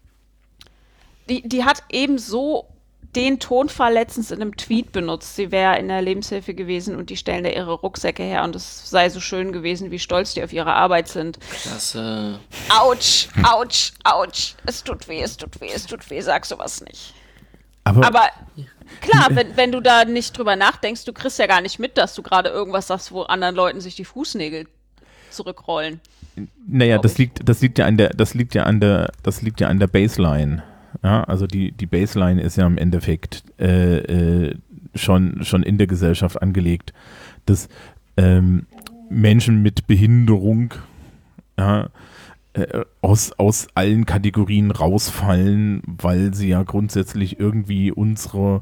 S4: die, die hat eben so den Tonfall letztens in einem Tweet benutzt. Sie wäre in der Lebenshilfe gewesen und die stellen da ihre Rucksäcke her und es sei so schön gewesen, wie stolz die auf ihre Arbeit sind.
S3: Klasse.
S4: Autsch, autsch, autsch. Es tut weh, es tut weh, es tut weh. Sag sowas nicht.
S2: Aber,
S4: Aber klar, wenn, wenn du da nicht drüber nachdenkst, du kriegst ja gar nicht mit, dass du gerade irgendwas sagst, wo anderen Leuten sich die Fußnägel zurückrollen.
S2: naja,
S4: glaub
S2: das
S4: ich.
S2: liegt, das liegt ja an der, das liegt ja an der, das liegt ja an der Baseline. Ja, also die, die Baseline ist ja im Endeffekt äh, äh, schon, schon in der Gesellschaft angelegt, dass ähm, Menschen mit Behinderung ja, äh, aus, aus allen Kategorien rausfallen, weil sie ja grundsätzlich irgendwie unsere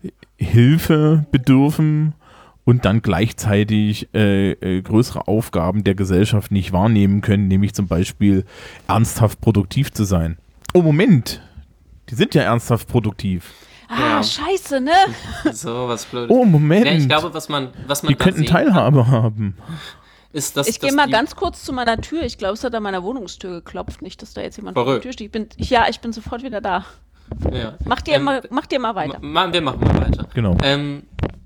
S2: Hilfe bedürfen und dann gleichzeitig äh, äh, größere Aufgaben der Gesellschaft nicht wahrnehmen können, nämlich zum Beispiel ernsthaft produktiv zu sein. Oh, Moment! Die sind ja ernsthaft produktiv.
S4: Ah,
S3: Ja.
S4: scheiße, ne?
S3: So, was blöd.
S2: Oh, Moment!
S3: Ja, ich glaube, was man, was man
S2: die
S3: da
S2: könnten
S3: sehen kann,
S2: Teilhabe haben.
S3: ist, dass,
S4: Ich gehe
S3: dass
S4: mal
S3: die,
S4: ganz kurz zu meiner Tür. Ich glaube, es hat an meiner Wohnungstür geklopft. Nicht, dass da jetzt jemand vor der
S3: Verrückt.
S4: Tür steht. Ich bin, ich, ja, ich bin sofort wieder da.
S3: Ja.
S4: Mach dir,
S3: Ähm,
S4: mal, mach dir mal weiter.
S3: Ma- wir machen mal weiter.
S2: Genau.
S3: Ähm,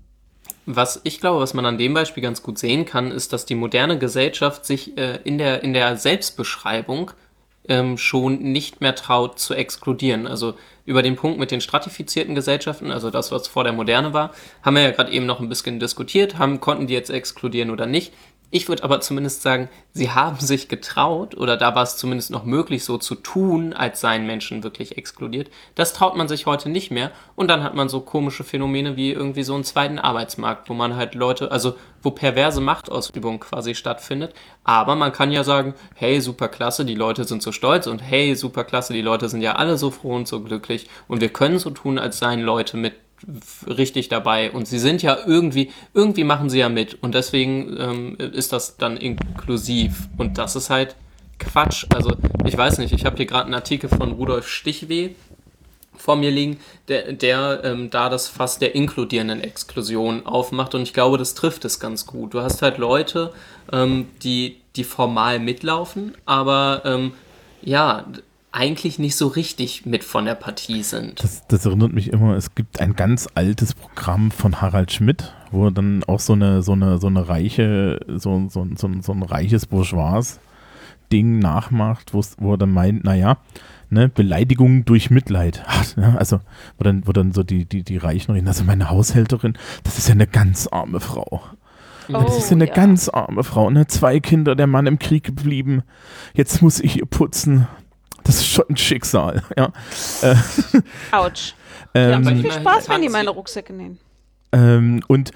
S3: was ich glaube, was man an dem Beispiel ganz gut sehen kann, ist, dass die moderne Gesellschaft sich äh, in der, in der Selbstbeschreibung ähm, schon nicht mehr traut zu exkludieren. Also über den Punkt mit den stratifizierten Gesellschaften, also das, was vor der Moderne war, haben wir ja gerade eben noch ein bisschen diskutiert, haben, konnten die jetzt exkludieren oder nicht. Ich würde aber zumindest sagen, sie haben sich getraut, oder da war es zumindest noch möglich, so zu tun, als seien Menschen wirklich exkludiert. Das traut man sich heute nicht mehr. Und dann hat man so komische Phänomene wie irgendwie so einen zweiten Arbeitsmarkt, wo man halt Leute, also wo perverse Machtausübung quasi stattfindet. Aber man kann ja sagen, hey, super klasse, die Leute sind so stolz und hey, super klasse, die Leute sind ja alle so froh und so glücklich. Und wir können so tun, als seien Leute mit richtig dabei und sie sind ja irgendwie, irgendwie machen sie ja mit und deswegen ähm, ist das dann inklusiv und das ist halt Quatsch. Also ich weiß nicht, ich habe hier gerade einen Artikel von Rudolf Stichweh vor mir liegen, der, der ähm, da das Fass der inkludierenden Exklusion aufmacht und ich glaube, das trifft es ganz gut. Du hast halt Leute, ähm, die, die formal mitlaufen, aber ähm, ja, eigentlich nicht so richtig mit von der Partie sind.
S2: Das, das erinnert mich immer, es gibt ein ganz altes Programm von Harald Schmidt, wo er dann auch so eine, so eine, so eine reiche, so, so, so, so ein reiches Bourgeois-Ding nachmacht, wo er dann meint, naja, ne, Beleidigung durch Mitleid. Ach, ja, also, wo dann, wo dann so die, die, die Reichen reden, also meine Haushälterin, das ist ja eine ganz arme Frau. Das ist ja eine
S4: ja.
S2: ganz arme Frau, ne? Zwei Kinder, der Mann im Krieg geblieben, jetzt muss ich ihr putzen. Das ist schon ein Schicksal, ja. Äh,
S4: Autsch.
S2: ähm,
S4: Ja, aber viel
S3: immerhin
S4: Spaß, wenn die
S3: hat
S4: meine
S3: sie-
S4: Rucksäcke nähen.
S2: ähm, und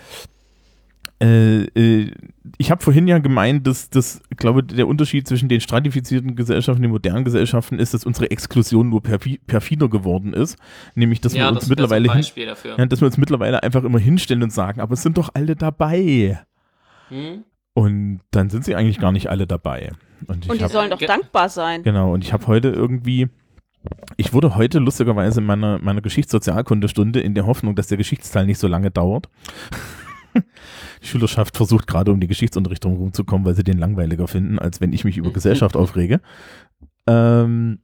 S2: äh, äh, ich habe vorhin ja gemeint, dass das, ich glaube, der Unterschied zwischen den stratifizierten Gesellschaften und den modernen Gesellschaften ist, dass unsere Exklusion nur perfi perfider geworden ist. Nämlich, dass wir
S3: Ja,
S2: uns
S3: das wäre so ein
S2: mittlerweile hin,
S3: Beispiel dafür.
S2: ja, dass wir uns mittlerweile einfach immer hinstellen und sagen, aber es sind doch alle dabei.
S3: Hm?
S2: Und dann sind sie eigentlich gar nicht alle dabei. Und ich
S4: Und die
S2: hab,
S4: sollen doch
S3: Ge-
S4: dankbar sein.
S2: Genau, und ich habe heute irgendwie, ich wurde heute lustigerweise in meiner, meiner Geschichtssozialkundestunde in der Hoffnung, dass der Geschichtsteil nicht so lange dauert. Die Schülerschaft versucht gerade um die Geschichtsunterricht rumzukommen, weil sie den langweiliger finden, als wenn ich mich über Gesellschaft aufrege. Ähm,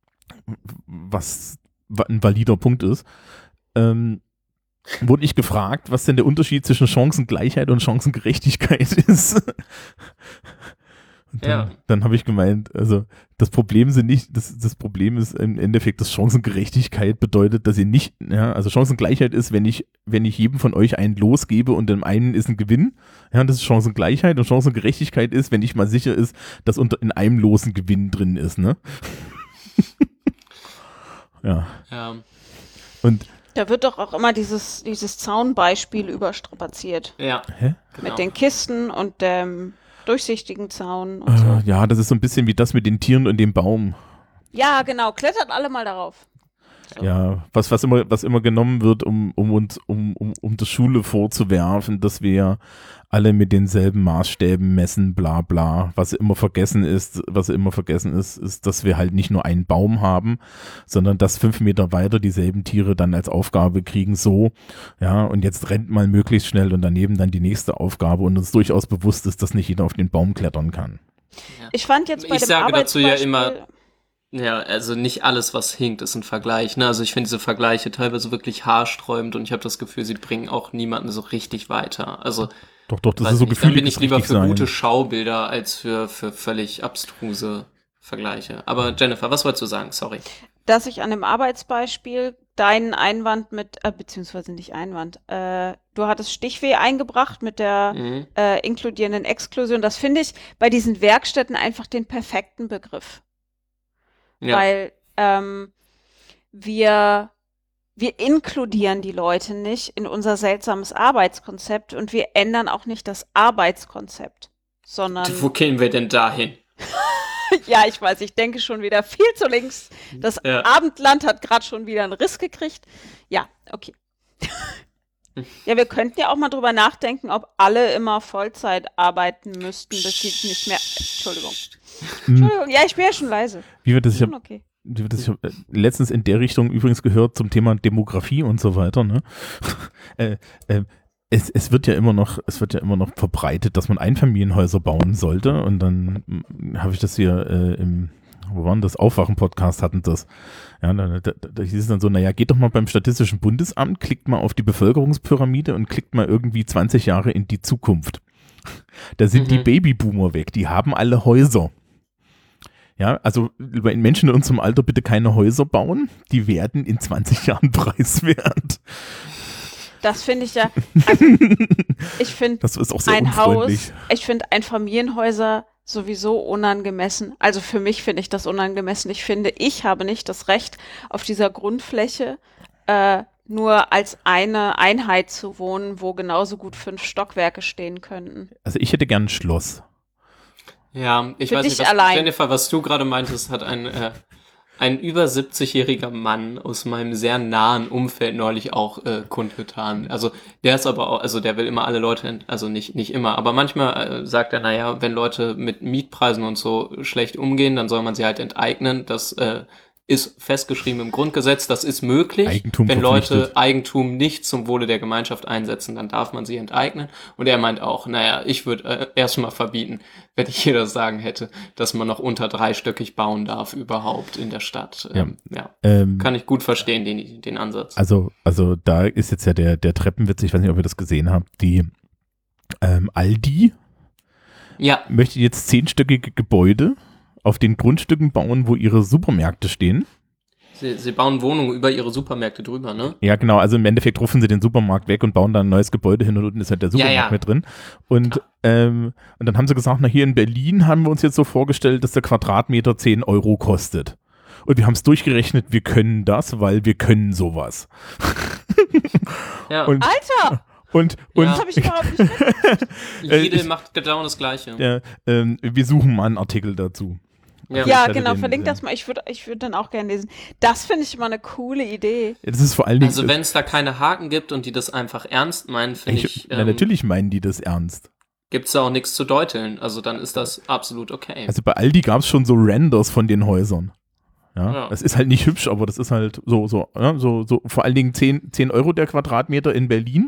S2: was wa- ein valider Punkt ist. Ähm, wurde ich gefragt, was denn der Unterschied zwischen Chancengleichheit und Chancengerechtigkeit ist. dann,
S3: Ja.
S2: dann habe ich gemeint, also das Problem sind nicht, das, das Problem ist im Endeffekt, dass Chancengerechtigkeit bedeutet, dass ihr nicht, ja, also Chancengleichheit ist, wenn ich, wenn ich jedem von euch einen Los gebe und dem einen ist ein Gewinn, ja, das ist Chancengleichheit, und Chancengerechtigkeit ist, wenn ich mal sicher ist, dass unter in einem Los ein Gewinn drin ist, ne? Ja.
S3: Ja.
S2: Und
S4: Da wird doch auch immer dieses, dieses Zaunbeispiel überstrapaziert.
S3: Ja.
S2: hä?
S3: Genau.
S4: Mit den Kisten und dem durchsichtigen Zaun und
S2: Äh,
S4: so.
S2: ja, das ist so ein bisschen wie das mit den Tieren und dem Baum.
S4: Ja, genau. Klettert alle mal darauf. So.
S2: Ja, was, was immer, was immer genommen wird, um, um uns, um, um, um der Schule vorzuwerfen, dass wir alle mit denselben Maßstäben messen, bla bla. Was immer vergessen ist, was immer vergessen ist, ist, dass wir halt nicht nur einen Baum haben, sondern dass fünf Meter weiter dieselben Tiere dann als Aufgabe kriegen, so, ja, und jetzt rennt mal möglichst schnell und daneben dann die nächste Aufgabe und uns durchaus bewusst ist, dass nicht jeder auf den Baum klettern kann.
S4: Ich fand jetzt bei
S3: Ich
S4: dem
S3: sage dazu ja
S4: Arbeitsbeispiel,
S3: immer, Ja, also nicht alles, was hinkt, ist ein Vergleich. Ne? Also ich finde diese Vergleiche teilweise wirklich haarsträubend und ich habe das Gefühl, sie bringen auch niemanden so richtig weiter. Also
S2: Doch, doch, das
S3: weiß
S2: ist so
S3: nicht, da bin
S2: gefühlt
S3: ich lieber
S2: richtig
S3: für
S2: sein.
S3: gute Schaubilder als für, für völlig abstruse Vergleiche. Aber Jennifer, was wolltest du sagen? Sorry.
S4: dass ich an dem Arbeitsbeispiel deinen Einwand mit, äh, beziehungsweise nicht Einwand, äh, du hattest Stichweh eingebracht mit der
S3: Mhm.
S4: äh, inkludierenden Exklusion. Das finde ich bei diesen Werkstätten einfach den perfekten Begriff.
S3: Ja.
S4: Weil ähm, wir, wir inkludieren die Leute nicht in unser seltsames Arbeitskonzept und wir ändern auch nicht das Arbeitskonzept, sondern
S3: Wo gehen wir denn dahin?
S4: ja, ich weiß, ich denke schon wieder viel zu links. Das
S3: Ja.
S4: Abendland hat gerade schon wieder einen Riss gekriegt. Ja, okay. Ja, wir könnten ja auch mal drüber nachdenken, ob alle immer Vollzeit arbeiten müssten, bis sie nicht mehr. Entschuldigung.
S2: Hm,
S4: Entschuldigung, ja, ich bin ja schon leise.
S2: Wie wird das? Ich
S4: Schon
S2: habe
S4: okay.
S2: wie wird das, ich hab, äh, letztens in der Richtung übrigens gehört zum Thema Demografie und so weiter. Ne? äh, äh, es, es wird ja immer noch, es wird ja immer noch verbreitet, dass man Einfamilienhäuser bauen sollte. Und dann mm, habe ich das hier äh, im, wo waren das? Aufwachen-Podcast hatten das. Ja, da, da, da hieß es dann so, naja, geht doch mal beim Statistischen Bundesamt, klickt mal auf die Bevölkerungspyramide und klickt mal irgendwie zwanzig Jahre in die Zukunft. Da sind
S3: Mhm.
S2: die Babyboomer weg, die haben alle Häuser. Ja, also bei Menschen in unserem Alter bitte keine Häuser bauen, die werden in zwanzig Jahren preiswert.
S4: Das finde ich ja. Also, ich finde
S2: Das ist auch sehr
S4: ein
S2: unfreundlich.
S4: Haus, ich finde Einfamilienhäuser sowieso unangemessen. Also für mich finde ich das unangemessen. Ich finde, ich habe nicht das Recht, auf dieser Grundfläche äh, nur als eine Einheit zu wohnen, wo genauso gut fünf Stockwerke stehen könnten.
S2: Also ich hätte gern ein Schloss.
S3: Ja, ich
S4: Für
S3: weiß
S4: dich
S3: nicht, was,
S4: allein.
S3: Jennifer, was du gerade meintest, hat ein, äh, ein über siebzigjähriger Mann aus meinem sehr nahen Umfeld neulich auch äh, kundgetan. Also der ist aber auch, also der will immer alle Leute, ent- also nicht nicht immer, aber manchmal äh, sagt er, naja, wenn Leute mit Mietpreisen und so schlecht umgehen, dann soll man sie halt enteignen. Das äh, ist festgeschrieben im Grundgesetz, das ist möglich.
S2: Eigentum
S3: Wenn Leute
S2: verpflichtet.
S3: Eigentum nicht zum Wohle der Gemeinschaft einsetzen, dann darf man sie enteignen. Und er meint auch, naja, ich würde äh, erstmal verbieten, wenn ich hier das Sagen hätte, dass man noch unter dreistöckig bauen darf überhaupt in der Stadt. Ähm, ja.
S2: Ähm,
S3: Kann ich gut verstehen, den, den Ansatz.
S2: also, also da ist jetzt ja der, der Treppenwitz, ich weiß nicht, ob ihr das gesehen habt, die ähm, Aldi
S3: Ja,
S2: möchte jetzt zehnstöckige Gebäude auf den Grundstücken bauen, wo ihre Supermärkte stehen.
S3: sie, sie bauen Wohnungen über ihre Supermärkte drüber, ne?
S2: Ja, genau, also im Endeffekt rufen sie den Supermarkt weg und bauen da ein neues Gebäude hin und unten ist halt der Supermarkt
S3: Ja, ja.
S2: mit drin. Und, ähm, und dann haben sie gesagt, na hier in Berlin haben wir uns jetzt so vorgestellt, dass der Quadratmeter zehn Euro kostet. Und wir haben es durchgerechnet, wir können das, weil wir können sowas.
S3: Ja,
S2: Und,
S4: Alter,
S2: und, und
S3: Ja.
S4: das habe ich überhaupt nicht mit.
S3: Lidl
S2: ich-
S3: macht genau das Gleiche.
S2: ja, ähm, wir suchen mal einen Artikel dazu.
S3: Ja.
S2: Ich
S4: Ja,
S2: hatte
S4: genau,
S2: den-
S4: verlinkt
S2: den-
S4: das mal. Ich würde ich würd dann auch gerne lesen. Das finde ich immer eine coole Idee.
S2: Ja, das ist vor allen Dingen.
S3: Also wenn es da keine Haken gibt und die das einfach ernst meinen, finde
S2: ich,
S3: ich,
S2: na,
S3: ähm,
S2: natürlich meinen die das ernst.
S3: gibt's da auch nichts zu deuteln. Also dann ist das absolut okay.
S2: Also bei Aldi gab es schon so Renders von den Häusern. Ja,
S3: Ja.
S2: das ist halt nicht hübsch, aber das ist halt so, so, ja, so, so vor allen Dingen zehn, zehn Euro der Quadratmeter in Berlin.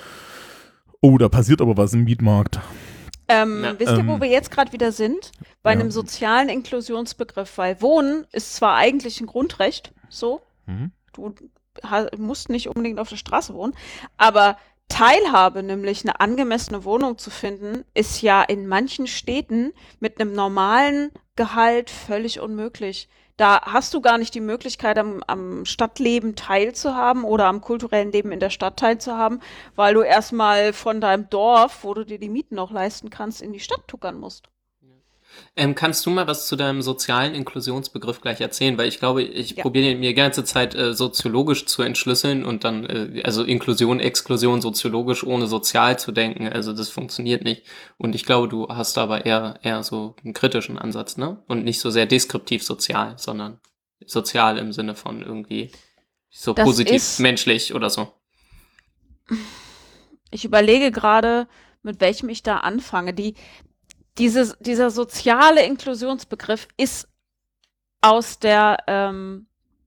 S2: Oh, da passiert aber was im Mietmarkt.
S4: Ähm,
S3: Ja.
S4: wisst ihr, wo
S2: Ähm,
S4: wir jetzt gerade wieder sind? Bei
S2: ja.
S4: einem sozialen Inklusionsbegriff, weil Wohnen ist zwar eigentlich ein Grundrecht, so,
S2: Mhm.
S4: du ha- musst nicht unbedingt auf der Straße wohnen, aber Teilhabe, nämlich eine angemessene Wohnung zu finden, ist ja in manchen Städten mit einem normalen Gehalt völlig unmöglich. Da hast du gar nicht die Möglichkeit, am, am Stadtleben teilzuhaben oder am kulturellen Leben in der Stadt teilzuhaben, weil du erstmal von deinem Dorf, wo du dir die Mieten noch leisten kannst, in die Stadt tuckern musst.
S3: Ähm, kannst du mal was zu deinem sozialen Inklusionsbegriff gleich erzählen? Weil ich glaube, ich
S4: Ja.
S3: probiere mir die ganze Zeit äh, soziologisch zu entschlüsseln und dann, äh, also Inklusion, Exklusion, soziologisch ohne sozial zu denken. Also das funktioniert nicht. Und ich glaube, du hast aber eher, eher so einen kritischen Ansatz, ne? Und nicht so sehr deskriptiv sozial, sondern sozial im Sinne von irgendwie so
S4: Das
S3: positiv
S4: ist-
S3: menschlich oder so.
S4: Ich überlege gerade, mit welchem ich da anfange. Die, diese, dieser soziale Inklusionsbegriff ist aus der ähm,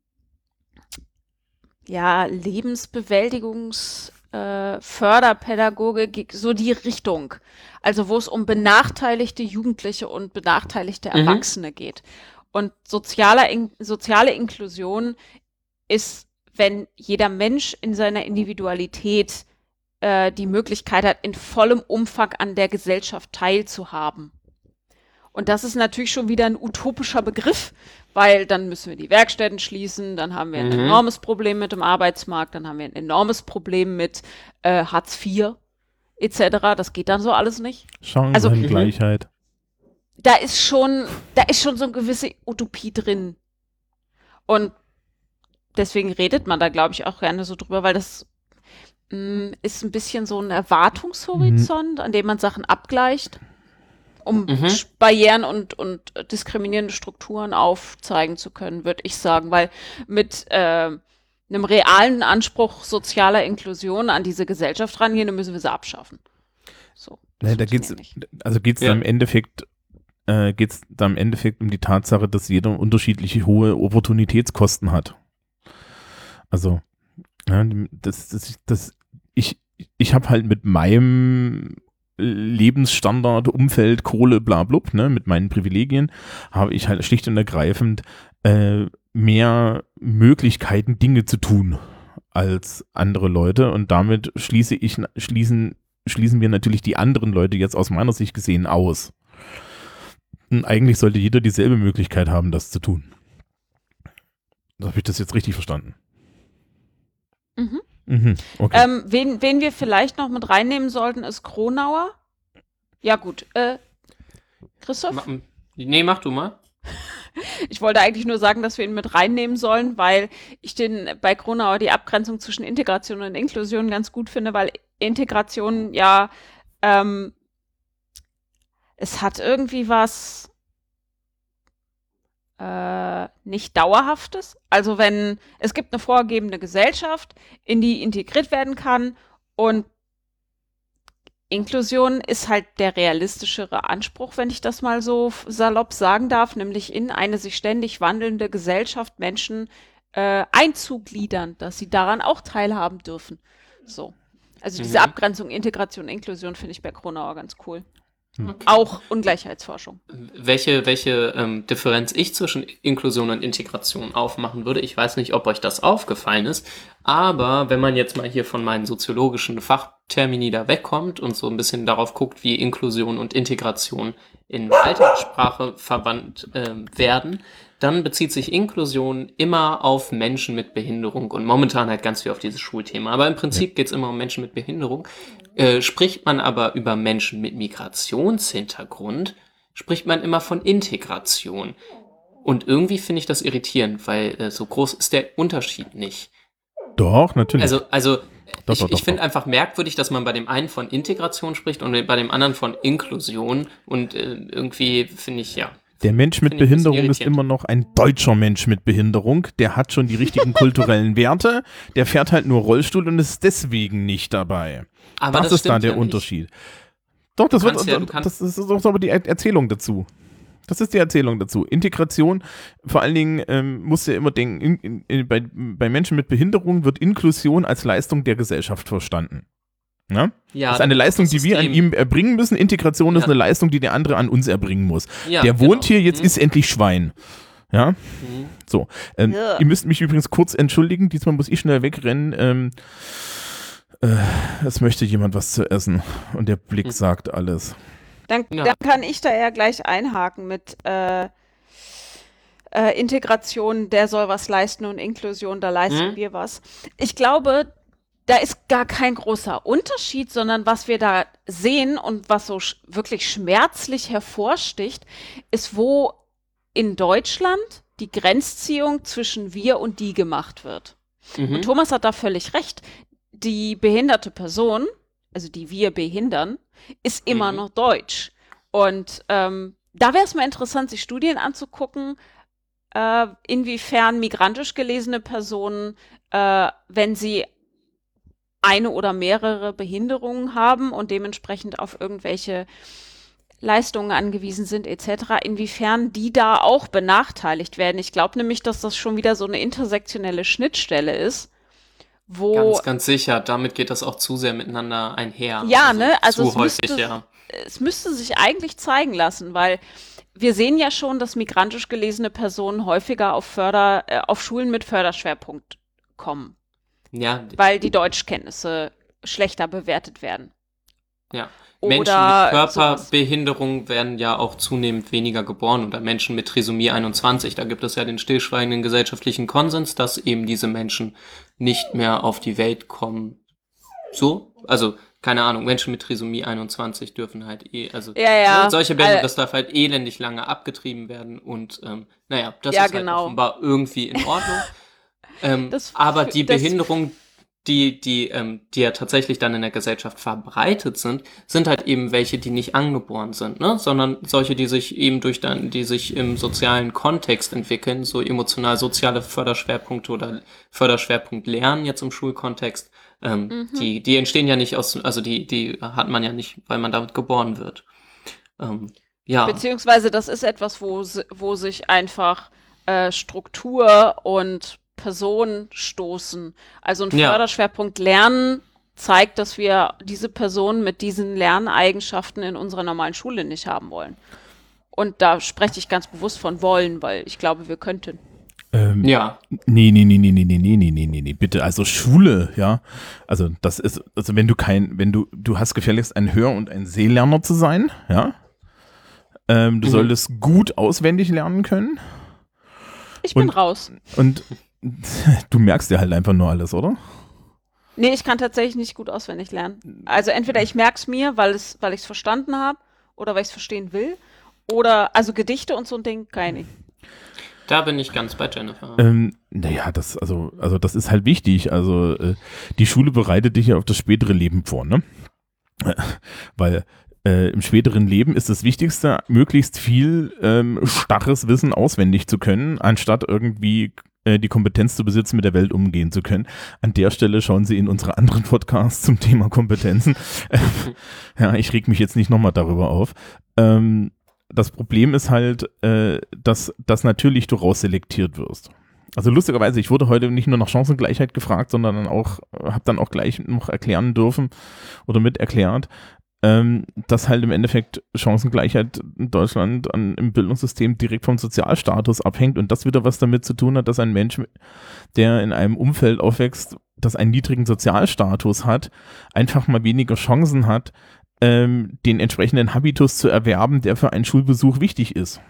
S4: ja, Lebensbewältigungs- äh, Förderpädagogik so die Richtung. Also wo es um benachteiligte Jugendliche und benachteiligte
S3: Mhm.
S4: Erwachsene geht. Und sozialer In soziale Inklusion ist, wenn jeder Mensch in seiner Individualität äh, die Möglichkeit hat, in vollem Umfang an der Gesellschaft teilzuhaben. Und das ist natürlich schon wieder ein utopischer Begriff, weil dann müssen wir die Werkstätten schließen, dann haben wir ein
S3: Mhm.
S4: enormes Problem mit dem Arbeitsmarkt, dann haben wir ein enormes Problem mit äh, Hartz vier et cetera. Das geht dann so alles nicht.
S2: Chancengleichheit.
S4: Da ist schon, da ist schon so eine gewisse Utopie drin. Und deswegen redet man da, glaube ich, auch gerne so drüber, weil das mh, ist ein bisschen so ein Erwartungshorizont, an dem man Sachen abgleicht, um
S3: Mhm.
S4: Sch- Barrieren und, und äh, diskriminierende Strukturen aufzeigen zu können, würde ich sagen. Weil mit äh, einem realen Anspruch sozialer Inklusion an diese Gesellschaft rangehen, dann müssen wir sie abschaffen. So. das
S2: Nee, da geht's,
S4: funktioniert nicht.
S2: also geht es
S3: Ja.
S2: da im Endeffekt äh, geht's da im Endeffekt um die Tatsache, dass jeder unterschiedliche hohe Opportunitätskosten hat. Also, ja, das, das, das, ich, ich habe halt mit meinem Lebensstandard, Umfeld, Kohle, bla blub, ne, mit meinen Privilegien, habe ich halt schlicht und ergreifend äh, mehr Möglichkeiten, Dinge zu tun als andere Leute, und damit schließe ich, schließen, schließen wir natürlich die anderen Leute jetzt aus meiner Sicht gesehen aus. Und eigentlich sollte jeder dieselbe Möglichkeit haben, das zu tun. Habe ich das jetzt richtig verstanden?
S4: Mhm.
S2: Mhm, okay.
S4: Ähm, wen, wen wir vielleicht noch mit reinnehmen sollten, ist Kronauer. Ja, gut. Äh, Christoph?
S3: Ma- Nee, mach du mal.
S4: Ich wollte eigentlich nur sagen, dass wir ihn mit reinnehmen sollen, weil ich den bei Kronauer die Abgrenzung zwischen Integration und Inklusion ganz gut finde, weil Integration ja, ähm, es hat irgendwie was äh, nicht Dauerhaftes. Also wenn es gibt eine vorgegebene Gesellschaft, in die integriert werden kann, und Inklusion ist halt der realistischere Anspruch, wenn ich das mal so f- salopp sagen darf, nämlich in eine sich ständig wandelnde Gesellschaft Menschen äh, einzugliedern, dass sie daran auch teilhaben dürfen. So. Also diese
S3: Mhm.
S4: Abgrenzung Integration, Inklusion finde ich bei Kronauer ganz cool.
S3: Okay.
S4: Auch Ungleichheitsforschung.
S3: Welche, welche ähm, Differenz ich zwischen Inklusion und Integration aufmachen würde. Ich weiß nicht, ob euch das aufgefallen ist, aber wenn man jetzt mal hier von meinen soziologischen Fachtermini da wegkommt und so ein bisschen darauf guckt, wie Inklusion und Integration in Alltagssprache verwandt ähm, werden, dann bezieht sich Inklusion immer auf Menschen mit Behinderung und momentan halt ganz viel auf dieses Schulthema. Aber im Prinzip geht's immer um Menschen mit Behinderung. Äh, spricht man aber über Menschen mit Migrationshintergrund, spricht man immer von Integration. Und irgendwie finde ich das irritierend, weil äh, so groß ist der Unterschied nicht.
S2: Doch, natürlich.
S3: Also, also
S2: Doch,
S3: ich,
S2: doch, doch,
S3: ich finde
S2: doch.
S3: einfach merkwürdig, dass man bei dem einen von Integration spricht und bei dem anderen von Inklusion. Und äh, irgendwie finde ich, ja.
S2: Der Mensch mit
S3: Finde ich ein bisschen
S2: Behinderung ist
S3: irritierend.
S2: immer noch ein deutscher Mensch mit Behinderung. Der hat schon die richtigen kulturellen Werte. Der fährt halt nur Rollstuhl und ist deswegen nicht dabei.
S3: Aber
S2: das,
S3: das
S2: ist da
S3: stimmt
S2: der
S3: ja nicht.
S2: Unterschied. Doch, das,
S3: Du
S2: wird,
S3: kannst ja- du kannst-
S2: das ist doch aber die Er- Erzählung dazu. Das ist die Erzählung dazu. Integration, vor allen Dingen ähm, musst du ja immer denken, in, in, in, bei, bei Menschen mit Behinderung wird Inklusion als Leistung der Gesellschaft verstanden. Ne?
S3: Ja,
S2: das ist eine Leistung, die wir an
S3: System.
S2: ihm erbringen müssen. Integration ist
S3: Ja.
S2: eine Leistung, die der andere an uns erbringen muss.
S3: Ja,
S2: der wohnt
S3: genau.
S2: hier, jetzt
S3: Mhm.
S2: ist endlich Schwein. Ja,
S3: Mhm.
S2: so. Ähm,
S4: Ja.
S2: Ihr müsst mich übrigens kurz entschuldigen. Diesmal muss ich schnell wegrennen. Ähm, Äh, es möchte jemand was zu essen und der Blick
S3: Hm.
S2: sagt alles.
S4: Dann,
S3: Ja.
S4: dann kann ich da eher gleich einhaken mit äh, äh, Integration, der soll was leisten und Inklusion, da leisten
S3: Mhm.
S4: wir was. Ich glaube, da ist gar kein großer Unterschied, sondern was wir da sehen und was so sch wirklich schmerzlich hervorsticht, ist, wo in Deutschland die Grenzziehung zwischen wir und die gemacht wird.
S3: Mhm.
S4: Und Thomas hat da völlig recht. Die behinderte Person, also die wir behindern, ist immer
S3: Mhm.
S4: noch deutsch. Und ähm, da wäre es mal interessant, sich Studien anzugucken, äh, inwiefern migrantisch gelesene Personen, äh, wenn sie eine oder mehrere Behinderungen haben und dementsprechend auf irgendwelche Leistungen angewiesen sind et cetera, inwiefern die da auch benachteiligt werden. Ich glaube nämlich, dass das schon wieder so eine intersektionelle Schnittstelle ist, wo
S3: Ganz, ganz sicher. Damit geht das auch zu sehr miteinander einher.
S4: Ja, ne? Also
S3: zu
S4: es
S3: häufig,
S4: müsste-
S3: ja.
S4: es müsste sich eigentlich zeigen lassen, weil wir sehen ja schon, dass migrantisch gelesene Personen häufiger auf Förder, äh, auf Schulen mit Förderschwerpunkt kommen,
S3: Ja,
S4: weil die Deutschkenntnisse schlechter bewertet werden.
S3: ja.
S4: Oder
S3: Menschen mit
S4: sowas.
S3: Körperbehinderung werden ja auch zunehmend weniger geboren oder Menschen mit Trisomie einundzwanzig. Da gibt es ja den stillschweigenden gesellschaftlichen Konsens, dass eben diese Menschen nicht mehr auf die Welt kommen. So? Also, keine Ahnung, Menschen mit Trisomie einundzwanzig dürfen halt eh, also
S4: Ja, ja.
S3: ne, solche Bänder,
S4: Äh,
S3: das darf halt elendig lange abgetrieben werden und ähm, naja, das
S4: Ja,
S3: ist halt
S4: genau.
S3: offenbar irgendwie in Ordnung. ähm,
S4: Das-
S3: aber die
S4: das-
S3: Behinderung, die, die, ähm, die ja tatsächlich dann in der Gesellschaft verbreitet sind, sind halt eben welche, die nicht angeboren sind, ne? Sondern solche, die sich eben durch dann, die sich im sozialen Kontext entwickeln, so emotional-soziale Förderschwerpunkte oder Förderschwerpunkt Lernen jetzt im Schulkontext, ähm,
S4: Mhm.
S3: die, die entstehen ja nicht aus, also die, die hat man ja nicht, weil man damit geboren wird. Ähm, ja.
S4: Beziehungsweise das ist etwas, wo, si- wo sich einfach äh, Struktur und Person stoßen. Also ein
S3: Ja.
S4: Förderschwerpunkt Lernen zeigt, dass wir diese Person mit diesen Lerneigenschaften in unserer normalen Schule nicht haben wollen. Und da spreche ich ganz bewusst von wollen, weil ich glaube, wir könnten.
S2: Ähm,
S3: Ja.
S2: Nee, nee, nee, nee, nee, nee, nee, nee, nee, nee, nee, bitte. Also Schule, ja. Also das ist, also wenn du kein, wenn du, du hast gefälligst ein Hör- und ein Sehlerner zu sein, ja. Ähm, du
S3: Mhm.
S2: solltest gut auswendig lernen können
S4: Ich bin
S2: Und-
S4: raus.
S2: und du merkst dir halt einfach nur alles, oder?
S4: Nee, ich kann tatsächlich nicht gut auswendig lernen. Also entweder ich merke es mir, weil es, weil ich es verstanden habe, oder weil ich es verstehen will. Oder, also Gedichte und so ein Ding, keine.
S3: Da bin ich ganz bei Jennifer.
S2: Ähm, naja, das, also, also das ist halt wichtig. Also äh, die Schule bereitet dich ja auf das spätere Leben vor, ne? Äh, Weil äh, im späteren Leben ist das Wichtigste, möglichst viel ähm, starres Wissen auswendig zu können, anstatt irgendwie äh, die Kompetenz zu besitzen, mit der Welt umgehen zu können. An der Stelle schauen Sie in unsere anderen Podcasts zum Thema Kompetenzen. Ja, ich reg mich jetzt nicht nochmal darüber auf. Ähm, das Problem ist halt, äh, dass, dass natürlich du rausselektiert wirst. Also lustigerweise, ich wurde heute nicht nur nach Chancengleichheit gefragt, sondern dann auch, habe dann auch gleich noch erklären dürfen oder mit erklärt, ähm, dass halt im Endeffekt Chancengleichheit in Deutschland an, im Bildungssystem direkt vom Sozialstatus abhängt und das wieder was damit zu tun hat, dass ein Mensch, der in einem Umfeld aufwächst, das einen niedrigen Sozialstatus hat, einfach mal weniger Chancen hat, ähm, den entsprechenden Habitus zu erwerben, der für einen Schulbesuch wichtig ist.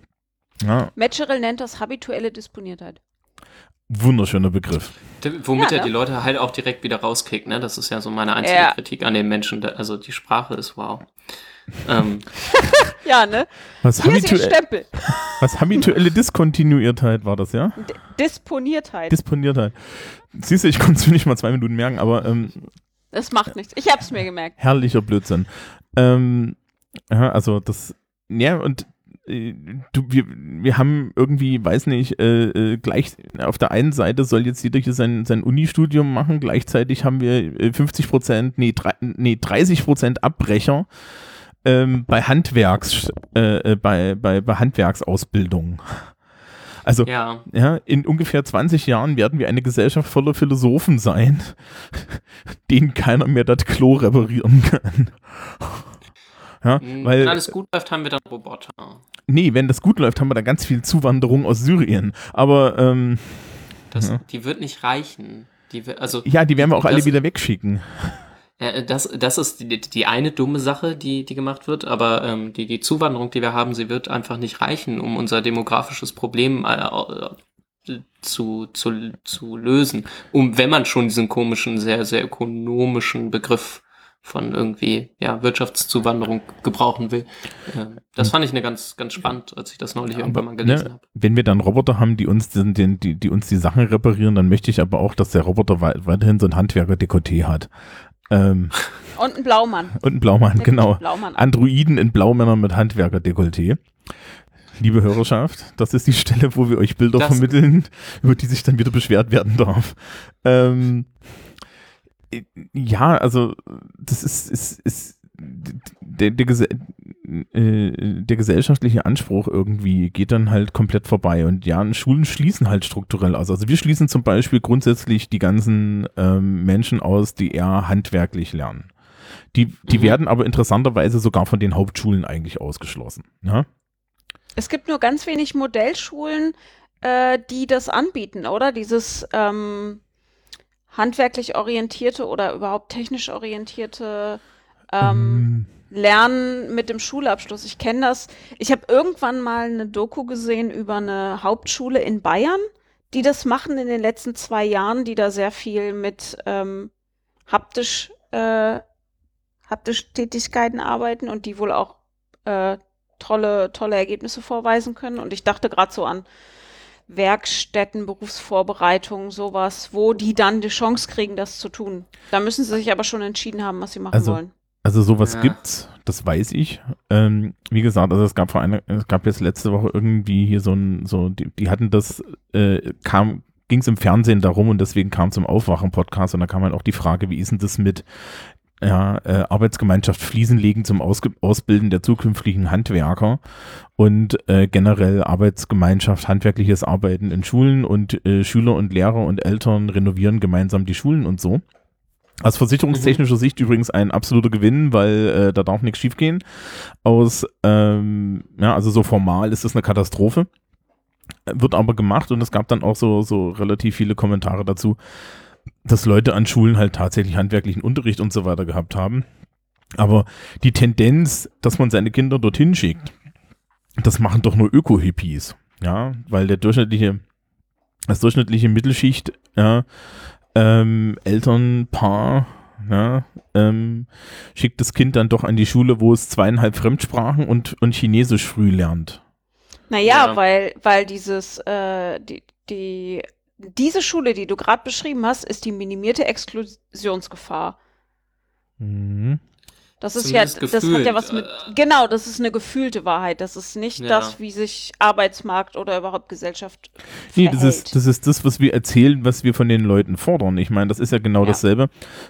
S2: Ja,
S4: Metzgerl nennt das habituelle Disponiertheit.
S2: wunderschöner Begriff.
S3: D- Womit
S4: Ja,
S3: er
S4: ne?
S3: die Leute halt auch direkt wieder rauskickt, ne? Das ist ja so meine einzige
S4: Ja.
S3: Kritik an den Menschen. Da- Also die Sprache ist wow. ähm,
S4: Ja, ne?
S2: Was,
S4: Hier ist ihr
S2: habitu
S4: Stempel.
S2: was habituelle Diskontinuiertheit war das, ja?
S4: D Disponiertheit.
S2: Disponiertheit. Siehst du, ich konnte es mir nicht mal zwei Minuten merken, aber ähm,
S4: Das macht nichts. Ich hab's mir gemerkt.
S2: herrlicher Blödsinn. Ähm, ja, also das, ja, und äh, du, wir, wir haben irgendwie, weiß nicht, äh, äh, gleich auf der einen Seite soll jetzt jeder hier sein, sein Unistudium machen, gleichzeitig haben wir äh, fünfzig Prozent, nee, drei, nee, dreißig Prozent Abbrecher ähm, bei Handwerks, äh, äh, bei, bei, bei Handwerksausbildungen. Also,
S3: ja.
S2: ja, in ungefähr zwanzig Jahren werden wir eine Gesellschaft voller Philosophen sein, denen keiner mehr das Klo reparieren kann. Ja,
S3: Wenn
S2: weil,
S3: alles gut läuft, haben wir dann Roboter.
S2: nee, wenn das gut läuft, haben wir da ganz viel Zuwanderung aus Syrien. Aber, ähm,
S3: Das,
S2: Ja.
S3: Die wird nicht reichen. Die, wir- also,
S2: Ja, die werden wir auch alle
S3: das-
S2: wieder wegschicken.
S3: Äh, Das, das ist die, die eine dumme Sache, die, die gemacht wird, aber ähm, die, die Zuwanderung, die wir haben, sie wird einfach nicht reichen, um unser demografisches Problem äh, äh, zu, zu, zu lösen. Um, wenn man schon diesen komischen, sehr, sehr ökonomischen Begriff von irgendwie, ja, Wirtschaftszuwanderung gebrauchen will. Ähm, das fand ich eine ganz, ganz spannend, als ich das neulich irgendwann mal gelesen
S2: ne,
S3: habe.
S2: wenn wir dann Roboter haben, die uns, den, den, die, die uns die Sachen reparieren, dann möchte ich aber auch, dass der Roboter wei- weiterhin so ein Handwerker-Dekolleté hat. Ähm,
S4: Und ein Blaumann.
S2: und ein Blaumann,
S4: Der
S2: genau.
S4: Blaumann.
S2: Androiden in Blaumännern mit Handwerker-Dekolleté. Liebe Hörerschaft, das ist die Stelle, wo wir euch Bilder
S3: Das-
S2: vermitteln, über die sich dann wieder beschwert werden darf. Ähm, ja, also das ist, ist, ist der, der, Gese äh, der gesellschaftliche Anspruch irgendwie geht dann halt komplett vorbei. Und ja, Schulen schließen halt strukturell aus. Also wir schließen zum Beispiel grundsätzlich die ganzen ähm, Menschen aus, die eher handwerklich lernen. Die, die
S3: Mhm.
S2: werden aber interessanterweise sogar von den Hauptschulen eigentlich ausgeschlossen. Ne?
S4: Es gibt nur ganz wenig Modellschulen, äh, die das anbieten, oder? Dieses ähm, handwerklich orientierte oder überhaupt technisch orientierte ähm, Lernen mit dem Schulabschluss. Ich kenne das. Ich habe irgendwann mal eine Doku gesehen über eine Hauptschule in Bayern, die das machen in den letzten zwei Jahren, die da sehr viel mit ähm, haptisch, äh, haptisch Tätigkeiten arbeiten und die wohl auch äh, tolle, tolle Ergebnisse vorweisen können. Und ich dachte gerade so an Werkstätten, Berufsvorbereitungen, sowas, wo die dann die Chance kriegen, das zu tun. Da müssen sie sich aber schon entschieden haben, was sie machen
S2: Also,
S4: wollen.
S2: Also sowas
S3: Ja.
S2: gibt's, das weiß ich. Ähm, wie gesagt, also es gab vor einer, es gab jetzt letzte Woche irgendwie hier so ein, so, die, die hatten das, äh, kam, ging es im Fernsehen darum und deswegen kam zum Aufwachen-Podcast und da kam halt auch die Frage, wie ist denn das mit ja, äh, Arbeitsgemeinschaft Fliesenlegen zum Ausge- Ausbilden der zukünftigen Handwerker und äh, generell Arbeitsgemeinschaft, handwerkliches Arbeiten in Schulen und äh, Schüler und Lehrer und Eltern renovieren gemeinsam die Schulen und so. Aus versicherungstechnischer Sicht übrigens ein absoluter Gewinn, weil äh, da darf nichts schiefgehen. Aus, ähm, ja, also so formal ist das eine Katastrophe. Wird aber gemacht und es gab dann auch so, so relativ viele Kommentare dazu, dass Leute an Schulen halt tatsächlich handwerklichen Unterricht und so weiter gehabt haben. Aber die Tendenz, dass man seine Kinder dorthin schickt, das machen doch nur Öko-Hippies. Ja, weil der durchschnittliche, das durchschnittliche Mittelschicht, ja, Ähm, Elternpaar ja, ähm, schickt das Kind dann doch an die Schule, wo es zweieinhalb Fremdsprachen und, und Chinesisch früh lernt.
S4: Naja,
S3: Ja.
S4: weil, weil dieses, äh, die, die, diese Schule, die du gerade beschrieben hast, ist die minimierte Exklusionsgefahr.
S2: Mhm.
S4: Das ist ja,
S3: Zumindest
S4: das hat ja
S3: gefühlt,
S4: was mit,
S3: äh,
S4: genau, das ist eine gefühlte Wahrheit. Das ist nicht
S3: Ja.
S4: das, wie sich Arbeitsmarkt oder überhaupt Gesellschaft
S2: Nee,
S4: verhält.
S2: das ist, das ist das, was wir erzählen, was wir von den Leuten fordern. Ich meine, das ist ja genau
S4: Ja.
S2: dasselbe.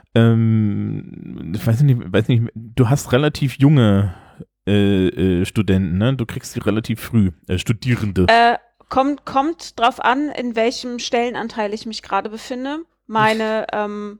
S2: Ähm, ich weiß nicht, weiß nicht, du hast relativ junge äh, äh, Studenten, ne? Du kriegst die relativ früh, äh, Studierende.
S4: Äh, kommt, kommt drauf an, in welchem Stellenanteil ich mich gerade befinde. Meine ähm,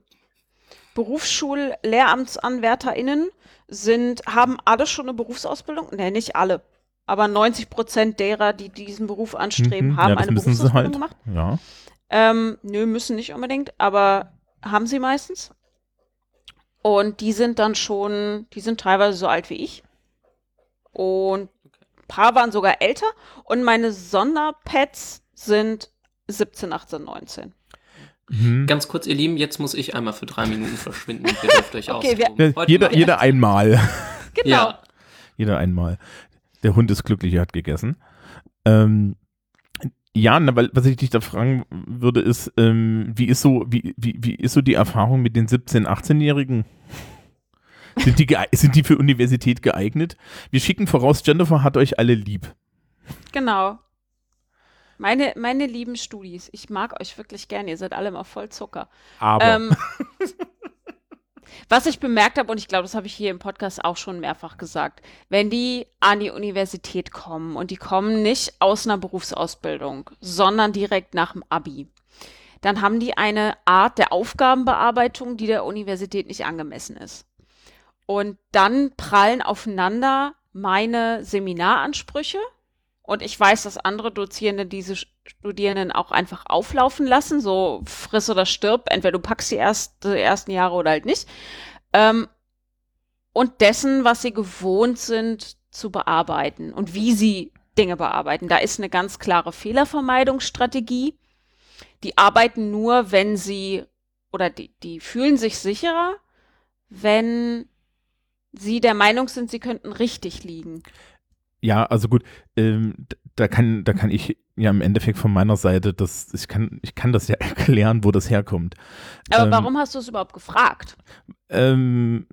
S4: Berufsschul-LehramtsanwärterInnen sind, haben alle schon eine Berufsausbildung. Ne, nicht alle. Aber neunzig Prozent derer, die diesen Beruf anstreben,
S2: Mhm.
S4: haben
S2: Ja, das
S4: eine
S2: müssen sie
S4: Berufsausbildung
S2: halt.
S4: gemacht.
S2: Ja.
S4: Ähm, nö, müssen nicht unbedingt, aber haben sie meistens. Und die sind dann schon, die sind teilweise so alt wie ich. Und ein paar waren sogar älter. Und meine Sonderpets sind siebzehn, achtzehn, neunzehn.
S2: Mhm.
S3: Ganz kurz, ihr Lieben, jetzt muss ich einmal für drei Minuten verschwinden. Ihr dürft euch
S4: Okay, wir-
S3: austoben.
S2: Ja,
S3: Heute
S2: jeder,
S3: mal-
S2: jeder einmal.
S4: Genau.
S3: Ja,
S2: Jeder einmal. Der Hund ist glücklich, er hat gegessen. Ähm, ja, na, weil, was ich dich da fragen würde, ist, ähm, wie ist so, wie, wie, wie ist so die Erfahrung mit den siebzehn-, achtzehnjährigen? Sind die, geeignet, sind die für Universität geeignet? Wir schicken voraus, Jennifer hat euch alle lieb.
S4: Genau. Meine, meine lieben Studis, ich mag euch wirklich gerne, ihr seid alle immer voll Zucker.
S2: Aber.
S4: Ähm, was ich bemerkt habe, und ich glaube, das habe ich hier im Podcast auch schon mehrfach gesagt, wenn die an die Universität kommen und die kommen nicht aus einer Berufsausbildung, sondern direkt nach dem Abi, dann haben die eine Art der Aufgabenbearbeitung, die der Universität nicht angemessen ist. Und dann prallen aufeinander meine Seminaransprüche und ich weiß, dass andere Dozierende diese Studierenden auch einfach auflaufen lassen, so friss oder stirb, entweder du packst die, erst, die ersten Jahre oder halt nicht. Ähm, und dessen, was sie gewohnt sind zu bearbeiten und wie sie Dinge bearbeiten. Da ist eine ganz klare Fehlervermeidungsstrategie. Die arbeiten nur, wenn sie, oder die, die fühlen sich sicherer, wenn sie der Meinung sind, sie könnten richtig liegen.
S2: Ja, also gut, ähm, da kann, da kann ich ja im Endeffekt von meiner Seite, das, ich kann, ich kann das ja erklären, wo das herkommt.
S4: Aber
S2: ähm,
S4: warum hast du es überhaupt gefragt?
S2: Ähm,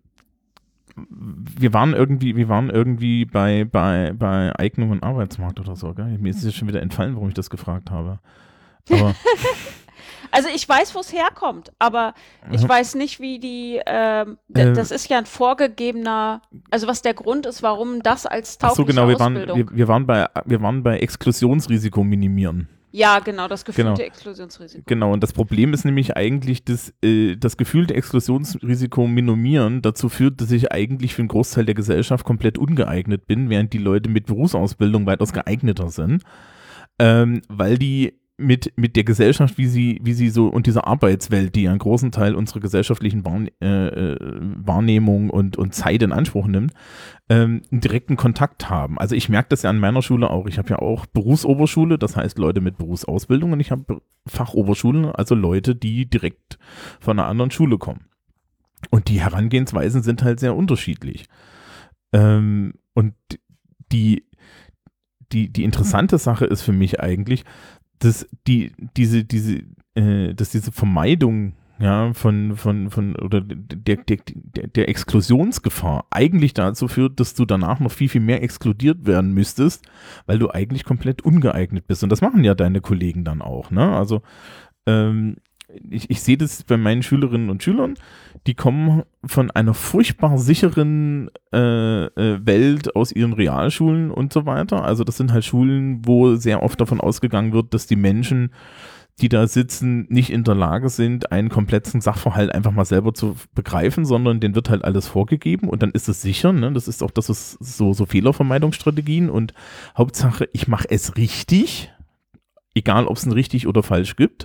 S2: wir waren irgendwie, wir waren irgendwie bei, bei, bei Eignung und Arbeitsmarkt oder so, gell? Mir ist es schon wieder entfallen, warum ich das gefragt habe. Aber
S4: Also ich weiß, wo es herkommt, aber ich
S2: Mhm.
S4: weiß nicht, wie die, ähm, d-
S2: Äh,
S4: das ist ja ein vorgegebener, also was der Grund ist, warum das als
S2: ach
S4: taugliche
S2: so, genau, wir waren,
S4: Ausbildung.
S2: wir, wir waren bei, wir waren bei Exklusionsrisiko minimieren.
S4: ja, genau, das gefühlte
S2: Genau.
S4: Exklusionsrisiko.
S2: Genau, und das Problem ist nämlich eigentlich, dass äh, das gefühlte Exklusionsrisiko minimieren dazu führt, dass ich eigentlich für einen Großteil der Gesellschaft komplett ungeeignet bin, während die Leute mit Berufsausbildung weitaus geeigneter sind, ähm, weil die mit, mit der Gesellschaft, wie sie, wie sie so und dieser Arbeitswelt, die einen großen Teil unserer gesellschaftlichen Wahrn, äh, Wahrnehmung und, und Zeit in Anspruch nimmt, ähm, einen direkten Kontakt haben. Also ich merke das ja an meiner Schule auch. Ich habe ja auch Berufsoberschule, das heißt Leute mit Berufsausbildung, und ich habe Fachoberschule, also Leute, die direkt von einer anderen Schule kommen. Und die Herangehensweisen sind halt sehr unterschiedlich. Ähm, und die, die, die interessante Sache ist für mich eigentlich, dass die, diese, diese, äh, dass diese Vermeidung, ja, von, von, von, oder der, der, der, der Exklusionsgefahr eigentlich dazu führt, dass du danach noch viel, viel mehr exkludiert werden müsstest, weil du eigentlich komplett ungeeignet bist. Und das machen ja deine Kollegen dann auch, ne? Also, ähm, ich, ich sehe das bei meinen Schülerinnen und Schülern, die kommen von einer furchtbar sicheren äh, äh, Welt aus ihren Realschulen und so weiter. Also das sind halt Schulen, wo sehr oft davon ausgegangen wird, dass die Menschen, die da sitzen, nicht in der Lage sind, einen kompletten Sachverhalt einfach mal selber zu begreifen, sondern denen wird halt alles vorgegeben und dann ist es sicher, ne? Das ist auch das ist so, so Fehlervermeidungsstrategien und Hauptsache, ich mache es richtig, egal ob es ein richtig oder falsch gibt.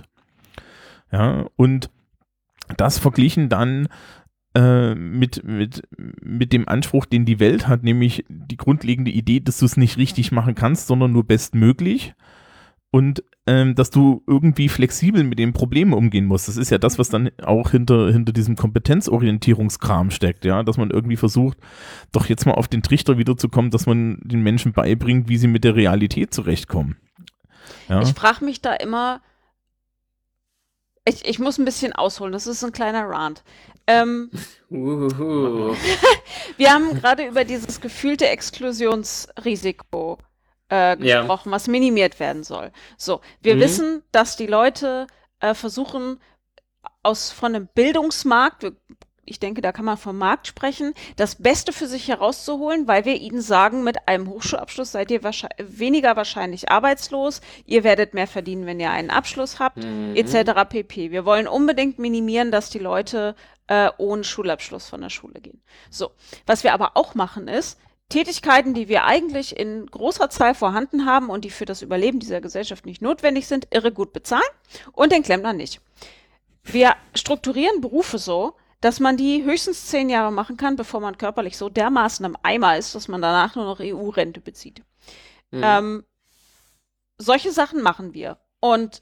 S2: Ja, und das verglichen dann äh, mit, mit, mit dem Anspruch, den die Welt hat, nämlich die grundlegende Idee, dass du es nicht richtig machen kannst, sondern nur bestmöglich und ähm, dass du irgendwie flexibel mit den Problemen umgehen musst. Das ist ja das, was dann auch hinter, hinter diesem Kompetenzorientierungskram steckt, ja, dass man irgendwie versucht, doch jetzt mal auf den Trichter wiederzukommen, dass man den Menschen beibringt, wie sie mit der Realität zurechtkommen. Ja.
S4: Ich frage mich da immer, ich, ich muss ein bisschen ausholen, das ist ein kleiner Rant. Ähm,
S3: Uhuhu.
S4: wir haben gerade über dieses gefühlte Exklusionsrisiko äh,
S3: Ja.
S4: gesprochen, was minimiert werden soll. So, wir
S3: Mhm.
S4: wissen, dass die Leute äh, versuchen, aus von einem Bildungsmarkt, wir, ich denke, da kann man vom Markt sprechen, das Beste für sich herauszuholen, weil wir ihnen sagen, mit einem Hochschulabschluss seid ihr wahrscheinlich, weniger wahrscheinlich arbeitslos, ihr werdet mehr verdienen, wenn ihr einen Abschluss habt,
S3: Mhm.
S4: et cetera pp. Wir wollen unbedingt minimieren, dass die Leute äh, ohne Schulabschluss von der Schule gehen. So, was wir aber auch machen ist, Tätigkeiten, die wir eigentlich in großer Zahl vorhanden haben und die für das Überleben dieser Gesellschaft nicht notwendig sind, irre gut bezahlen und den Klempner nicht. Wir strukturieren Berufe so, dass man die höchstens zehn Jahre machen kann, bevor man körperlich so dermaßen im Eimer ist, dass man danach nur noch E U-Rente bezieht.
S3: Mhm.
S4: Ähm, solche Sachen machen wir. Und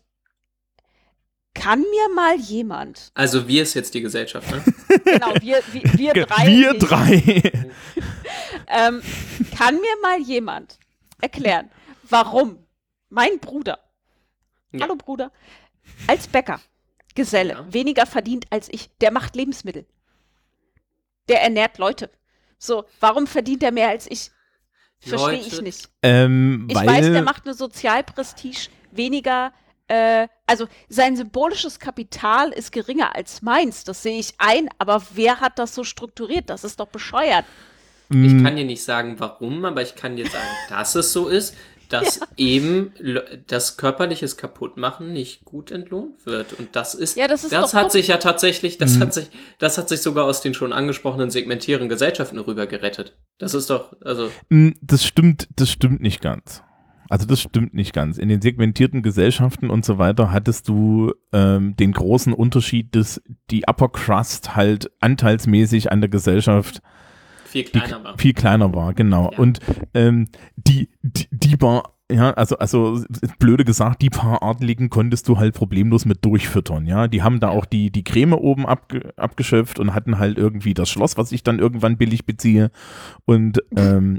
S4: kann mir mal jemand,
S3: Also wir ist jetzt die Gesellschaft, ne?
S4: genau, wir, wir, wir drei,
S2: Wir
S4: nicht,
S2: drei.
S4: Ähm, kann mir mal jemand erklären, warum mein Bruder,
S3: Ja.
S4: hallo Bruder, als Bäcker, Geselle,
S3: Ja.
S4: weniger verdient als ich, der macht Lebensmittel. Der ernährt Leute. So, warum verdient er mehr als ich? Verstehe ich
S3: Leute.
S4: nicht.
S2: Ähm,
S4: Ich
S2: weil,
S4: weiß, der macht eine Sozialprestige weniger, äh, also sein symbolisches Kapital ist geringer als meins, das sehe ich ein, aber wer hat das so strukturiert? Das ist doch bescheuert.
S3: Ich
S2: mh,
S3: kann dir nicht sagen, warum, aber ich kann dir sagen, dass es so ist, dass eben le- das körperliches Kaputtmachen nicht gut entlohnt wird. Und das ist,
S4: Ja, das ist
S3: das
S4: doch
S3: hat
S4: dumm.
S3: sich ja tatsächlich, das
S2: Mhm.
S3: hat sich, das hat sich sogar aus den schon angesprochenen segmentierenden Gesellschaften rüber gerettet. Das ist doch, also,
S2: mh, das stimmt, das stimmt nicht ganz. Also das stimmt nicht ganz. In den segmentierten Gesellschaften und so weiter hattest du ähm, den großen Unterschied, dass die Upper Crust halt anteilsmäßig an der Gesellschaft
S3: viel kleiner
S2: die,
S3: war.
S2: Viel kleiner war, genau.
S3: Ja.
S2: Und ähm, die, die, die war, ja, also, also blöde gesagt, die paar Adligen konntest du halt problemlos mit durchfüttern, ja. Die haben da auch die, die Creme oben abge, abgeschöpft und hatten halt irgendwie das Schloss, was ich dann irgendwann billig beziehe. Und ähm,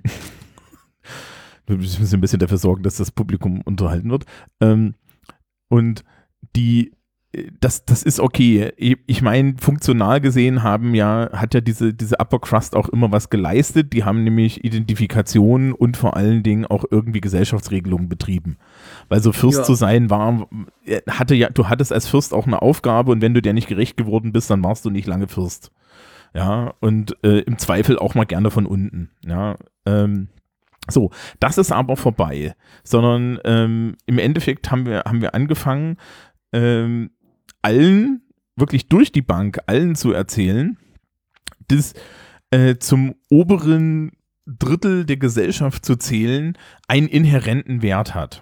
S2: wir müssen ein bisschen dafür sorgen, dass das Publikum unterhalten wird. Ähm, und die Das, das ist okay. Ich meine, funktional gesehen haben ja, hat ja diese, diese Upper Crust auch immer was geleistet. Die haben nämlich Identifikation und vor allen Dingen auch irgendwie Gesellschaftsregelungen betrieben. Weil so Fürst
S3: Ja.
S2: zu sein war, hatte ja, du hattest als Fürst auch eine Aufgabe und wenn du der nicht gerecht geworden bist, dann warst du nicht lange Fürst. Ja, und äh, im Zweifel auch mal gerne von unten. Ja, ähm, so, das ist aber vorbei. Sondern ähm, im Endeffekt haben wir, haben wir angefangen, ähm, allen, wirklich durch die Bank, allen zu erzählen, dass äh, zum oberen Drittel der Gesellschaft zu zählen, einen inhärenten Wert hat.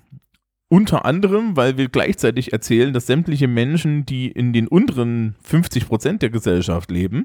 S2: Unter anderem, weil wir gleichzeitig erzählen, dass sämtliche Menschen, die in den unteren fünfzig Prozent der Gesellschaft leben,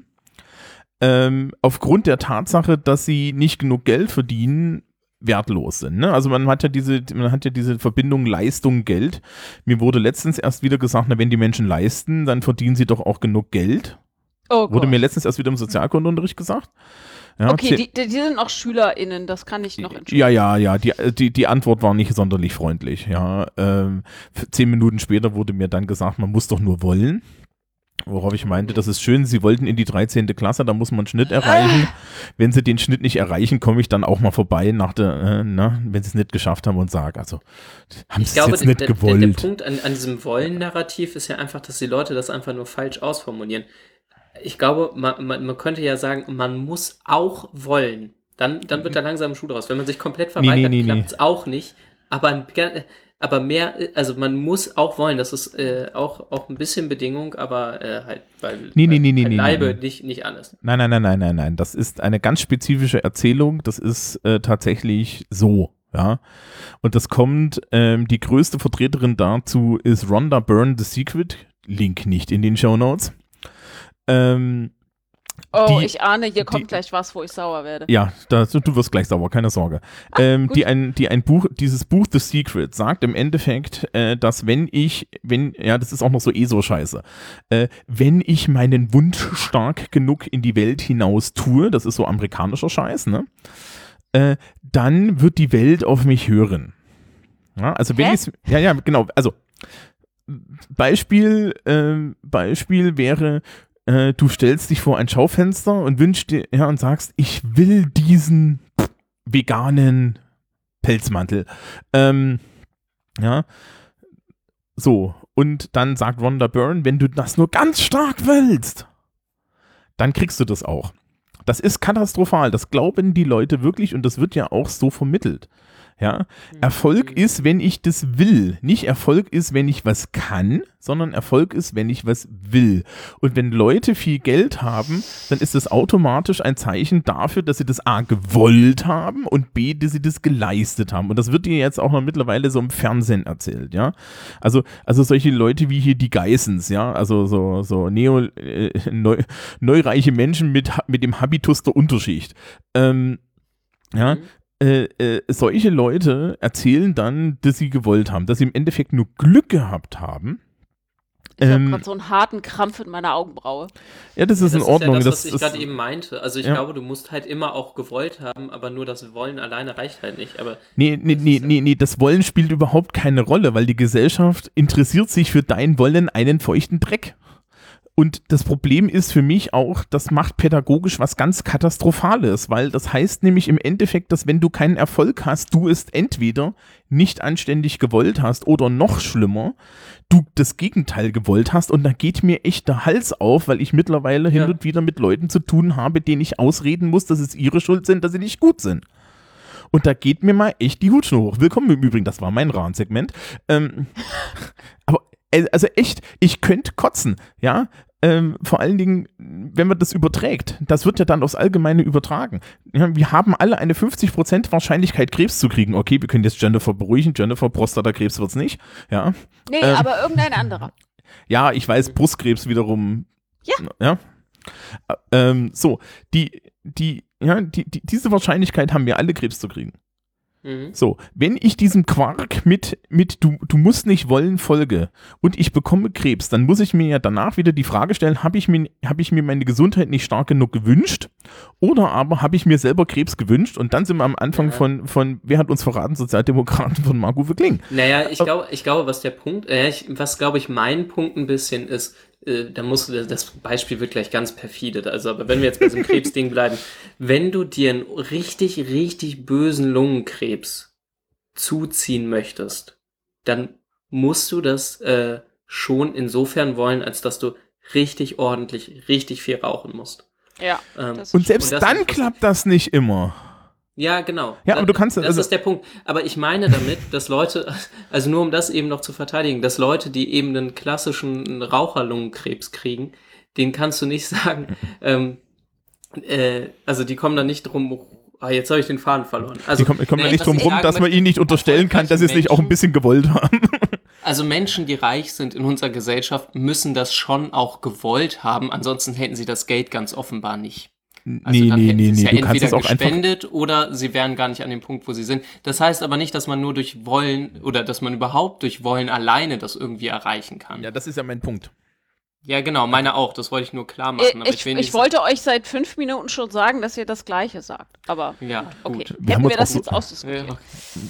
S2: ähm, aufgrund der Tatsache, dass sie nicht genug Geld verdienen, wertlos sind. Ne? Also man hat ja diese, man hat ja diese Verbindung Leistung, Geld. Mir wurde letztens erst wieder gesagt, na, wenn die Menschen leisten, dann verdienen sie doch auch genug Geld.
S4: Oh
S2: Wurde
S4: Gott.
S2: mir letztens erst wieder im Sozialkundeunterricht gesagt. Ja,
S4: Okay,
S2: zehn-
S4: die, die die sind auch SchülerInnen, das kann ich noch entschuldigen.
S2: Ja, ja, ja, die, die, die Antwort war nicht sonderlich freundlich. Ja, ähm, zehn Minuten später wurde mir dann gesagt, man muss doch nur wollen. Worauf ich meinte, das ist schön, sie wollten in die dreizehnte Klasse, da muss man einen Schnitt erreichen. Wenn sie den Schnitt nicht erreichen, komme ich dann auch mal vorbei, nach der, äh, na, wenn sie es nicht geschafft haben und sage, also haben
S3: Ich
S2: sie es
S3: glaube,
S2: jetzt
S3: der,
S2: nicht
S3: der,
S2: gewollt.
S3: der, der Punkt an, an diesem Wollen-Narrativ ist ja einfach, dass die Leute das einfach nur falsch ausformulieren. Ich glaube, man, man, man könnte ja sagen, man muss auch wollen. Dann, dann wird da langsam ein Schuh draus. Wenn man sich komplett
S2: Nee, nee,
S3: verweigert,
S2: nee, nee.
S3: klappt es auch nicht. Aber, ein, aber mehr, also man muss auch wollen. Das ist äh, auch, auch ein bisschen Bedingung, aber äh, halt, weil,
S2: Nee, nee,
S3: weil
S2: nee, nee,
S3: halt
S2: nee,
S3: Leibe
S2: nee.
S3: Nicht, nicht alles.
S2: Nein, nein, nein, nein, nein, nein. Das ist eine ganz spezifische Erzählung. Das ist äh, tatsächlich so, ja. Und das kommt, ähm, die größte Vertreterin dazu ist Rhonda Byrne, The Secret. Link nicht in den Shownotes. Ähm,
S4: Oh,
S2: die-
S4: ich ahne, hier kommt
S2: die-
S4: gleich was, wo ich sauer werde.
S2: Ja, das, du wirst gleich sauer, keine Sorge. ähm,
S4: gut.
S2: die ein, die ein Buch, dieses Buch The Secret sagt im Endeffekt, äh, dass wenn ich, wenn, ja, das ist auch noch so eh so scheiße, äh, wenn ich meinen Wunsch stark genug in die Welt hinaus tue, das ist so amerikanischer Scheiß, ne? Äh, dann wird die Welt auf mich hören. Ja, also wenn
S4: Hä?
S2: ich ja, ja, genau, also Beispiel, ähm, Beispiel wäre, äh, du stellst dich vor ein Schaufenster und wünschst dir, ja, und sagst, ich will diesen veganen Pelzmantel. Ähm, ja, so. Und dann sagt Rhonda Byrne, wenn du das nur ganz stark willst, dann kriegst du das auch. Das ist katastrophal. Das glauben die Leute wirklich und das wird ja auch so vermittelt. Ja, Erfolg ist, wenn ich das will. Nicht Erfolg ist, wenn ich was kann, sondern Erfolg ist, wenn ich was will. Und wenn Leute viel Geld haben, dann ist das automatisch ein Zeichen dafür, dass sie das A gewollt haben und B, dass sie das geleistet haben. Und das wird dir jetzt auch noch mittlerweile so im Fernsehen erzählt, ja. Also, also solche Leute wie hier die Geissens, ja, also so, so neo, äh, neu, neureiche Menschen mit, mit dem Habitus der Unterschicht. Ähm, ja,
S3: Mhm.
S2: Äh, äh, solche Leute erzählen dann, dass sie gewollt haben, dass sie im Endeffekt nur Glück gehabt haben.
S4: Ich habe
S2: Ähm,
S4: gerade so einen harten Krampf in meiner Augenbraue.
S2: Ja, das ist
S3: das
S2: in Ordnung.
S3: ist ja das, was
S2: das
S3: ich
S2: ist,
S3: gerade eben meinte. Also ich
S2: ja.
S3: glaube, du musst halt immer auch gewollt haben, aber nur das Wollen alleine reicht halt nicht. Aber
S2: nee, nee,
S3: das
S2: nee,
S3: ist ja-
S2: nee, nee, das Wollen spielt überhaupt keine Rolle, weil die Gesellschaft interessiert sich für dein Wollen einen feuchten Dreck. Und das Problem ist für mich auch, das macht pädagogisch was ganz Katastrophales, weil das heißt nämlich im Endeffekt, dass wenn du keinen Erfolg hast, du es entweder nicht anständig gewollt hast oder noch schlimmer, du das Gegenteil gewollt hast und da geht mir echt der Hals auf, weil ich mittlerweile hin
S3: Ja.
S2: und wieder mit Leuten zu tun habe, denen ich ausreden muss, dass es ihre Schuld sind, dass sie nicht gut sind. Und da geht mir mal echt die Hutschnur hoch. Willkommen im Übrigen, das war mein Rahnsegment. Ähm, aber äh, also echt, ich könnte kotzen, ja. ähm, vor allen Dingen, wenn man das überträgt, das wird ja dann aufs Allgemeine übertragen. Ja, wir haben alle eine fünfzig Prozent Wahrscheinlichkeit, Krebs zu kriegen. Okay, wir können jetzt Jennifer beruhigen. Jennifer, Prostatakrebs wird's nicht. Ja.
S4: Nee,
S2: Ähm,
S4: aber irgendein anderer.
S2: Ja, ich weiß, Brustkrebs wiederum.
S4: Ja.
S2: Ja. Ähm, so, die, die, ja, die, die, diese Wahrscheinlichkeit haben wir alle, Krebs zu kriegen.
S3: Mhm.
S2: So, wenn ich diesem Quark mit, mit du, du musst nicht wollen folge und ich bekomme Krebs, dann muss ich mir ja danach wieder die Frage stellen, habe ich mir, habe ich mir meine Gesundheit nicht stark genug gewünscht oder aber habe ich mir selber Krebs gewünscht und dann sind wir am Anfang
S3: Ja.
S2: von, von, wer hat uns verraten, Sozialdemokraten von Marc-Uwe Kling.
S3: Naja, ich glaube, ich glaube, was der Punkt, äh, ich, was glaube ich mein Punkt ein bisschen ist, äh, da musst du, das Beispiel wird gleich ganz perfide, also aber wenn wir jetzt bei diesem Krebsding bleiben, wenn du dir einen richtig, richtig bösen Lungenkrebs zuziehen möchtest, dann musst du das äh, schon insofern wollen, als dass du richtig ordentlich, richtig viel rauchen musst.
S4: Ja.
S3: Ähm,
S4: Das ist
S2: Und selbst
S3: Und das
S2: dann
S3: ist-
S2: klappt das nicht immer.
S3: Ja, genau.
S2: Ja, aber du kannst-
S3: Das
S2: also-
S3: ist der Punkt. Aber ich meine damit, dass Leute, also nur um das eben noch zu verteidigen, dass Leute, die eben einen klassischen Raucherlungenkrebs kriegen, denen kannst du nicht sagen, ähm, äh, also die kommen da nicht drum, ah, jetzt habe ich den Faden verloren. Also,
S2: Die kommen, kommen
S3: nee,
S2: ja nicht
S3: was
S2: drum
S3: ich
S2: rum,
S3: sagen
S2: dass man
S3: möchte,
S2: ihnen nicht unterstellen kann, dass sie es nicht auch ein
S3: Menschen-
S2: bisschen gewollt haben.
S3: Also Menschen, die reich sind in unserer Gesellschaft, müssen das schon auch gewollt haben, ansonsten hätten sie das Geld ganz offenbar nicht. Also
S2: nee,
S3: dann
S2: nee,
S3: hätten
S2: nee,
S3: sie es
S2: nee,
S3: ja
S2: du kannst
S3: entweder
S2: es auch einfach.
S3: gespendet oder sie wären gar nicht an dem Punkt, wo sie sind. Das heißt aber nicht, dass man nur durch Wollen oder dass man überhaupt durch Wollen alleine das irgendwie erreichen kann.
S2: Ja, das ist ja mein Punkt.
S3: Ja, genau, meine auch. Das wollte ich nur klar machen. Aber
S4: Ich, ich,
S3: will
S4: ich
S3: nicht-
S4: wollte euch seit fünf Minuten schon sagen, dass ihr das Gleiche sagt. Aber
S3: Ja,
S4: okay,
S3: gut.
S2: Wir haben
S4: hätten
S2: uns
S4: wir das
S2: auch so-
S4: jetzt ausdiskutiert.
S3: Ja,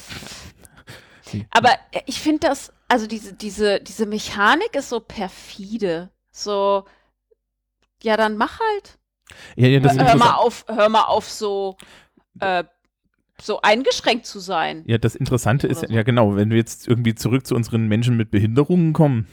S4: Aber äh, ich finde das, also diese, diese, diese Mechanik ist so perfide. So, ja, dann mach halt.
S2: Ja, ja, das
S4: Hör, hör mal
S2: Interessa-
S4: auf, hör mal auf, so, äh, so eingeschränkt zu sein.
S2: Ja, das Interessante ist,
S4: Oder so.
S2: ja genau, wenn wir jetzt irgendwie zurück zu unseren Menschen mit Behinderungen kommen.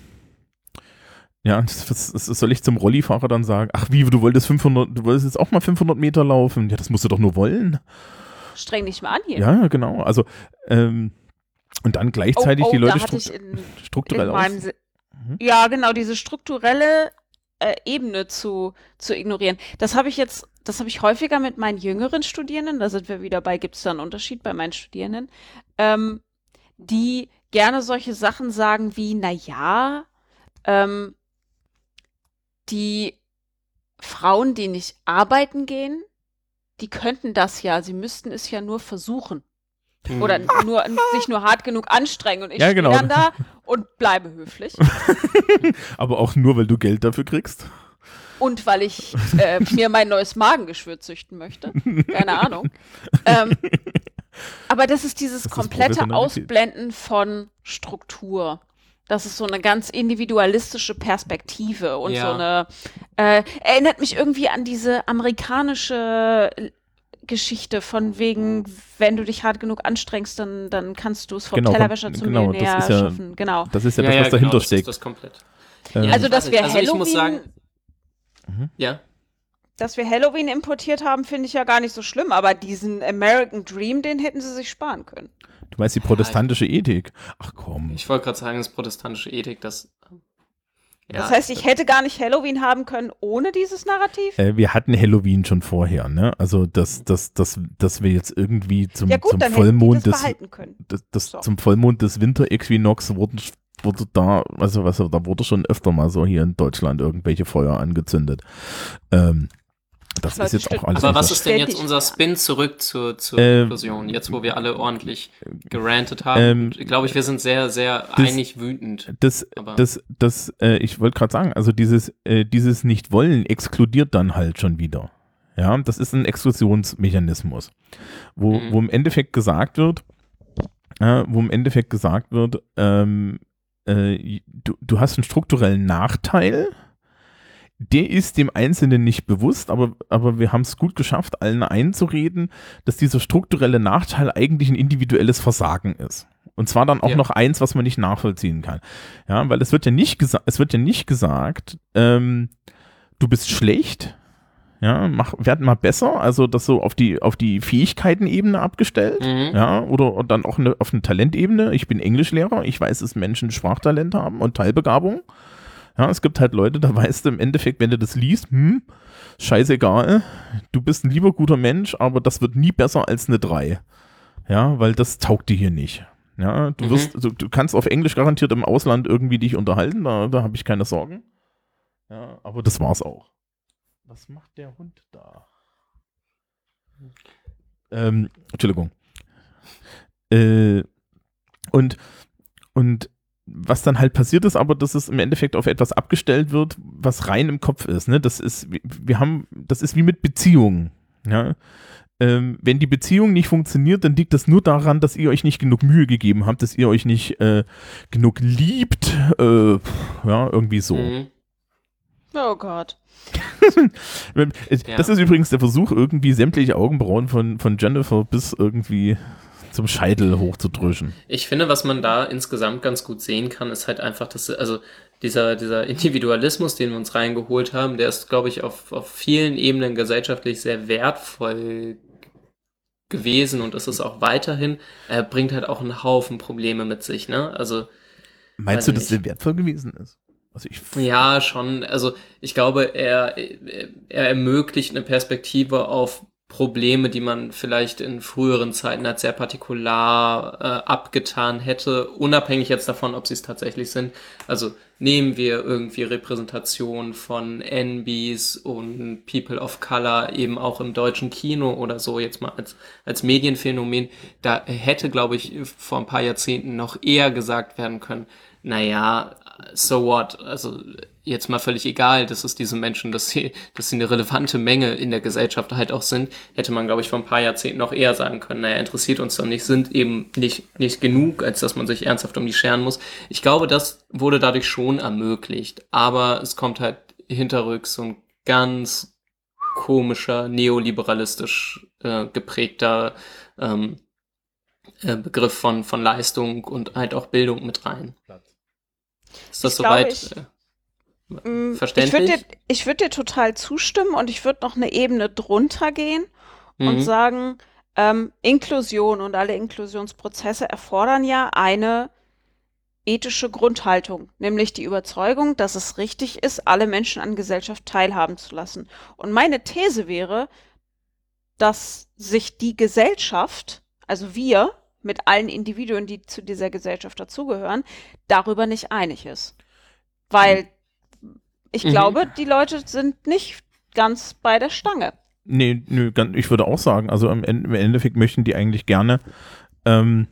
S2: Ja, das, das, das soll ich zum Rollifahrer dann sagen, ach wie, du wolltest fünfhundert, du wolltest jetzt auch mal fünfhundert Meter laufen. Ja, das musst du doch nur wollen.
S4: Streng dich mal an hier.
S2: Ja, genau. Also, ähm, und dann gleichzeitig
S4: oh, oh,
S2: die Leute
S4: da hatte
S2: stru
S4: ich in,
S2: strukturell
S4: in
S2: aus.
S4: meinem Se-
S2: Mhm.
S4: Ja, genau, diese strukturelle äh, Ebene zu, zu ignorieren. Das habe ich jetzt, das habe ich häufiger mit meinen jüngeren Studierenden, da sind wir wieder bei, gibt es da einen Unterschied bei meinen Studierenden, ähm, die gerne solche Sachen sagen wie, na ja, ähm, die Frauen, die nicht arbeiten gehen, die könnten das ja, sie müssten es ja nur versuchen.
S3: Mhm.
S4: Oder nur, sich nur hart genug anstrengen. Und ich
S2: Ja,
S4: stehe
S2: genau.
S4: dann da und bleibe höflich.
S2: Aber auch nur, weil du Geld dafür kriegst.
S4: Und weil ich äh, mir mein neues Magengeschwür züchten möchte. Keine Ahnung. Ähm, aber das ist dieses
S2: Das ist
S4: komplette
S2: Professionalität.
S4: Ausblenden von Struktur. Das ist so eine ganz individualistische Perspektive und
S3: Ja.
S4: so eine, äh, erinnert mich irgendwie an diese amerikanische Geschichte von wegen, wenn du dich hart genug anstrengst, dann, dann kannst du es vom
S2: Genau, vom-
S4: Tellerwäscher zum
S2: genau, das
S4: Millionär
S2: ist ja-
S4: schaffen. Genau.
S2: Das ist ja,
S3: Ja,
S2: das,
S3: ja,
S2: was dahinter
S3: genau, das
S2: steckt.
S3: ist das komplett.
S2: Ähm,
S3: Ja,
S4: Also,
S3: ich
S4: dass
S3: weiß
S4: wir
S3: nicht. Also ich
S4: Halloween,
S3: muss sagen, ja.
S4: dass wir Halloween importiert haben, finde ich ja gar nicht so schlimm, aber diesen American Dream, den hätten sie sich sparen können.
S2: Du meinst die protestantische Ethik? Ach komm.
S3: Ich wollte gerade sagen, das ist protestantische Ethik, das. Ja,
S4: Das heißt, ich hätte gar nicht Halloween haben können ohne dieses Narrativ?
S2: Äh, wir hatten Halloween schon vorher, ne? Also, dass, dass, dass, dass wir jetzt irgendwie zum,
S4: Ja gut,
S2: zum
S4: dann hätten die
S2: Vollmond
S4: das
S2: des,
S4: behalten können.
S2: das, das
S4: So.
S2: zum Vollmond des Winteräquinox wurden, wurde da, also was, da wurde schon öfter mal so hier in Deutschland irgendwelche Feuer angezündet. Ähm, das
S4: Leute,
S2: ist jetzt
S4: stimmt.
S2: auch alles
S3: Aber
S2: nicht
S3: was
S2: so-
S3: ist denn jetzt
S4: Ständig,
S3: unser
S4: ja.
S3: Spin zurück zur, zur
S2: Ähm,
S3: Inklusion? Jetzt, wo wir alle ordentlich gerantet haben.
S2: Ähm,
S3: Und, glaube ich, wir sind sehr, sehr einig wütend.
S2: Das,
S3: Aber-
S2: das, das, äh, ich wollte gerade sagen, also dieses, äh, dieses Nicht-Wollen exkludiert dann halt schon wieder. Ja, das ist ein Exklusionsmechanismus, wo,
S3: Mhm.
S2: wo im Endeffekt gesagt wird, äh, wo im Endeffekt gesagt wird, ähm, äh, du, du hast einen strukturellen Nachteil, der ist dem Einzelnen nicht bewusst, aber, aber wir haben es gut geschafft, allen einzureden, dass dieser strukturelle Nachteil eigentlich ein individuelles Versagen ist. Und zwar dann auch
S3: Ja.
S2: noch eins, was man nicht nachvollziehen kann. Ja, weil es wird ja nicht gesagt, es wird ja nicht gesagt, ähm, du bist schlecht, ja, mach, werd mal besser, also das so auf die, auf die Fähigkeitenebene abgestellt,
S3: Mhm.
S2: ja, oder dann auch eine, auf eine Talentebene. Ich bin Englischlehrer, ich weiß, dass Menschen Sprachtalent haben und Teilbegabung. Ja, es gibt halt Leute, da weißt du im Endeffekt, wenn du das liest, hm, scheißegal, du bist ein lieber guter Mensch, aber das wird nie besser als eine drei. Ja, weil das taugt dir hier nicht. Ja, du wirst, mhm. du, du kannst auf Englisch garantiert im Ausland irgendwie dich unterhalten, da, da habe ich keine Sorgen. Ja, aber das war's auch. Was macht der Hund da? Ähm, Entschuldigung. Äh, und, und was dann halt passiert ist, aber dass es im Endeffekt auf etwas abgestellt wird, was rein im Kopf ist. Ne? Das ist, wir haben, das ist wie mit Beziehungen. Ja? Ähm, wenn die Beziehung nicht funktioniert, dann liegt das nur daran, dass ihr euch nicht genug Mühe gegeben habt, dass ihr euch nicht äh, genug liebt. Äh, ja, irgendwie so.
S3: Mhm.
S4: Oh Gott.
S2: Das
S3: ja.
S2: ist übrigens der Versuch, irgendwie sämtliche Augenbrauen von, von Jennifer bis irgendwie zum Scheitel hochzudrüschen.
S3: Ich finde, was man da insgesamt ganz gut sehen kann, ist halt einfach, dass, also dieser, dieser Individualismus, den wir uns reingeholt haben, der ist, glaube ich, auf, auf vielen Ebenen gesellschaftlich sehr wertvoll gewesen und ist es auch weiterhin. Er bringt halt auch einen Haufen Probleme mit sich, ne? Also.
S2: Meinst du, dass der wertvoll gewesen ist? Also ich
S3: ja, schon. Also ich glaube, er, er ermöglicht eine Perspektive auf Probleme, die man vielleicht in früheren Zeiten als sehr partikular äh, abgetan hätte, unabhängig jetzt davon, ob sie es tatsächlich sind. Also nehmen wir irgendwie Repräsentation von N Bs und People of Color eben auch im deutschen Kino oder so jetzt mal als, als Medienphänomen. Da hätte, glaube ich, vor ein paar Jahrzehnten noch eher gesagt werden können, naja, so what, also jetzt mal völlig egal, dass es diese Menschen, dass sie, dass sie eine relevante Menge in der Gesellschaft halt auch sind, hätte man, glaube ich, vor ein paar Jahrzehnten noch eher sagen können, naja, interessiert uns doch nicht, sind eben nicht, nicht genug, als dass man sich ernsthaft um die scheren muss. Ich glaube, das wurde dadurch schon ermöglicht, aber es kommt halt hinterrücks so ein ganz komischer, neoliberalistisch äh, geprägter ähm, äh, Begriff von, von Leistung und halt auch Bildung mit rein. Ist das
S4: ich
S3: soweit
S4: glaube,
S3: äh,
S4: ich,
S3: verständlich?
S4: Ich würde dir, ich würd dir total zustimmen und ich würde noch eine Ebene drunter gehen
S3: Mhm.
S4: und sagen, ähm, Inklusion und alle Inklusionsprozesse erfordern ja eine ethische Grundhaltung, nämlich die Überzeugung, dass es richtig ist, alle Menschen an Gesellschaft teilhaben zu lassen. Und meine These wäre, dass sich die Gesellschaft, also wir, mit allen Individuen, die zu dieser Gesellschaft dazugehören, darüber nicht einig ist. Weil ich
S3: Mhm.
S4: glaube, die Leute sind nicht ganz bei der Stange.
S2: Nee, nö, ganz- ich würde auch sagen, also im, End- im Endeffekt möchten die eigentlich gerne, ähm,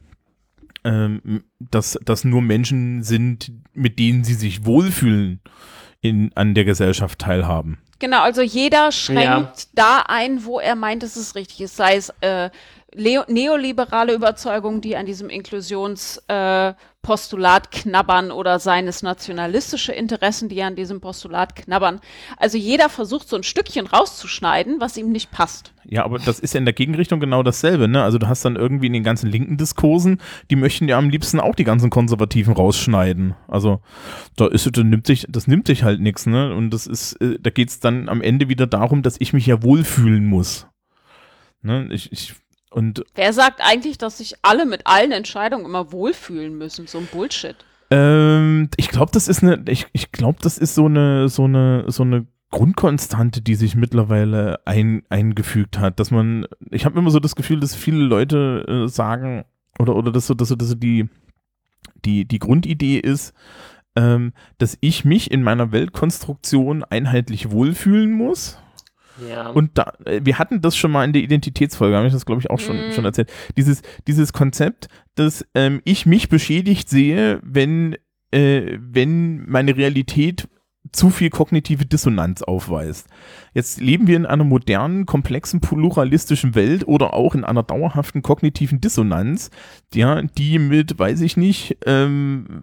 S2: ähm, dass, dass nur Menschen sind, mit denen sie sich wohlfühlen, in, an der Gesellschaft teilhaben.
S4: Genau, also jeder schränkt
S3: Ja.
S4: da ein, wo er meint, dass es richtig ist. Sei es äh, leo- neoliberale Überzeugungen, die an diesem Inklusionspostulat äh, Postulat knabbern oder seien es nationalistische Interessen, die an diesem Postulat knabbern. Also jeder versucht so ein Stückchen rauszuschneiden, was ihm nicht passt.
S2: Ja, aber das ist ja in der Gegenrichtung genau dasselbe, ne? Also du hast dann irgendwie in den ganzen linken Diskursen, die möchten ja am liebsten auch die ganzen Konservativen rausschneiden. Also da ist da nimmt sich, das nimmt sich halt nichts, ne? Und das ist, äh, da geht's dann am Ende wieder darum, dass ich mich ja wohlfühlen muss. Ne? Ich, ich und
S4: Wer sagt eigentlich, dass sich alle mit allen Entscheidungen immer wohlfühlen müssen? So ein Bullshit.
S2: ähm, ich glaube, das ist eine, ich, ich glaube, das ist so eine, so eine, so eine Grundkonstante, die sich mittlerweile ein, eingefügt hat, dass man, ich habe immer so das Gefühl, dass viele Leute äh, sagen, oder, oder dass so, dass so, dass so die, die, die Grundidee ist, ähm, dass ich mich in meiner Weltkonstruktion einheitlich wohlfühlen muss.
S3: Ja.
S2: Und da, äh, wir hatten das schon mal in der Identitätsfolge, habe ich das, glaube ich, auch schon,
S4: Mm.
S2: schon erzählt. Dieses, dieses Konzept, dass ähm, ich mich beschädigt sehe, wenn, äh, wenn meine Realität zu viel kognitive Dissonanz aufweist. Jetzt leben wir in einer modernen, komplexen, pluralistischen Welt oder auch in einer dauerhaften kognitiven Dissonanz, ja, die mit, weiß ich nicht, ähm,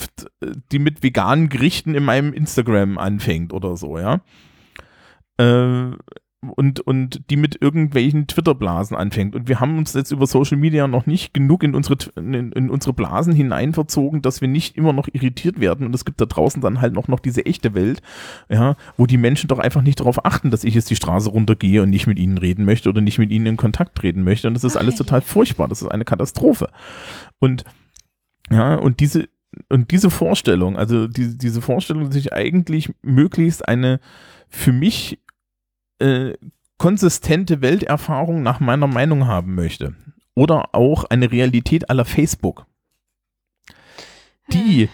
S2: die mit veganen Gerichten in meinem Instagram anfängt oder so, ja. Äh, und, und die mit irgendwelchen Twitter-Blasen anfängt. Und wir haben uns jetzt über Social Media noch nicht genug in unsere, in, in unsere Blasen hineinverzogen, dass wir nicht immer noch irritiert werden. Und es gibt da draußen dann halt noch, noch diese echte Welt, ja, wo die Menschen doch einfach nicht darauf achten, dass ich jetzt die Straße runtergehe und nicht mit ihnen reden möchte oder nicht mit ihnen in Kontakt treten möchte. Und das ist alles total furchtbar. Das ist eine Katastrophe. Und ja, und diese und diese Vorstellung, also die, diese Vorstellung, dass ich eigentlich möglichst eine für mich äh, konsistente Welterfahrung nach meiner Meinung haben möchte. Oder auch eine Realität à la Facebook. Die,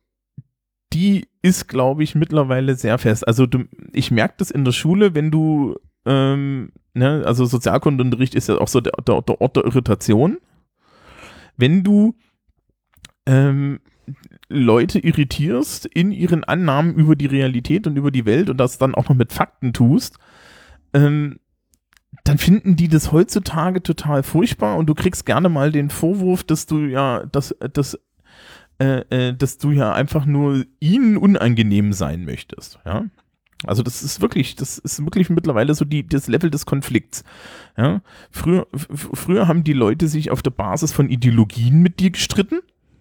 S2: die ist, glaube ich, mittlerweile sehr fest. Also du, ich merke das in der Schule, wenn du, ähm, ne, also Sozialkundeunterricht ist ja auch so der, der, der Ort der Irritation. Wenn du ähm, Leute irritierst in ihren Annahmen über die Realität und über die Welt und das dann auch noch mit Fakten tust, ähm, dann finden die das heutzutage total furchtbar und du kriegst gerne mal den Vorwurf, dass du ja, dass, dass, äh, äh, dass du ja einfach nur ihnen unangenehm sein möchtest, ja. Also das ist wirklich, das ist wirklich mittlerweile so die, das Level des Konflikts. Ja? Früher, f- früher haben die Leute sich auf der Basis von Ideologien mit dir gestritten.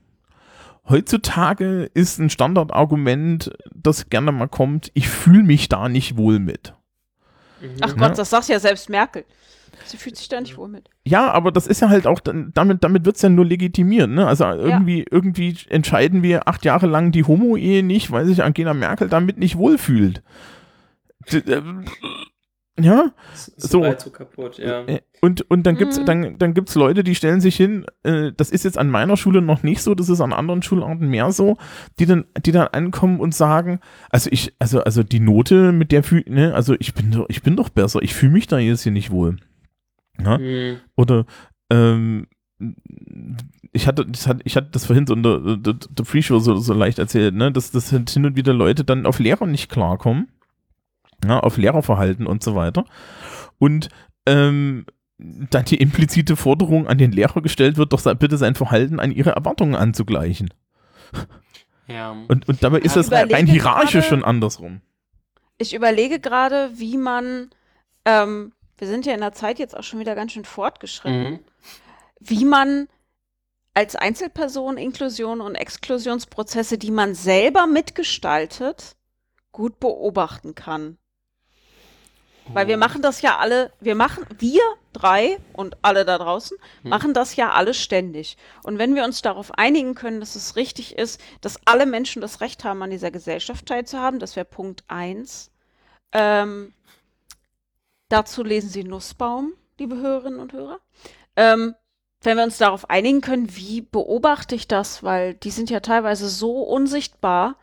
S2: Heutzutage ist ein Standardargument, das gerne mal kommt, ich fühle mich da nicht wohl mit.
S4: Ach
S2: Ja.
S4: Gott, das sagt ja selbst Merkel. Sie fühlt sich da nicht wohl mit.
S2: Ja, aber das ist ja halt auch, dann- damit, damit wird es ja nur legitimiert. Ne? Also irgendwie, irgendwie entscheiden wir acht Jahre lang die Homo-Ehe nicht, weil sich Angela Merkel damit nicht wohlfühlt. D- äh, Ja,
S3: So,
S2: So.
S3: weit so kaputt, ja.
S2: Äh, Und, und dann gibt's,
S4: Mhm.
S2: dann, dann gibt's Leute, die stellen sich hin, äh, das ist jetzt an meiner Schule noch nicht so, das ist an anderen Schularten mehr so, die dann, die dann ankommen und sagen, also ich, also, also die Note, mit der fühl, ne, also ich bin doch, ich bin doch besser, ich fühle mich da jetzt hier nicht wohl. Ja?
S3: Hm.
S2: Oder, ähm, ich hatte, das hat, ich hatte das vorhin so in der, der, der Pre-Show so, so leicht erzählt, ne, dass, dass halt hin und wieder Leute dann auf Lehrer nicht klarkommen, ja, auf Lehrerverhalten und so weiter. Und, ähm, dann die implizite Forderung an den Lehrer gestellt wird, doch sei- bitte sein Verhalten an ihre Erwartungen anzugleichen.
S3: Ja.
S2: Und, und dabei ist
S3: Ja,
S2: das rein
S4: überlege
S2: hierarchisch
S4: gerade-
S2: schon andersrum.
S4: Ich überlege gerade, wie man, ähm, wir sind ja in der Zeit jetzt auch schon wieder ganz schön fortgeschritten,
S3: Mhm.
S4: wie man als Einzelperson Inklusion und Exklusionsprozesse, die man selber mitgestaltet, gut beobachten kann. Weil wir machen das ja alle, wir machen, wir drei und alle da draußen,
S3: Hm.
S4: machen das ja alle ständig. Und wenn wir uns darauf einigen können, dass es richtig ist, dass alle Menschen das Recht haben, an dieser Gesellschaft teilzuhaben, das wäre Punkt eins. Ähm, dazu lesen Sie Nussbaum, liebe Hörerinnen und Hörer. Ähm, wenn wir uns darauf einigen können, wie beobachte ich das? Weil die sind ja teilweise so unsichtbar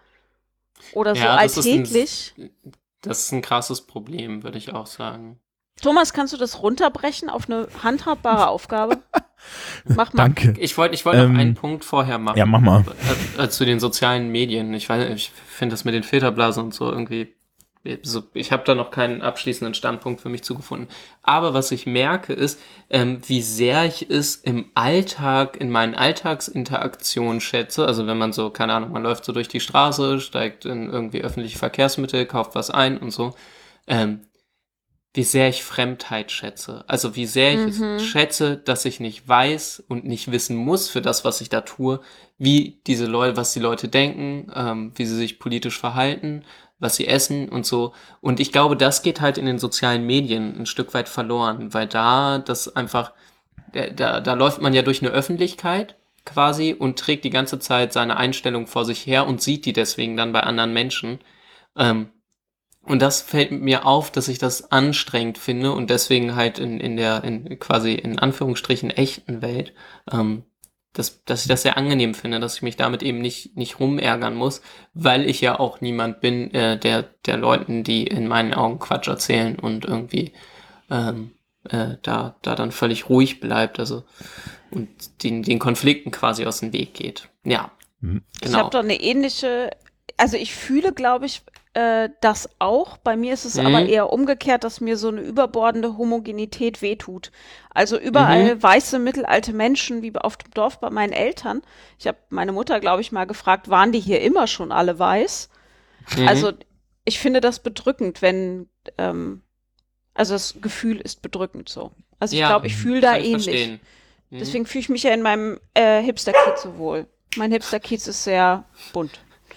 S4: oder so
S3: Ja, das ist ein-
S4: alltäglich.
S3: Das ist ein krasses Problem, würde ich auch sagen.
S4: Thomas, kannst du das runterbrechen auf eine handhabbare Aufgabe? Mach mal.
S2: Danke.
S3: Ich wollte ich wollte
S2: Ähm,
S3: noch einen Punkt vorher machen.
S2: Ja, mach mal.
S3: Äh, äh, zu den sozialen Medien. Ich weiß, ich finde das mit den Filterblasen und so irgendwie. So, ich habe da noch keinen abschließenden Standpunkt für mich zugefunden. Aber was ich merke, ist, ähm, wie sehr ich es im Alltag, in meinen Alltagsinteraktionen schätze. Also wenn man so, keine Ahnung, man läuft so durch die Straße, steigt in irgendwie öffentliche Verkehrsmittel, kauft was ein und so. Ähm, wie sehr ich Fremdheit schätze. Also wie sehr ich
S4: Mhm.
S3: es schätze, dass ich nicht weiß und nicht wissen muss für das, was ich da tue, wie diese Leute, was die Leute denken, ähm, wie sie sich politisch verhalten, was sie essen und so. Und ich glaube, das geht halt in den sozialen Medien ein Stück weit verloren, weil da das einfach, da, da, da läuft man ja durch eine Öffentlichkeit quasi und trägt die ganze Zeit seine Einstellung vor sich her und sieht die deswegen dann bei anderen Menschen. Ähm, Und das fällt mir auf, dass ich das anstrengend finde und deswegen halt in, in der, in quasi in Anführungsstrichen echten Welt, ähm, dass, dass ich das sehr angenehm finde, dass ich mich damit eben nicht, nicht rumärgern muss, weil ich ja auch niemand bin, äh, der, der Leuten, die in meinen Augen Quatsch erzählen und irgendwie, ähm, äh, da, da dann völlig ruhig bleibt, also, und den, den Konflikten quasi aus dem Weg geht. Ja,
S2: Mhm.
S4: Ich
S3: genau.
S4: habe doch eine ähnliche, also ich fühle, glaube ich, äh, das auch. Bei mir ist es
S3: Mhm.
S4: aber eher umgekehrt, dass mir so eine überbordende Homogenität wehtut. Also überall weiße, mittelalte Menschen, wie auf dem Dorf bei meinen Eltern. Ich habe meine Mutter, glaube ich, mal gefragt, waren die hier immer schon alle weiß?
S3: Mhm.
S4: Also ich finde das bedrückend, wenn, ähm, also das Gefühl ist bedrückend so. Also ich
S3: Ja,
S4: glaube, ich fühle da
S3: kann ich
S4: ähnlich.
S3: verstehen. Mhm.
S4: Deswegen fühle ich mich ja in meinem äh, Hipster-Kiez so wohl. Mein Hipster-Kiez ist sehr bunt.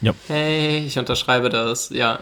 S3: Hey, ich unterschreibe das, ja.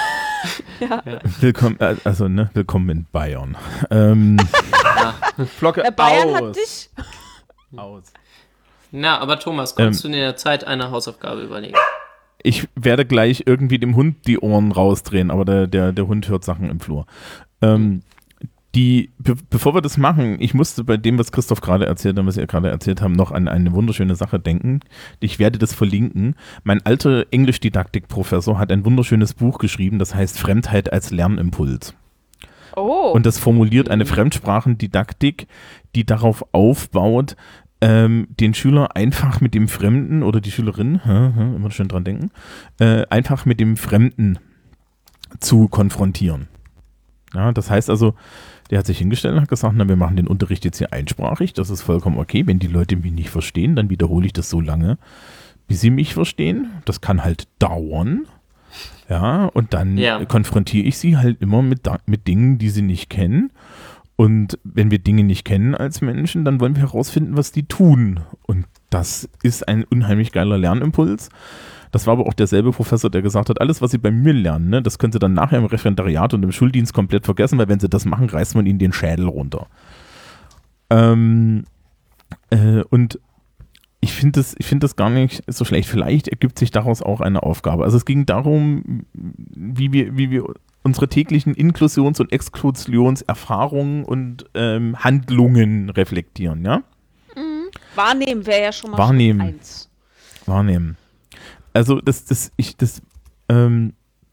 S4: Ja.
S2: Willkommen, äh, also ne, willkommen in Bayern. Ähm,
S3: Ja.
S2: Flocke
S4: Äh, Bayern
S2: aus.
S4: hat dich.
S2: aus.
S3: Na, aber Thomas, kannst ähm, du in der Zeit eine Hausaufgabe überlegen?
S2: Ich werde gleich irgendwie dem Hund die Ohren rausdrehen, aber der, der, der Hund hört Sachen im Flur. Ähm, die, be- bevor wir das machen, ich musste bei dem, was Christoph gerade erzählt hat, was ihr gerade erzählt haben, noch an eine wunderschöne Sache denken. Ich werde das verlinken. Mein alter Englischdidaktikprofessor hat ein wunderschönes Buch geschrieben, das heißt Fremdheit als Lernimpuls.
S4: Oh.
S2: Und das formuliert eine Fremdsprachendidaktik, die darauf aufbaut, ähm, den Schüler einfach mit dem Fremden oder die Schülerin, hä, hä, immer schön dran denken, äh, einfach mit dem Fremden zu konfrontieren. Ja, das heißt also, der hat sich hingestellt und hat gesagt, na, wir machen den Unterricht jetzt hier einsprachig, das ist vollkommen okay. Wenn die Leute mich nicht verstehen, dann wiederhole ich das so lange, bis sie mich verstehen. Das kann halt dauern. Ja, und dann ja. konfrontiere ich sie halt immer mit, mit Dingen, die sie nicht kennen. Und wenn wir Dinge nicht kennen als Menschen, dann wollen wir herausfinden, was die tun. Und das ist ein unheimlich geiler Lernimpuls. Das war aber auch derselbe Professor, der gesagt hat, alles, was Sie bei mir lernen, ne, das können Sie dann nachher im Referendariat und im Schuldienst komplett vergessen, weil wenn Sie das machen, reißt man Ihnen den Schädel runter. Ähm, äh, und ich finde das, ich finde das gar nicht so schlecht. Vielleicht ergibt sich daraus auch eine Aufgabe. Also es ging darum, wie wir, wie wir unsere täglichen Inklusions- und Exklusionserfahrungen und ähm, Handlungen reflektieren, ja?
S4: Mhm. Wahrnehmen wäre ja schon mal
S2: Wahrnehmen.
S4: Schritt eins.
S2: Wahrnehmen. Also das, das, ich, das, ähm,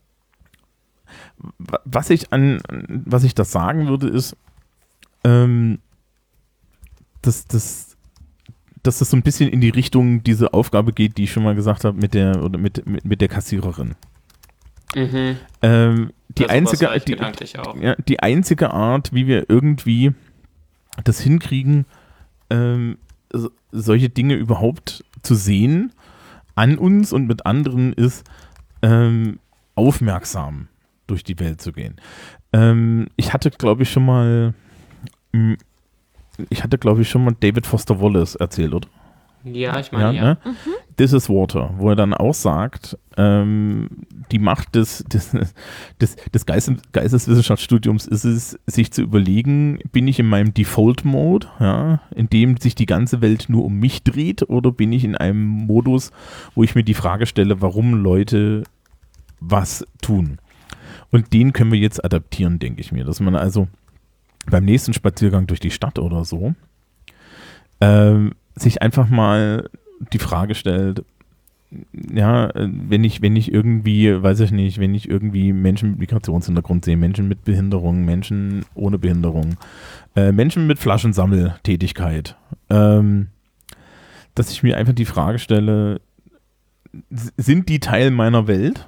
S2: was ich an, was ich das sagen würde, ist, ähm, dass das, dass das so ein bisschen in die Richtung diese Aufgabe geht, die ich schon mal gesagt habe mit der oder mit, mit, mit der Kassiererin.
S3: Mhm.
S2: Ähm, die,
S3: also
S2: einzige, die, ja, die einzige Art, wie wir irgendwie das hinkriegen, ähm, so, solche Dinge überhaupt zu sehen an uns und mit anderen, ist ähm, aufmerksam durch die Welt zu gehen. Ähm, ich hatte, glaube ich, schon mal mh, ich hatte, glaube ich, schon mal David Foster Wallace erzählt, oder?
S3: Ja, ich meine, ja. ja.
S2: Ne? Mhm. This is Water, wo er dann auch sagt, ähm, die Macht des, des, des, des Geistes, Geisteswissenschaftsstudiums ist es, sich zu überlegen, bin ich in meinem Default-Mode, ja, in dem sich die ganze Welt nur um mich dreht, oder bin ich in einem Modus, wo ich mir die Frage stelle, warum Leute was tun? Und den können wir jetzt adaptieren, denke ich mir, dass man also beim nächsten Spaziergang durch die Stadt oder so ähm, sich einfach mal die Frage stellt, ja, wenn ich, wenn ich irgendwie, weiß ich nicht, wenn ich irgendwie Menschen mit Migrationshintergrund sehe, Menschen mit Behinderung, Menschen ohne Behinderung, äh, Menschen mit Flaschensammeltätigkeit, ähm, dass ich mir einfach die Frage stelle, sind die Teil meiner Welt?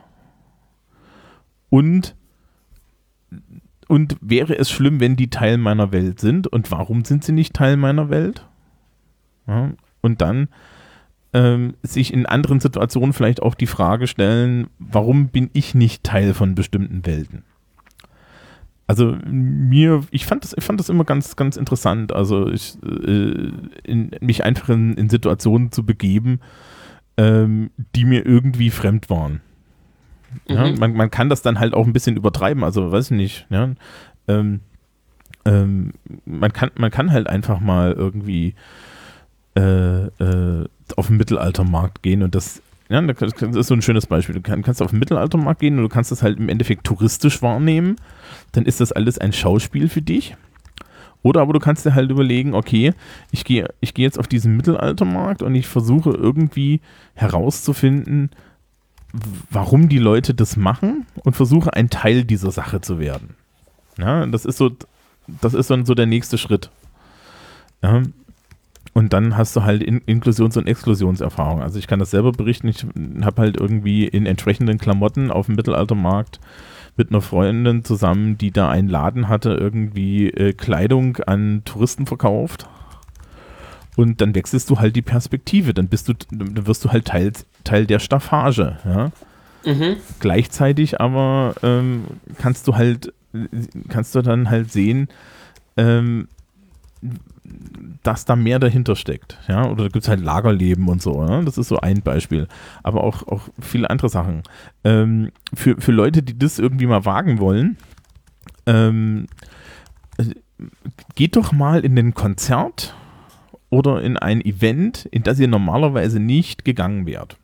S2: Und Und wäre es schlimm, wenn die Teil meiner Welt sind? Und warum sind sie nicht Teil meiner Welt? Ja, und dann ähm, sich in anderen Situationen vielleicht auch die Frage stellen, warum bin ich nicht Teil von bestimmten Welten? Also mir, ich fand das, ich fand das immer ganz, ganz interessant, also ich, äh, in, mich einfach in, in Situationen zu begeben, ähm, die mir irgendwie fremd waren. Ja, mhm. man, man kann das dann halt auch ein bisschen übertreiben, also weiß ich nicht, ja, ähm, ähm, man kann, man kann halt einfach mal irgendwie äh, äh, auf den Mittelaltermarkt gehen und das, ja, das ist so ein schönes Beispiel, du kann, kannst auf den Mittelaltermarkt gehen und du kannst das halt im Endeffekt touristisch wahrnehmen, dann ist das alles ein Schauspiel für dich. Oder aber du kannst dir halt überlegen, okay, ich gehe ich gehe jetzt auf diesen Mittelaltermarkt und ich versuche irgendwie herauszufinden, warum die Leute das machen und versuche ein Teil dieser Sache zu werden. Ja, das ist so, das ist dann so der nächste Schritt. Ja, und dann hast du halt in Inklusions- und Exklusionserfahrung. Also ich kann das selber berichten, ich habe halt irgendwie in entsprechenden Klamotten auf dem Mittelaltermarkt mit einer Freundin zusammen, die da einen Laden hatte, irgendwie äh, Kleidung an Touristen verkauft. Und dann wechselst du halt die Perspektive, dann bist du, dann wirst du halt Teil, Teil der Staffage, ja. Mhm. Gleichzeitig aber ähm, kannst du halt, kannst du dann halt sehen, ähm, dass da mehr dahinter steckt, ja. Oder da gibt es halt Lagerleben und so, ja? Das ist so ein Beispiel. Aber auch, auch viele andere Sachen. Ähm, für, für Leute, die das irgendwie mal wagen wollen, ähm, geht doch mal in den Konzert oder in ein Event, in das ihr normalerweise nicht gegangen wärt.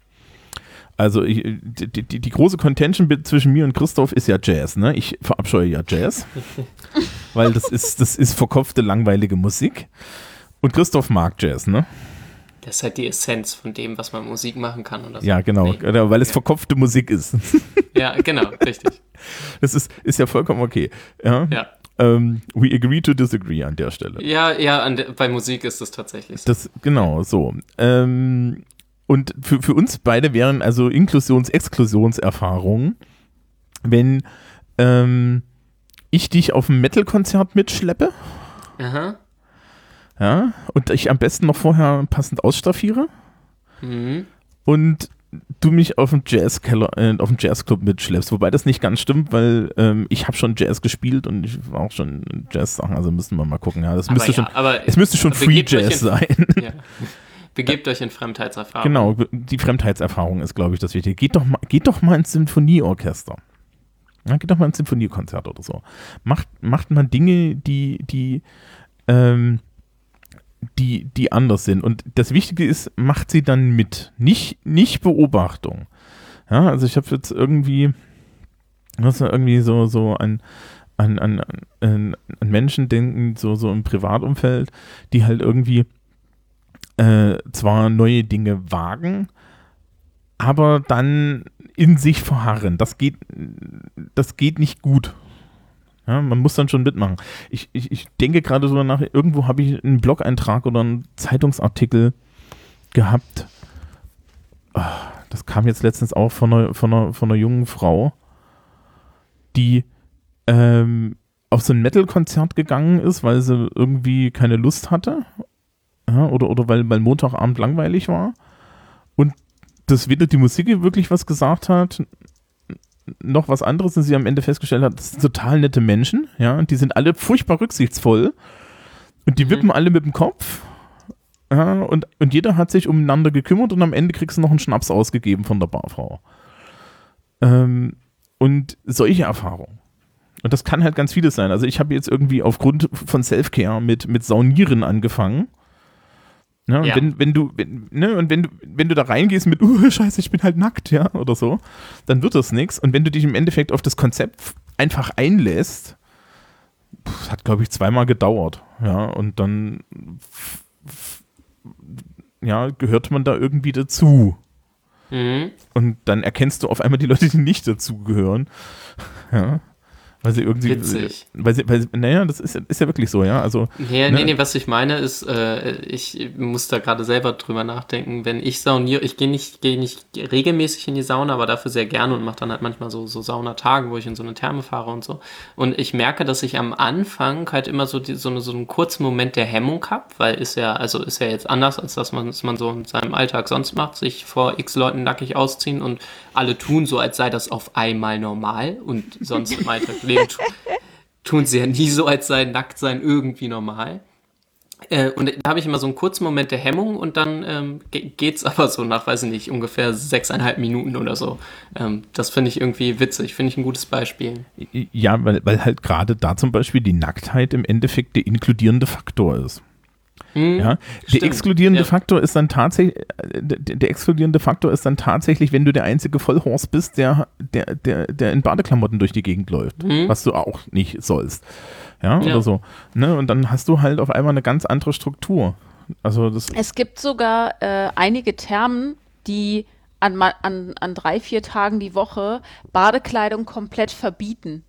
S2: Also ich, die, die, die große Contention zwischen mir und Christoph ist ja Jazz, ne? Ich verabscheue ja Jazz, weil das ist, das ist verkopfte, langweilige Musik. Und Christoph mag Jazz, ne?
S3: Das ist halt die Essenz von dem, was man Musik machen kann. Oder so.
S2: Ja, genau,
S3: Nee.
S2: weil es
S3: Ja.
S2: verkopfte Musik ist.
S3: Ja, genau, richtig.
S2: Das ist, ist ja vollkommen okay. Ja.
S3: Ja,
S2: Ähm, we agree to disagree an der Stelle.
S3: ja, ja an der, bei Musik ist das tatsächlich so.
S2: Das, genau, so. Ähm, und für, für uns beide wären also Inklusions-Exklusionserfahrungen, wenn ähm, ich dich auf ein Metal-Konzert mitschleppe,
S3: Aha.
S2: ja, und ich am besten noch vorher passend ausstaffiere
S3: Mhm.
S2: und du mich auf dem Jazzkeller, äh, auf dem Jazzclub mitschleppst, wobei das nicht ganz stimmt, weil ähm, ich habe schon Jazz gespielt und ich war auch schon in Jazz-Sachen, also müssten wir mal gucken, ja, das
S3: Aber
S2: müsste
S3: ja,
S2: schon,
S3: aber
S2: es müsste schon
S3: aber
S2: Free
S3: begebt euch
S2: Jazz
S3: in-
S2: sein.
S3: Ja. Begebt euch in Fremdheitserfahrung.
S2: Genau, die Fremdheitserfahrung ist, glaube ich, das Wichtige. Geht doch mal, geht doch mal ins Symphonieorchester. Ja, geht doch mal ins Symphoniekonzert oder so. Macht, macht mal Dinge, die, die, ähm, die, die anders sind. Und das Wichtige ist, macht sie dann mit. Nicht, nicht Beobachtung. Ja, also ich habe jetzt irgendwie, was irgendwie so, so an, an, an, an, an Menschen denken, so, so im Privatumfeld, die halt irgendwie Äh, zwar neue Dinge wagen, aber dann in sich verharren. Das geht, das geht nicht gut. Ja, man muss dann schon mitmachen. Ich, ich, ich denke gerade so nach, irgendwo habe ich einen Blog-Eintrag oder einen Zeitungsartikel gehabt. Ah, das kam jetzt letztens auch von einer, von einer, von einer jungen Frau, die ähm, auf so ein Metal-Konzert gegangen ist, weil sie irgendwie keine Lust hatte. Ja, oder, oder weil, weil Montagabend langweilig war und das weder die Musik wirklich was gesagt hat, noch was anderes und sie am Ende festgestellt hat, das sind total nette Menschen, ja, und die sind alle furchtbar rücksichtsvoll und die
S3: Mhm.
S2: wippen alle mit dem Kopf, ja, und, und jeder hat sich umeinander gekümmert und am Ende kriegst du noch einen Schnaps ausgegeben von der Barfrau. Ähm, und solche Erfahrungen. Und das kann halt ganz vieles sein. Also ich habe jetzt irgendwie aufgrund von Selfcare mit, mit Saunieren angefangen. Ja, und
S3: Ja.
S2: wenn, wenn du, wenn, ne, und wenn du, wenn du da reingehst mit, uh, scheiße, ich bin halt nackt, ja, oder so, dann wird das nichts. Und wenn du dich im Endeffekt auf das Konzept einfach einlässt, pff, das hat, glaube ich, zweimal gedauert, ja, und dann f- f- ja, gehört man da irgendwie dazu.
S3: Mhm.
S2: Und dann erkennst du auf einmal die Leute, die nicht dazugehören. Ja. Weil sie irgendwie.
S3: Witzig.
S2: Weil sie, weil sie, naja, das ist, ist ja wirklich so, ja. Also,
S3: Nee,
S2: ne?
S3: nee, nee, was ich meine ist, äh, ich muss da gerade selber drüber nachdenken, wenn ich sauniere, ich gehe nicht, gehe nicht regelmäßig in die Sauna, aber dafür sehr gerne und mache dann halt manchmal so, so Saunatage, wo ich in so eine Therme fahre und so. Und ich merke, dass ich am Anfang halt immer so, die, so, eine, so einen kurzen Moment der Hemmung habe, weil ist ja, also ist ja jetzt anders, als dass man, dass man so in seinem Alltag sonst macht, sich vor x Leuten nackig ausziehen und alle tun so, als sei das auf einmal normal und sonst im Alltagsleben tu, tun sie ja nie so, als sei Nacktsein irgendwie normal. Äh, und da habe ich immer so einen kurzen Moment der Hemmung und dann ähm, ge- geht's aber so nach, weiß ich nicht, ungefähr sechseinhalb Minuten oder so. Ähm, das finde ich irgendwie witzig, finde ich ein gutes Beispiel.
S2: ja, weil, weil halt gerade da zum Beispiel die Nacktheit im Endeffekt der inkludierende Faktor ist.
S3: Hm,
S2: Ja, der
S3: stimmt,
S2: exkludierende
S3: ja.
S2: Faktor ist dann tatsächlich, der, der exkludierende Faktor ist dann tatsächlich, wenn du der einzige Vollhorst bist, der, der, der, der in Badeklamotten durch die Gegend läuft,
S3: Mhm.
S2: was du auch nicht sollst. Ja,
S3: Ja.
S2: oder so. Ne? Und dann hast du halt auf einmal eine ganz andere Struktur. Also das,
S4: Es gibt sogar äh, einige Thermen, die an, ma- an, an drei, vier Tagen die Woche Badekleidung komplett verbieten.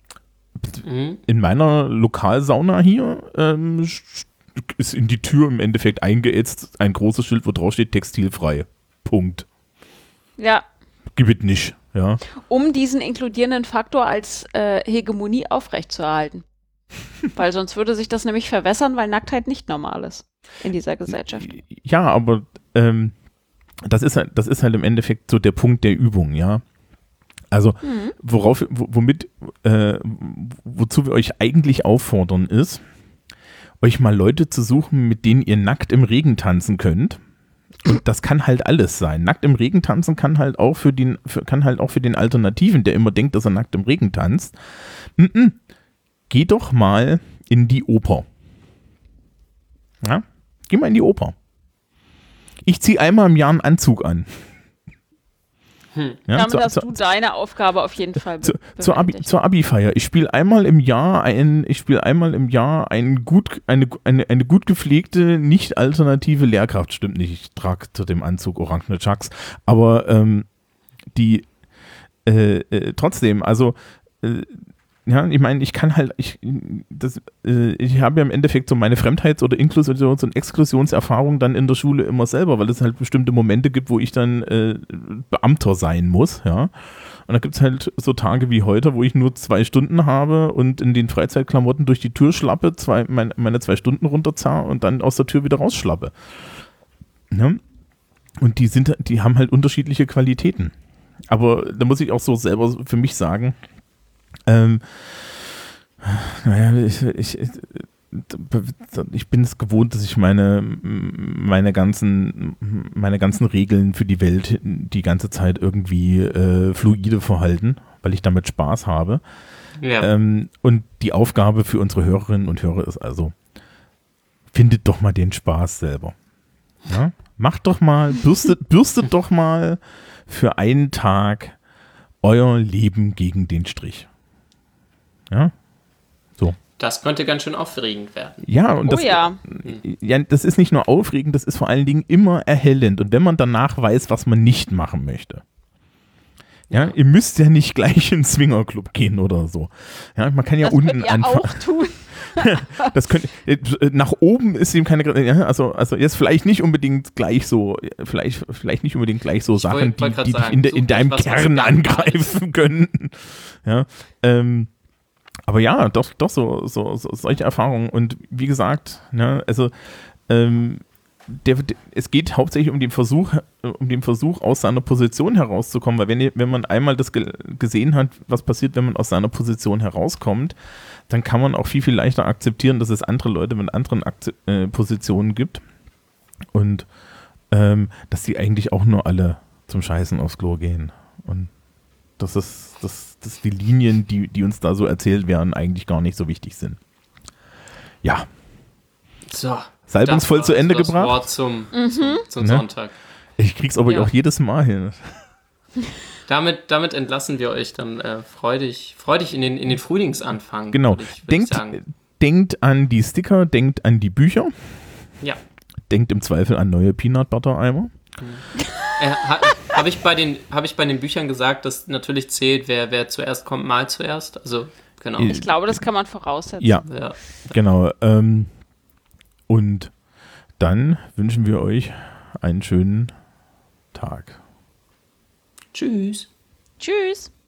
S3: Mhm.
S2: in meiner Lokalsauna hier ähm, sch- ist in die Tür im Endeffekt eingeätzt ein großes Schild, wo drauf steht textilfrei. Punkt.
S4: Ja,
S2: Gibt nicht. Ja.
S4: um diesen inkludierenden Faktor als äh, Hegemonie aufrechtzuerhalten. Weil sonst würde sich das nämlich verwässern, weil Nacktheit nicht normal ist in dieser Gesellschaft.
S2: Ja, aber ähm, das ist halt, das ist halt im Endeffekt so der Punkt der Übung, ja. Also, worauf, wo, womit, äh, wozu wir euch eigentlich auffordern, ist, euch mal Leute zu suchen, mit denen ihr nackt im Regen tanzen könnt. Und das kann halt alles sein. Nackt im Regen tanzen kann halt auch für den, für, kann halt auch für den Alternativen, der immer denkt, dass er nackt im Regen tanzt. Mm-mm. Geh doch mal in die Oper. Ja? Geh mal in die Oper. Ich ziehe einmal im Jahr einen Anzug an.
S3: Hm.
S2: Ja,
S4: Damit
S2: zu,
S4: hast
S2: zu,
S4: du deine Aufgabe auf jeden Fall
S2: zu,
S4: be-
S2: zur, Abi,
S4: bewältigt.
S2: zur Abi-Feier. Ich spiele einmal im Jahr ein, ich spiele einmal im Jahr ein gut, eine, eine, eine gut gepflegte, nicht alternative Lehrkraft. Stimmt nicht, ich trage zu dem Anzug orangene Chucks. Aber ähm, die äh, äh, trotzdem, also äh, ja, ich meine, ich kann halt, ich, das, äh, ich habe ja im Endeffekt so meine Fremdheits- oder Inklusions- und Exklusionserfahrung dann in der Schule immer selber, weil es halt bestimmte Momente gibt, wo ich dann äh, Beamter sein muss, ja. Und da gibt es halt so Tage wie heute, wo ich nur zwei Stunden habe und in den Freizeitklamotten durch die Tür schlappe, zwei, mein, meine zwei Stunden runterzerre und dann aus der Tür wieder rausschlappe. Ne? Und die sind, die haben halt unterschiedliche Qualitäten. Aber da muss ich auch so selber für mich sagen, Ähm, naja, ich, ich, ich bin es gewohnt, dass ich meine, meine, ganzen, meine ganzen Regeln für die Welt die ganze Zeit irgendwie äh, fluide verhalten, weil ich damit Spaß habe.
S3: Ja.
S2: Ähm, und die Aufgabe für unsere Hörerinnen und Hörer ist also, findet doch mal den Spaß selber. Ja? Macht doch mal, bürstet, bürstet doch mal für einen Tag euer Leben gegen den Strich. Ja, so.
S3: Das könnte ganz schön aufregend werden.
S2: Ja, und
S4: Oh
S2: das,
S4: ja.
S2: ja, das ist nicht nur aufregend, das ist vor allen Dingen immer erhellend. Und wenn man danach weiß, was man nicht machen möchte. Ja, ihr müsst ja nicht gleich in den Swingerclub gehen oder so. Ja, man kann ja
S4: Das
S2: unten
S4: könnt ihr
S2: anfangen.
S4: auch tun.
S2: Das könnt, äh, nach oben ist ihm keine, ja, also, also jetzt vielleicht nicht unbedingt gleich so, vielleicht, vielleicht nicht unbedingt gleich so
S3: Ich
S2: Sachen,
S3: wollt-
S2: die,
S3: wollt grad
S2: die dich
S3: sagen,
S2: in, de,
S3: sucht
S2: in
S3: euch
S2: deinem
S3: was, was
S2: Kern
S3: gangbar
S2: angreifen können. Ja, ähm, aber ja, doch, doch so, so, so solche Erfahrungen. Und wie gesagt, ne, also ähm, der, der, es geht hauptsächlich um den Versuch, um den Versuch, aus seiner Position herauszukommen, weil wenn, ihr- wenn man einmal das ge gesehen hat, was passiert, wenn man aus seiner Position herauskommt, dann kann man auch viel, viel leichter akzeptieren, dass es andere Leute mit anderen Akze äh, Positionen gibt und ähm, dass die eigentlich auch nur alle zum Scheißen aufs Klo gehen. Und dass, es, dass, dass die Linien, die, die uns da so erzählt werden, eigentlich gar nicht so wichtig sind. Ja,
S3: So.
S2: salbungsvoll
S3: das
S2: zu
S3: war
S2: Ende
S3: das
S2: gebracht.
S3: Wort zum,
S4: Mhm.
S3: zum, zum
S2: Ne?
S3: Sonntag.
S2: Ich krieg's aber
S3: Ja.
S2: auch jedes Mal hin.
S3: Damit, damit entlassen wir euch dann äh, freudig, freudig in den, in den Frühlingsanfang.
S2: Genau.
S3: würde ich, würde ich
S2: Denkt,
S3: sagen.
S2: denkt an die Sticker, denkt an die Bücher,
S3: Ja.
S2: denkt im Zweifel an neue Peanut Butter Eimer.
S3: Äh, ha, Habe ich, bei den- hab ich bei den Büchern gesagt, dass natürlich zählt, wer, wer zuerst kommt, mal zuerst? Also, genau.
S2: Ich
S4: Ich glaube, das kann man voraussetzen.
S2: Ja,
S3: Ja.
S2: genau. Ähm, und dann wünschen wir euch einen schönen Tag.
S3: Tschüss.
S4: Tschüss.